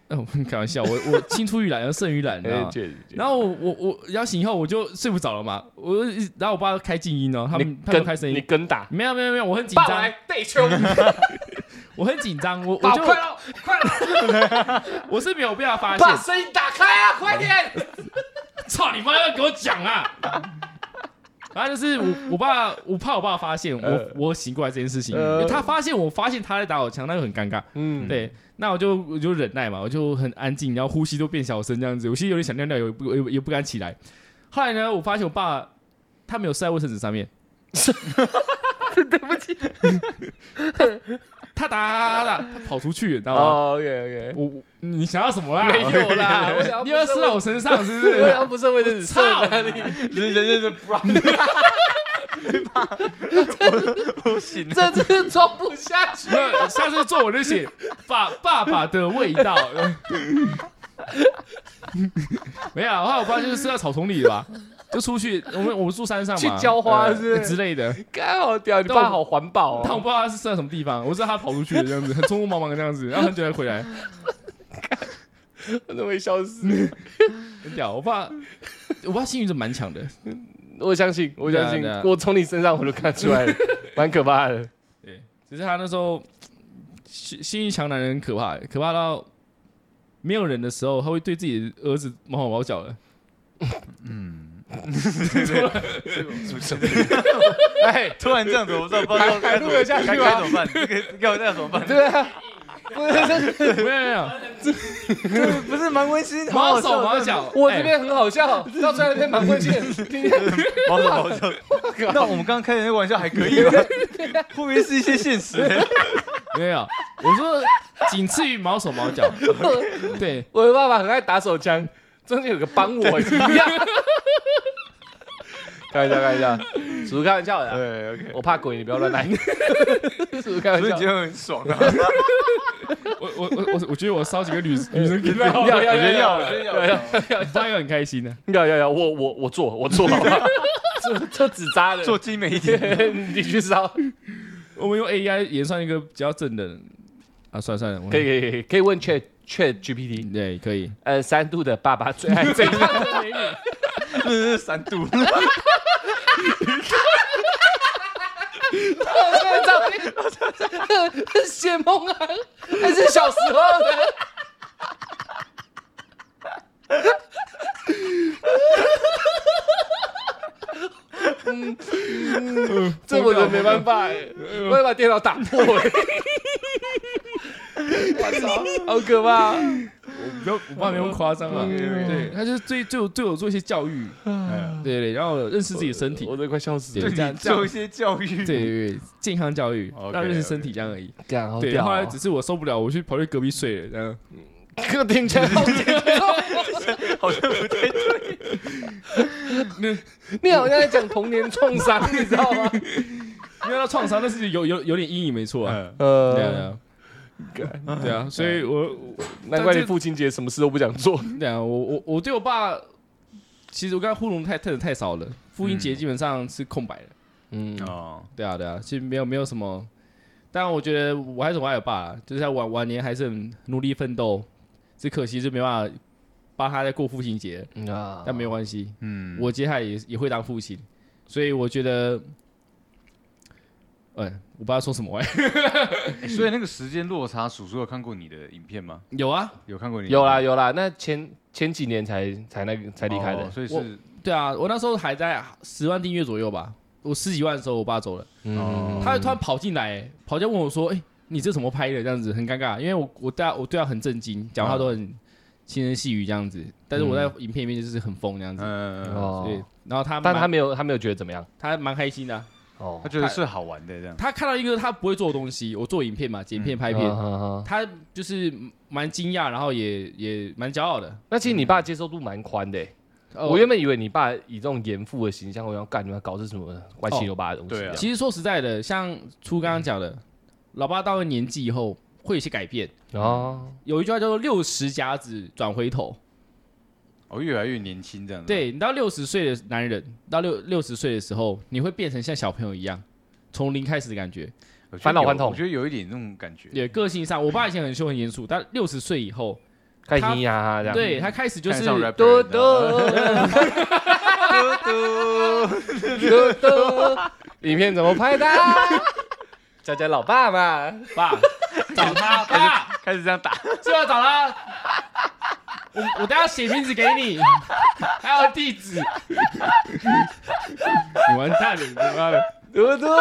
哦，开玩笑，我我青出于蓝而胜于蓝，然后然后我我我摇醒以后我就睡不着了嘛，我然后我爸开静音哦，他们他们开声音， 你跟打？ 没有没有没有，我很紧张， 对球， 我很紧张，我我就快了快了， 我是没有被他发现， 把声音打开啊，快点！ 操你妈，要给我讲啊！反正就是我，我爸，我怕我爸发现我，呃、我醒过来这件事情。呃、他发现我发现他在打我枪，那就很尴尬。嗯，对，那我就我就忍耐嘛，我就很安静，然后呼吸都变小声这样子。我其实有点想尿尿，也不也也不敢起来。后来呢，我发现我爸他没有塞在卫生纸上面。对不起，他打打打，他跑出去，你知道吗？ 哦 ，OK OK， 我你想要什么啦？ 没有啦，我想要你要射到我身上是不是？ 我想要不是卫生纸， 操你！ 人人人的 bra， 不行， 这真的装不下去。 下次做我就写爸爸爸的味道。没有，后来我爸就是射到草丛里了吧。就出去，我们我们住山上嘛， 去浇花是、 呃、之类的， 刚好屌，你爸好环保哦。 但我不知道他是射在什么地方，我知道他跑出去的这样子，很匆匆忙忙的这样子，然后很久才回来， 真的会消失， 很屌。我爸，我爸性欲真蛮强的， 我相信，我相信，我从你身上我就看出来了，蛮可怕的。 对，只是他那时候性性欲强男人很可怕，可怕到没有人的时候，他会对自己的儿子毛手毛脚的。嗯。 哎，突然这样子，我不知道不知道该怎么下去该该怎么办？这个要这样怎么办？ 对啊， 不是没有没有， 这不是蛮温馨， 毛手毛脚。 我这边很好笑，到最后那边蛮温馨。 毛手毛脚。那我们刚刚开的那个玩笑还可以吗？会不会是一些现实？ 没有，我说仅次于毛手毛脚。对， 我的爸爸很爱打手枪。中间有个帮我一样，开玩笑，开玩笑，叔叔开玩笑的。 对 ，OK， 我怕鬼，你不要乱来。叔叔开玩笑， 所以你今天很爽啊！ 我我我我我觉得我烧几个女女生给要要要要要要要，爸要很开心的。 要要要，我我我做我做，好不好？做做纸扎的， 做精美一点， 你去烧。 我们用 A I 演算一个比较正的啊，算了算了， 可以可以可以可以问 Chat。Chat G P T 对，可以。 呃，三度的爸爸最爱这样的美女， 这是三度。 照片，谢梦涵还是小时候的。嗯嗯，这我真没办法哎，我要把电脑打破哎。我操，好可怕！ 我不要，我爸没那么夸张啊。对，他就是对对我对我做一些教育，对对，然后认识自己的身体。 我都快笑死了。 这样做一些教育， 对对，健康教育，让认识身体这样而已。 对， 后来只是我受不了，我去跑去隔壁睡了，这样。 客厅前好节奏， 好像不太对。 你你好像在讲童年创伤，你知道吗？ 没有到创伤，但是有有有点阴影，没错啊。 呃， 对啊。对啊，所以我难怪你父亲节什么事都不想做。 对啊，我我我对我爸，其实我刚才互动太太太少了，父亲节基本上是空白的。嗯哦，对啊对啊，其实没有没有什么，当然我觉得我还是很爱我爸，就是在晚晚年还是很努力奋斗，只可惜就没办法帮他在过父亲节啊，但没有关系，嗯，我接下来也也会当父亲，所以我觉得。嗯，我不知道说什么哎、 欸，所以那个时间落差，叔叔有看过你的影片吗？ 有啊， 有看过你有啦有啦，那前前几年才才那个才离开的， 哦、所以是， 对啊，我那时候还在十万订阅左右吧，我十几万的时候我爸走了，嗯，他突然跑进来，跑进来问我说，哎、欸，你这怎么拍的？这样子很尴尬，因为我我对他我对他很震惊，讲话都很轻声细语这样子，但是我在影片里面就是很疯这样子，嗯嗯，对，然后他， 但他没有他没有觉得怎么样， 他蛮开心的、啊。 哦，他觉得是好玩的这样。 他看到一个他不会做的东西，我做影片嘛，剪片、拍片，嗯、他就是蛮惊讶，然后也也蛮骄傲的。 那其实你爸接受度蛮宽的、欸嗯，我原本以为你爸以这种严父的形象，我要干你们搞这什么歪七扭八的东西、哦。对啊。 其实说实在的，像初刚刚讲的，老爸到了年纪以后会有一些改变。哦。有一句话叫做“六十甲子转回头”。 哦，越来越年轻这样子。 对，你到六十岁的男人，到六六十岁的时候，你会变成像小朋友一样，从零开始的感觉， 返老还童。 我觉得有一点那种感觉。 对，个性上，我爸以前很凶很严肃，但六十岁以后， 开始嘻哈哈这样。 对他开始就是嘟嘟嘟嘟，影片怎么拍的？叫叫老爸嘛， 爸找他，爸开始这样打， 是要找他。我我等下写名字给你，还有地址。你完蛋了，你妈的！ 嘟嘟。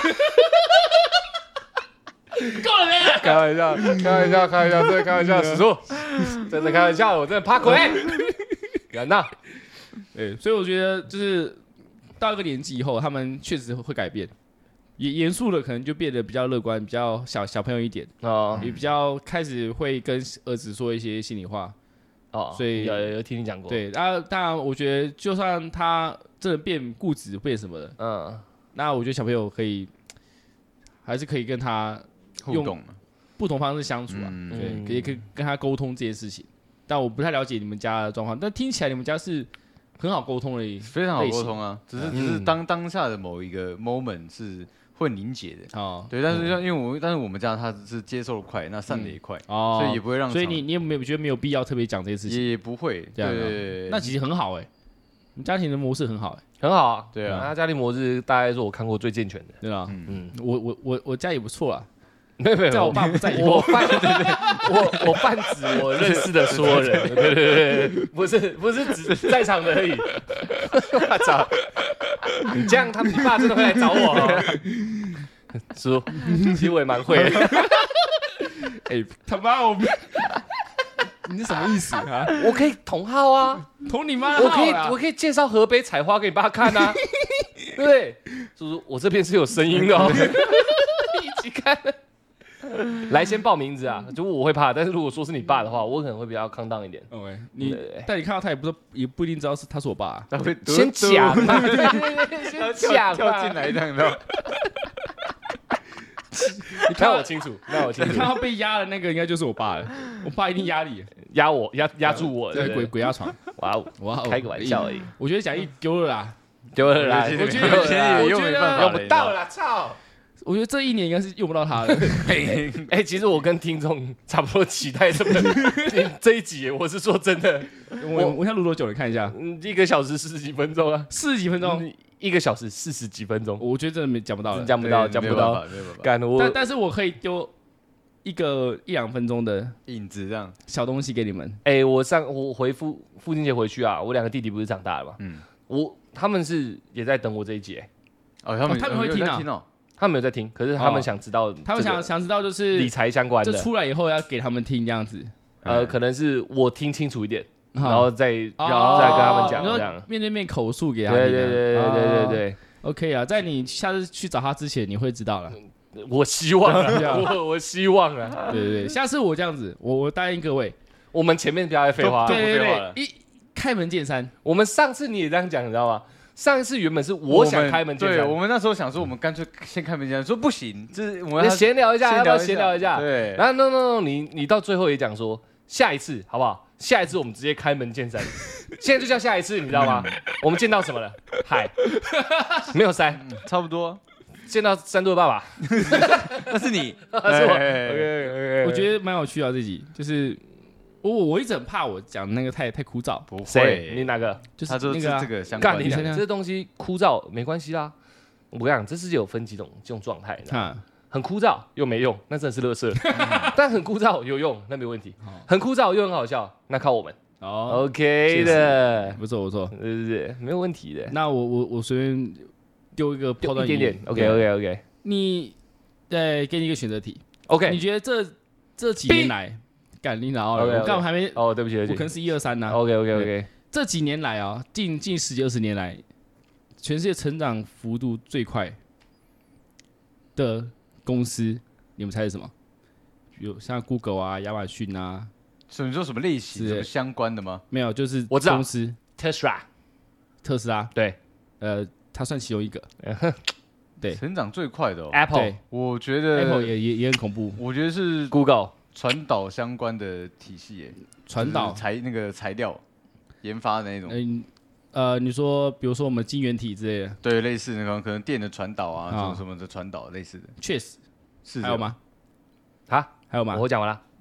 够了没？ 开玩笑，开玩笑，开玩笑，真的开玩笑，史叔，真的开玩笑，我真的怕鬼。人呐， 对，所以我觉得就是到一个年纪以后，他们确实会改变，严严肃的可能就变得比较乐观，比较小小朋友一点哦，也比较开始会跟儿子说一些心里话哦，所以有有听你讲过。 对，啊，当然我觉得就算他真的变固执变什么的，嗯，那我觉得小朋友可以还是可以跟他。用不同方式相处啊，嗯、对，也可以跟他沟通这件事情。但我不太了解你们家的状况，但听起来你们家是很好沟通的， 非常好沟通啊。只是、嗯、只是当当下的某一个 moment 是会凝结的哦。对，但是像因为我但是我们家他是接受的快，那散的也快、嗯、哦，所以也不会让。 所以你你也没有觉得没有必要特别讲这些事情， 也不会这样、啊。对， 那其实很好哎、欸，你家庭的模式很好哎、 欸，很好啊。 对啊， 他家庭模式大概是我看过最健全的， 对吧？嗯嗯，我我我我家也不错啦。 没有没有，在我爸不在以后，我泛对对，我我泛指我认识的所有人，对对对，不是不是指在场的而已。我操，你这样，他们你爸真的会来找我哦。叔，其实我也蛮会的。 哎、欸，他妈我，你是什么意思啊？ 我可以同号啊， 同你妈的号我可以我可以介绍河北采花给你爸看啊，对不对？叔叔，我这边是有声音的哦，一起看。来先报名字啊！就我会怕，但是如果说是你爸的话，我可能会比较康荡一点。 OK， 你但你看到他也不也不一定知道是他是我爸、啊， 他会先讲嘛，先讲跳进来这样的。 你看我清楚，那我清楚。 你看到被压的那个应该就是我爸了，我爸一定压你， 压我压压住我， 对鬼鬼压床。 哇哦哇哦，开个玩笑而已。 我觉得讲义丢了啦， 丢了啦， 我觉得也用没办法， 用不到了，操！ 我觉得这一年应该是用不到它了。 哎、欸，其实我跟听众差不多期待这么这一集，我是说真的。 我我想录多久？你看一下， 嗯，一个小时四十几分钟啊， 四十几分钟， 一个小时四十几分钟， 我觉得真的没讲不到了， 讲不到，讲不到，干我。 但但是我可以丢一个一两分钟的影子，这样小东西给你们。 哎、欸，我上我回父父亲节回去啊，我两个弟弟不是长大了嘛，嗯，我他们是也在等我这一集、欸， 哦，他们、 哦、他们会听啊。 听哦他们有在听，可是他们想知道、這個， 他们想想知道就是理财相关的， 就出来以后要给他们听这样子。 呃，可能是我听清楚一点，然后再然后再跟他们讲这样， 面对面口述给他们。 对对对对对对对 ，OK 啊，在你下次去找他之前，你会知道了。 我希望啊，我我希望啊， 对对对，下次我这样子，我我答应各位， 我们前面不要再废话， 对对对，一开门见山。 我们上次你也这样讲，你知道吗？上一次原本是我想开门见山， 对，我们那时候想说，我们干脆先开门见山，说不行，就是我们闲聊一下，要不要闲聊一下？ 对， 然后 no no no， 你你到最后也讲说，下一次好不好？下一次我们直接开门见山，现在就叫下一次，你知道吗？我们见到什么了？海，没有山， 差不多， 见到山多的爸爸， 那是你， 那是我。OK， 我觉得蛮有趣啊，这集就是。我我一直很怕我讲那个太太枯燥， 不会， 你哪个？ 就是那个、啊、这个相关的。干你讲，这东西枯燥没关系啦。我跟你讲，这世界有分几种这种状态，很枯燥又没用，那真的是垃圾。但很枯燥有用，那没问题。很枯燥又很好笑，那靠我们。哦 ，OK 的， 不错不错， 对对对，没有问题的。 那我我我随便丢一个抛到一点点 ，OK OK OK。 你，再给你一个选择题 ，OK。 你觉得这这几年来？干你哪？我干嘛还没？ 哦，对不起， 我可能是一二三呐。 OK OK OK。 这几年来啊，近近十几二十年来，全世界成长幅度最快的公司，你们猜是什么？有像 Google 啊、亚马逊啊。 你说什么类型？什么相关的吗？ 没有，就是我知道公司 Tesla， 特斯拉。 对， 呃，它算其中一个。对， 成长最快的哦。 Apple， 我觉得 Apple 也也也很恐怖。 我觉得是 Google。 传导相关的体系耶， 传导材那个材料研发的那种， 嗯呃，你说比如说我们晶圆体之类的， 对，类似那种可能电的传导啊，这种什么的传导类似的， 确实是还有吗？ 啊， 还有吗？ 我讲完了。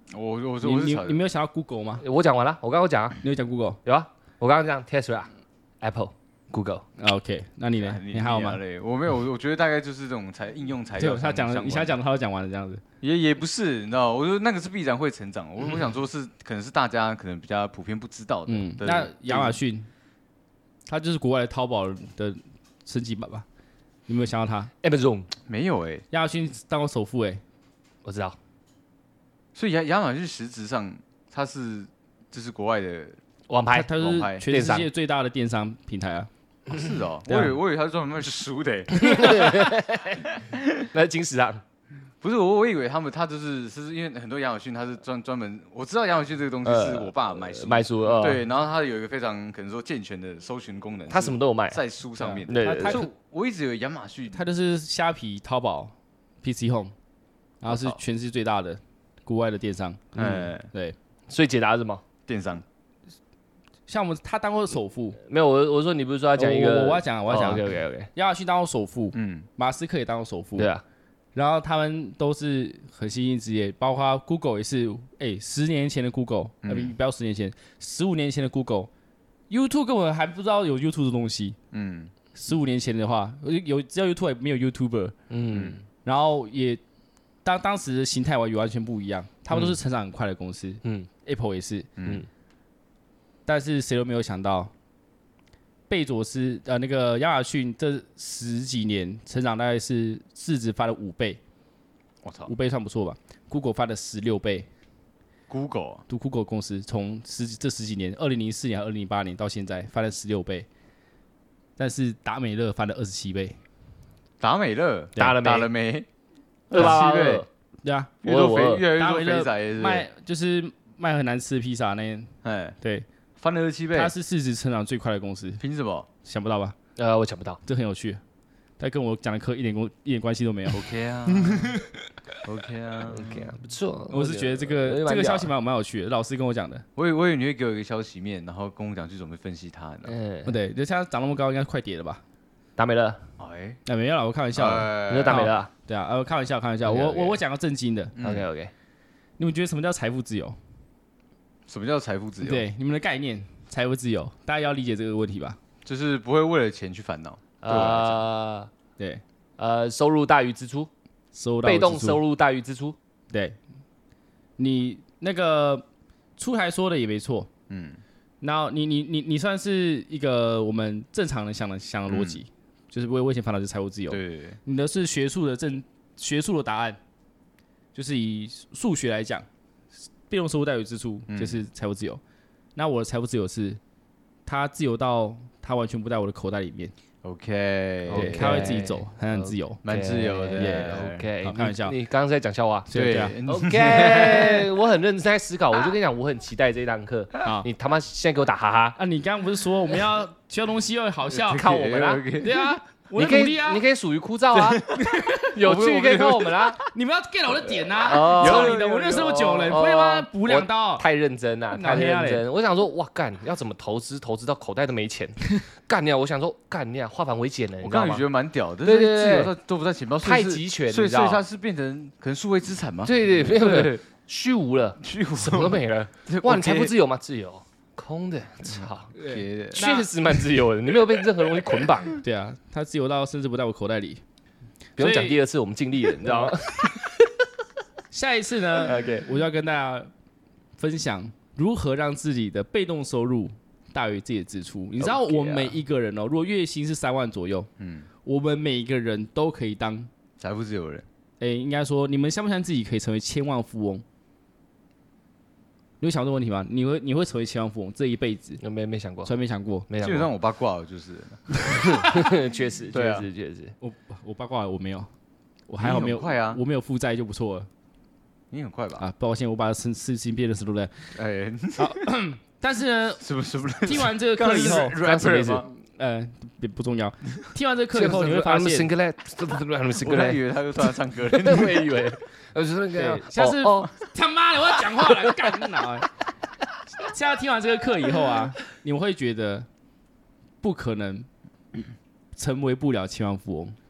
我我我你你你没有想到 Google 吗？ 我讲完了，我刚刚讲啊， 你有讲 Google 有啊，我刚刚讲 Tesla、Apple、Google。OK， 那你呢？你还好吗？ 我没有，我觉得大概就是这种材应用材料。 他讲的，你想讲的他都讲完了，这样子。 也也不是，你知道，我说那个是必然会成长。我我想说是可能是大家可能比较普遍不知道的。嗯， 那亚马逊，它就是国外的淘宝的升级版吧？有没有想到它 ？Amazon 没有哎， 亚马逊当过首富哎， 我知道。 所以亚亚马逊实质上它是这是国外的网拍， 它是全世界最大的电商平台啊。 哦是哦，我以为我以为它是专门卖书的。 那是金石堂。 不是我，我以为他们他就是是因为很多亚马逊他是专专门，我知道亚马逊这个东西是我爸买书买书，呃、 对，然后他有一个非常可能说健全的搜寻功能， 他什么都有卖在书上面。 对， 他他我一直以为亚马逊它就是虾皮、淘宝、P C Home， 然后是全世界最大的国外的电商。嗯，对， 所以解答是什么？ 电商。 像我们他当过首富， 没有我我说你不是说要讲一个？ 我我要讲我要讲。 OK OK OK。 亚马逊当过首富，嗯，马斯克也当过首富， 对啊。 然后他们都是很新兴职业，包括 Google 也是，哎，十年前的 Google， 嗯，不要十年前，十五年前的 Google，YouTube 根本还不知道有 YouTube 的东西，嗯，十五年前的话，有只要 YouTube 也没有 YouTuber， 嗯，然后也当当时的形态完完全不一样，他们都是成长很快的公司，嗯 ，Apple 也是，嗯，但是谁都没有想到。贝佐斯呃，那个亚马逊这十几年成长大概是市值翻了五倍， 我操， 五倍算不错吧 ？Google 翻了十六倍 ，Google 读 Google 公司从十这十几年，二零零四年、二零零八年到现在翻了十六倍，但是达美乐翻了二十七倍， 达美乐打了没？ 打了没？ 二十七倍， 对啊， 越多肥越来越多肥仔， 卖就是卖很难吃的披萨那些，哎，对。 翻了二十七倍， 它是市值成长最快的公司， 凭什么？ 想不到吧？ 呃，我想不到， 这很有趣，但跟我讲的课一点关一点关系都没有。 OK 啊 ，OK 啊 ，OK 啊，不错。 我是觉得这个这个消息蛮蛮有趣的，老师跟我讲的。 我以我以为你会给我一个消息面，然后跟我讲去准备分析它。 嗯，不对，就现在涨那么高，应该是快跌了吧？ 达美乐， 哎， 那没有了，我开玩笑的。 你说达美乐？ 对啊，呃，开玩笑，开玩笑。我我我讲个正经的。 OK OK， 你们觉得什么叫财富自由？ 什么叫财富自由？ 对，你们的概念。财富自由，大家要理解这个问题吧？ 就是不会为了钱去烦恼。 呃， 对， 呃，收入大于支出， 收被动收入大于支出。 对，你那个出台说的也没错，嗯，然后你你你你算是一个我们正常人想的想的逻辑，嗯、就是不会为钱烦恼，就是财务自由。 对， 你的是学术的正学术的答案，就是以数学来讲，被动收入大于支出就是财务自由。嗯，那我的财富自由是，他自由到他完全不在我的口袋里面。 OK， 对，他会自己走，他很自由， 蛮自由的。 OK， 开玩笑。 你刚刚在讲笑话？ 对啊。 OK， 我很认真在思考，我就跟你讲，我很期待这一堂课。你他妈现在给我打哈哈！ 啊，你刚刚不是说我们要学到东西要好笑， 靠我们啦？ 对啊。 你可以，你可以属于枯燥啊，有趣可以靠我们啦。 你们要 get 我的点啊！操你的，我认识那么久了，不会吗？补两刀， 太认真了，太认真。我想说，哇干，要怎么投资？投资到口袋都没钱，干掉！我想说，干掉，化繁为简了。 我刚刚也觉得蛮屌的， 对对对， 自由都不在钱包， 太集权， 所以所以它是变成可能数位资产吗？ 对对对，虚无了， 虚无， 什么都没了。哇，你财富自由吗？自由。空的，操，确实蛮自由的，你没有被任何东西捆绑。 对啊，他自由到甚至不在我口袋里。 不用讲第二次，我们尽力了，你知道吗？ 下一次呢， okay. 我就要跟大家分享如何让自己的被动收入大于自己的支出。你知道，我们每一个人哦，如果月薪是三万左右，嗯，我们每一个人都可以当财富自由人。 哎，应该说，你们相不相信自己可以成为千万富翁？你会想这个问题吗？你会你会成为千万富翁这一辈子？ 没没想过， 从来没想过， 没想过。 基本上我八卦了，就是， 确实，确实，确实。 我我八卦了，我没有，我还好没有， 快啊， 我没有负债就不错了。 你很快吧？ 啊，抱歉，我把事事情变得是对不对？ 哎， 好，但是呢， 是不是不是？ 听完这个课以后， 刚什么意思？ 呃，不重要。听完这个课以后，你会发现， 我还以为他就突然唱歌了， 我也以为。我是那个， 下次他妈的，我要讲话了，干你脑！现在听完这个课以后啊，你们会觉得不可能成为不了千万富翁。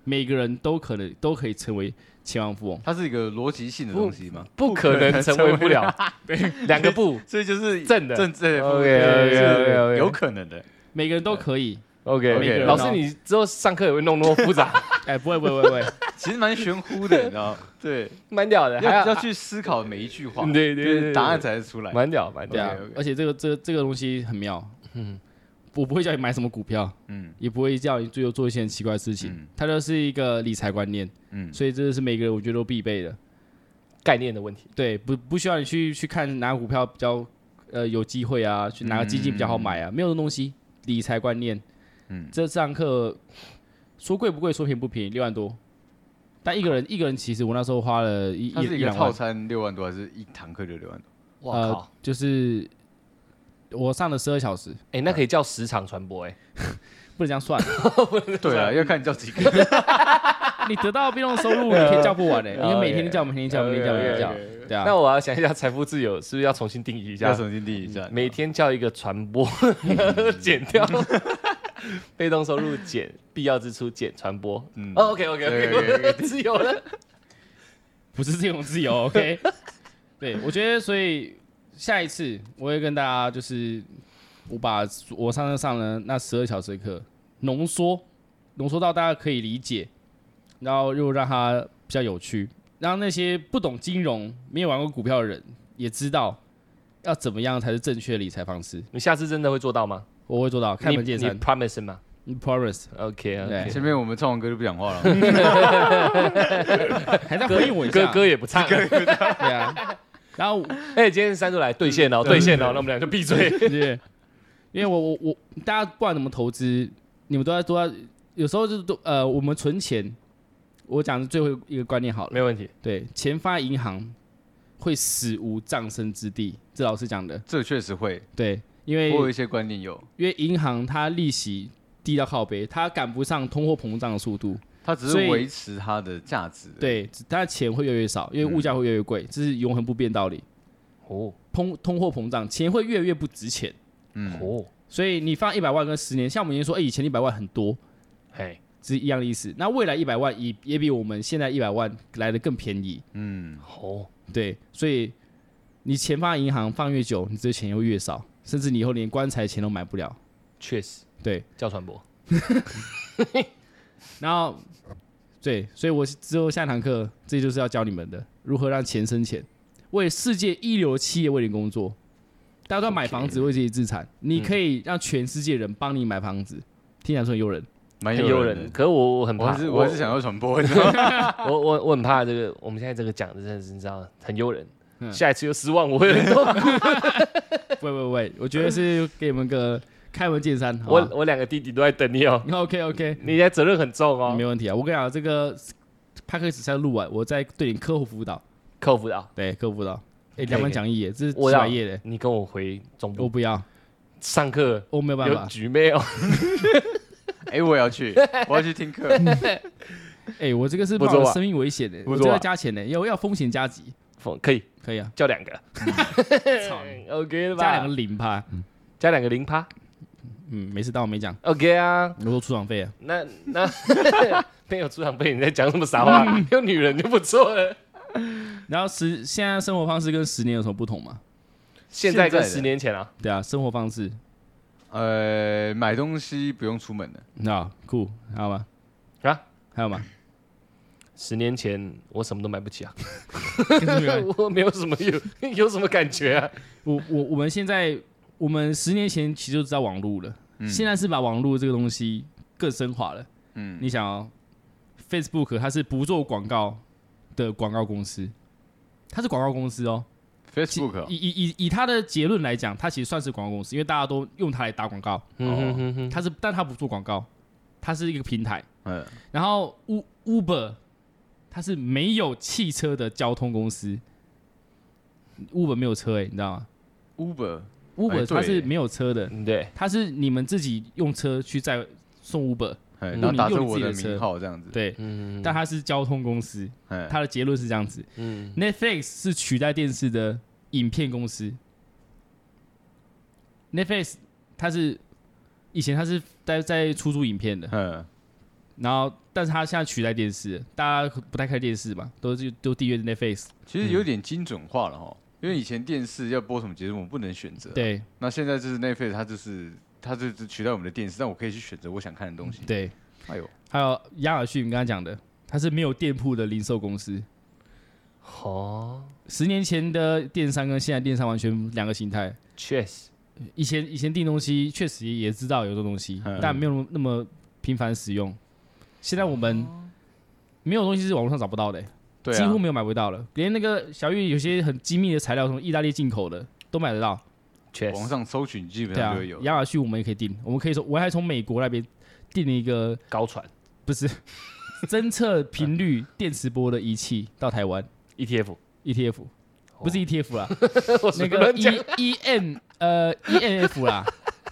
每个人都可能都可以成为千万富翁。 它是一个逻辑性的东西吗？ 不可能成为不了，两个不， 所以就是正的， 正正的 ，OK， 有可能的， 每个人都可以。 OK， 老师，你之后上课也会弄那么复杂？ 哎，不会不会不会， 其实蛮玄乎的，你知道？对， 蛮屌的， 要要去思考每一句话， 对对对， 答案才会出来。 蛮屌，蛮屌。 而且这个这个这个东西很妙，嗯，我不会叫你买什么股票，嗯，也不会叫你最后做一些很奇怪的事情，它就是一个理财观念，嗯，所以这是每个人我觉得都必备的概念的问题。 对，不不需要你去去看哪个股票比较呃有机会啊，去哪个基金比较好买啊，没有这东西，理财观念。嗯，这这堂课说贵不贵，说便宜不便宜，六万多。但一个人一个人，其实我那时候花了一它是一个套餐六万多，还是一堂课就六万多？哇靠！ 就是我上了十二小时， 哎，那可以叫十场传播哎， 不能这样算。 对啊，要看你叫几个。 你得到被动收入，你可以叫不完哎，你每天叫，每天叫，每天叫，每天叫。对啊。 那我要想一下，财富自由是不是要重新定义一下？ 要重新定义一下， 每天叫一个传播，减掉。被动收入减必要支出减传播，嗯，哦 ，OK OK OK， 自由了， 不是这种自由 ，OK， 对，我觉得所以下一次我会跟大家就是我把我上次上的那十二小时的课浓缩，浓缩到大家可以理解，然后又让它比较有趣，让那些不懂金融、没有玩过股票的人也知道要怎么样才是正确的理财方式。 你下次真的会做到吗？ 我会做到，开门见山。 你 promise 吗？ 你 promise。 OK OK。 前面我们唱完歌就不讲话了， 还在回应我一下。 歌歌也不唱。 对啊。然后， 哎，今天三度来兑现哦，兑现哦，那我们俩就闭嘴。 对。因为我我我，大家不管怎么投资，你们都在都在，有时候就是都呃，我们存钱，我讲的最后一个观念好了， 没问题。 对，钱放在银行会死无葬身之地，这老师讲的。 这确实会。 对。因为我有一些观念有， 因为银行它利息低到靠背，它赶不上通货膨胀的速度， 它只是维持它的价值。 对，它的钱会越来越少，因为物价会越来越贵，嗯、这是永恒不变道理。哦，通通货膨胀，钱会越来越不值钱。嗯，哦，所以你放一百万跟十年，像我们以前说，哎、欸，以前一百万很多，嘿，是一样的意思。那未来一百万也也比我们现在一百万来的更便宜。嗯，哦，对，所以你钱放在银行放越久，你这钱又越少。甚至你以后连棺材钱都买不了， 确实， 对， 叫传播。 然后，对，所以我之后下堂课，这就是要教你们的，如何让钱生钱，为世界一流企业为你工作。大家都要买房子，为自己资产，你可以让全世界人帮你买房子，听起来说很诱人， 蛮诱人。 可是我我很怕， 我还是我还是想要传播， 我我我很怕这个，我们现在这个讲的真的是你知道很诱人。下一次又失望，我会很痛苦。 不会不会，我觉得是给你们个开门见山。 我我两个弟弟都在等你哦。 OK OK， 你现在责任很重哦。 没问题啊，我跟你讲，这个 podcast 才录完，我在对你客户辅导。 客户辅导， 对客户辅导。哎，两本讲义耶，这是几百页的。 你跟我回中部。 我不要。 上课我没有办法。 有局妹哦。 哎，我也要去，我要去听课。 哎，我这个是冒着生命危险的，我这要加钱的，要要风险加急。 可以可以啊， 叫两个， 嗯、 OK 了吧？ 加两个零趴， 嗯、加两个零趴， 嗯，没事，当我没讲 ，OK 啊。 我说出场费啊， 那那没有出场费，你在讲什么傻话？有女人就不错了。 然后十现在生活方式跟十年有什么不同吗？ 现在跟十年前啊？ 对啊，生活方式， 呃，买东西不用出门的， 那酷，还有吗？ 啊， 还有吗？ 十年前我什么都买不起啊，我没有什么有有什么感觉啊。 我我我们现在我们十年前其实就知道网络了，嗯、现在是把网络这个东西更深化了。嗯，你想哦 ，Facebook 它是不做广告的广告公司，它是广告公司哦。 Facebook 以以以以它的结论来讲，它其实算是广告公司，因为大家都用它来打广告。嗯哼哼哼，它是，但它不做广告，它是一个平台。嗯，然后 Uber。它是没有汽车的交通公司 ，Uber 没有车哎、欸，你知道吗 ？Uber Uber 它是没有车的， 对， 它是你们自己用车去载送 Uber， 然后打着我的名号这样子， 对，嗯、但它是交通公司，它的结论是这样子。嗯、Netflix 是取代电视的影片公司 ，Netflix 它是以前它是在在出租影片的， 然后但是他现在取代电视，大家不太看电视嘛，都是都订阅 Netflix。 其实有点精准化了哈，因为以前电视要播什么节目我们不能选择， 对， 那现在就是 Netflix 它就是它就是取代我们的电视，但我可以去选择我想看的东西。 对， 哎呦， 还有亚马逊，你刚刚讲的，它是没有店铺的零售公司。 哦， 十年前的电商跟现在电商完全两个形态。 确实， 以前以前订东西确实也知道有这东西，嗯、但没有那么频繁使用。现在我们没有东西是网络上找不到的、欸， 对啊、 几乎没有买不到了。连那个小玉有些很精密的材料，从意大利进口的都买得到。 确实， 网上搜寻基本上就会有。 亚马逊我们也可以订，我们可以说，我还从美国那边订了一个高传， 不是侦测频率电磁波的仪器到台湾 ，E T F E T F 不是 E T F 啦，那个 E E N 呃 E N F 啦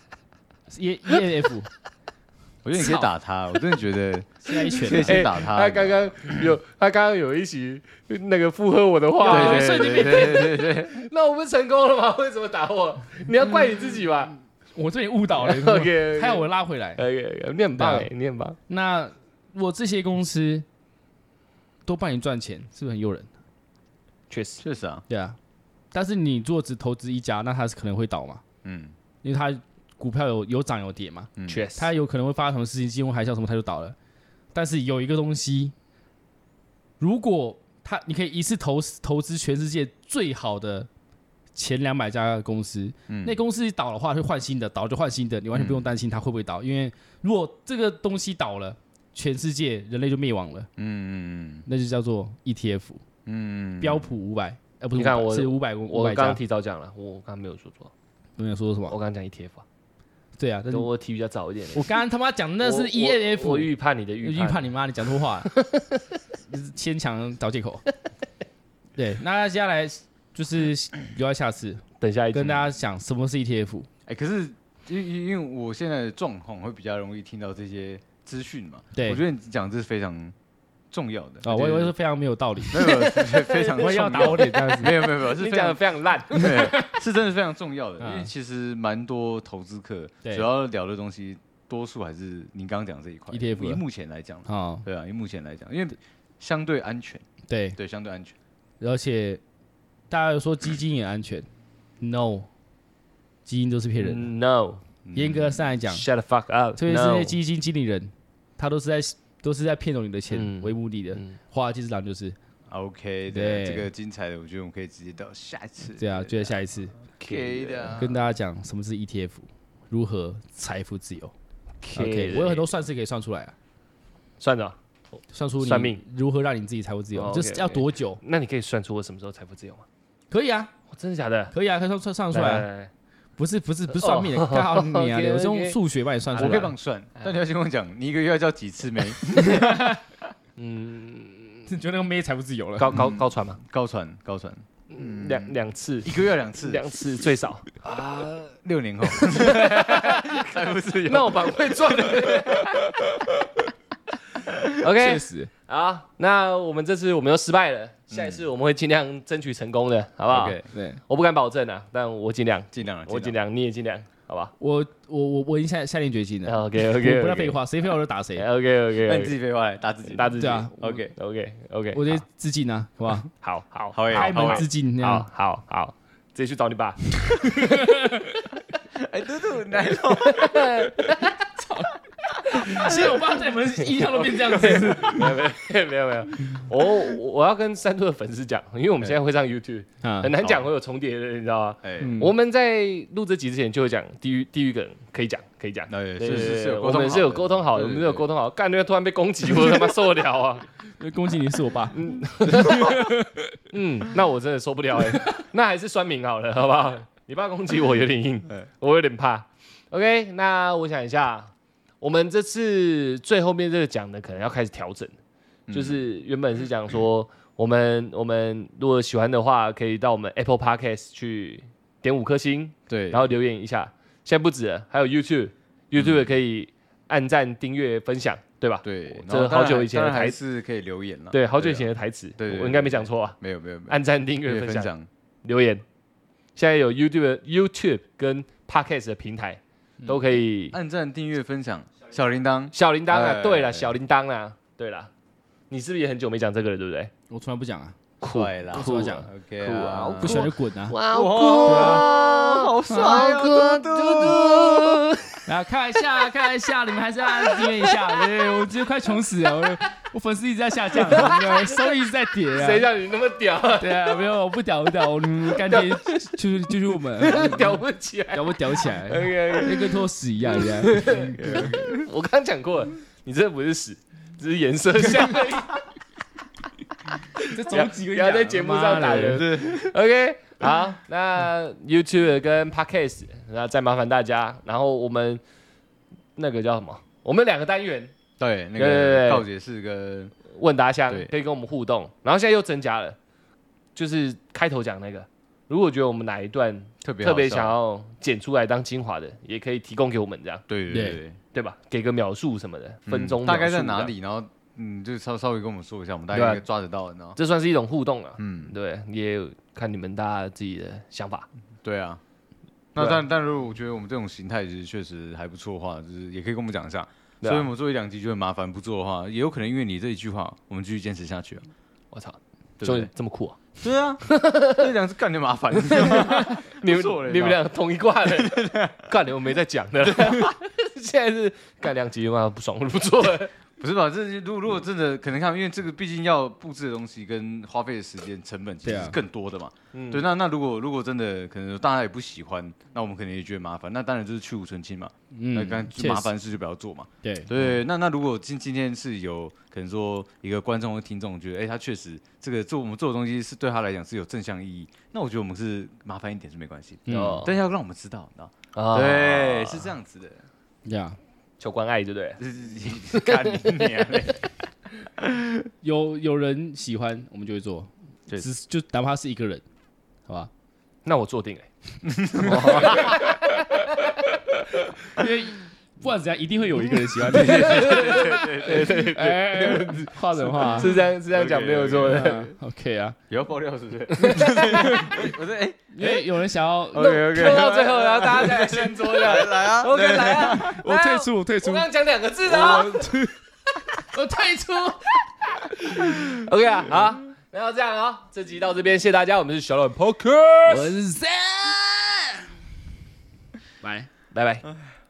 ，E E N F。 我觉得你可以打他，我真的觉得现在一拳可以先打他。 他刚刚有，他刚刚有一席那个附和我的话， 对对对对对对。 那我不是成功了吗？为什么打我？你要怪你自己吧。 我这里误导了 ，OK， 还有我拉回来 ，OK， 你很棒哎，你很棒。 那如果这些公司都帮你赚钱，是不是很诱人？ 确实， 确实啊， 对啊。但是你如果只投资一家，那它是可能会倒嘛？嗯，因为它。股票有有涨有跌嘛， 确实， 它有可能会发生什么事情，金融海啸什么，它就倒了。但是有一个东西，如果它你可以一次投投资全世界最好的前两百家公司，嗯、那公司倒的话会换新的，倒就换新的，你完全不用担心它会不会倒，嗯、因为如果这个东西倒了，全世界人类就灭亡了。嗯嗯嗯，那就叫做 E T F， 嗯，标普五百，呃不是， 你看我是五百， 我刚刚提早讲了，我刚刚没有说错， 没有说什么， 我刚刚讲 E T F 啊。 对啊，但是我提比较早一点。 我刚刚他妈讲的那是 E N F， 我预判你的预判，预判你妈，你讲错话，牵强找借口。对，那接下来就是留在下次， 等下一跟大家讲什么是 E T F。 哎，可是因因为我现在的状况会比较容易听到这些资讯嘛， 对， 我觉得你讲这是非常重要的。 哦，我以为是非常没有道理， 没有，非常我要打我脸这样子， 没有没有没有， 你讲的非常烂， 是真的非常重要的，因为其实蛮多投资客主要聊的东西，多数还是您刚刚讲这一块 E T F。 以目前来讲，啊，对啊，以目前来讲，因为相对安全， 对对，相对安全， 而且大家有说基金也安全 ，no， 基金都是骗人的 ，no， 严格上来讲 ，shut the fuck up， 特别是那些基金经理人，他都是在。都是在骗走你的钱为目的的，华尔街之狼就是 OK 的，这个精彩的，我觉得我们可以直接到下一次。 对啊，就在下一次 ，OK 的， 跟大家讲什么是 E T F， 如何财富自由。OK， 我有很多算式可以算出来啊， 算的， 算出算命如何让你自己财富自由，就是要多久？ 那你可以算出我什么时候财富自由吗？ 可以啊， 真的假的？ 可以啊，可以算算算出来。不是不是不是算命的，刚好你啊，我是用数学帮你算出来。 我可以帮你算，但你要先跟我讲，你一个月要交几次妹？ 嗯，你觉得那个妹财富自由了？ 高高高传吗？ 高传高传， 两两次， 一个月两次， 两次最少啊，六年后财富自由， 那我蛮会赚的。OK， 确实。 好，那我们这次我们又失败了，下一次我们会尽量争取成功的，好不好？ OK， 对， 我不敢保证啊，但我尽量， 尽量， 我尽量，你也尽量，好吧？ 我我我我已经下下定决心了。 OK OK， 不要废话，谁废话我就打谁。 OK OK， 那你自己废话来打自己， 打自己啊。 OK OK OK， 我就自尽啊，好不好？ 好好好， 开门自尽， 好好好，直接去找你爸。 哎，嘟嘟，来了。 现在我爸在你们印象都变这样子， 没有没有没有没有，我我要跟三兔的粉丝讲，因为我们现在会上 YouTube， 很难讲会有重叠的，你知道吗？我们在录这集之前就会讲地狱地狱梗，可以讲可以讲， 对是是是， 我们是有沟通好的，我们是有沟通好，干那个突然被攻击，我他妈受得了啊！ 攻击你是我爸， 嗯，那我真的受不了哎，那还是酸民好了，好不好？你爸攻击我有点硬，我有点怕。OK， 那我想一下。我们这次最后面这个讲的可能要开始调整，嗯、就是原本是讲说，我们我们如果喜欢的话，可以到我们 Apple Podcast 去点五颗星， 对， 然后留言一下。现在不止了，还有 YouTube，YouTube 可以按赞、订阅、分享，对吧？ 对， 这好久以前的台词可以留言了， 对，好久以前的台词， 对， 我应该没讲错啊。 没有没有， 按赞、订阅、分享、留言。现在有 YouTube、YouTube 跟 Podcast 的平台。都可以按赞、订阅、分享， 小铃铛， 小铃铛啊，对了，小铃铛啊，对了，你是不是也很久没讲这个了，对不对？ 我从来不讲啊。 酷啦， 不说讲 ，OK 啊，不喜欢就滚啊！ 哇，酷啊， 好帅啊，嘟嘟！ 来看一下，看一下，你们还是要订阅一下。对，我觉得快穷死了，我我粉丝一直在下降，收益一直在跌啊。 谁叫你那么屌？ 对啊，没有，我不屌，不屌，我们干爹就是就是我们屌不起来， 屌不屌起来， OK， 那跟拖屎一样一样。 我刚讲过了，你这不是屎，只是颜色像而已。 这总几个不要在节目上打人。OK， 好，那 YouTube 跟 Podcast， 那再麻烦大家。然后我们那个叫什么？我们两个单元， 对，那个告解室跟问答箱可以跟我们互动。然后现在又增加了，就是开头讲那个，如果觉得我们哪一段特别特别想要剪出来当精华的，也可以提供给我们这样。 对对对对吧？给个描述什么的，分钟大概在哪里，然后。嗯，就稍稍微跟我们说一下，我们大概抓得到，你知道？ 这算是一种互动啊。嗯，对，也看你们大家自己的想法。 对啊，那但但如果我觉得我们这种形态其实确实还不错的话，就是也可以跟我们讲一下。所以我们做一两集就很麻烦，不做的话，也有可能因为你这一句话，我们继续坚持下去啊。 我操，所以这么酷啊？ 对啊，这两次干点麻烦。 你们你们俩同一挂的，干的我没在讲的。现在是干两集嘛，不爽我就不做了。 不是吧？这如果如果真的可能看，因为这个毕竟要布置的东西跟花费的时间成本其实是更多的嘛。对, 啊嗯、对，那那如果如果真的可能大家也不喜欢，那我们可能也觉得麻烦。那当然就是去无存清嘛。嗯，那干麻烦事就不要做嘛。 对对，那那如果今今天是有可能说一个观众或听众觉得，哎、欸，他确实这个做我们做的东西是对他来讲是有正向意义，那我觉得我们是麻烦一点是没关系。嗯，但是要让我们知道，你知道？啊，对，是这样子的。 呀。Yeah. 求关爱，对不对？ 看你娘嘞！ 有有人喜欢，我们就会做，只就哪怕是一个人，好吧？ 那我做定哎， 因为不管怎样，一定会有一个人喜欢。对对对对对，哎，话人话是这样是这样讲没有错的。 OK 啊， 也要爆料是不是？ 我说哎，因为有人想要 OK OK， 拖到最后，然后大家再来掀桌的， 来啊 ，OK 来啊， 我退出我退出， 我刚刚讲两个字的，我退出。OK 啊，好，那要这样啊，这集到这边，谢谢大家，我们是小懒 Podcast， 我是 Sam，拜拜拜。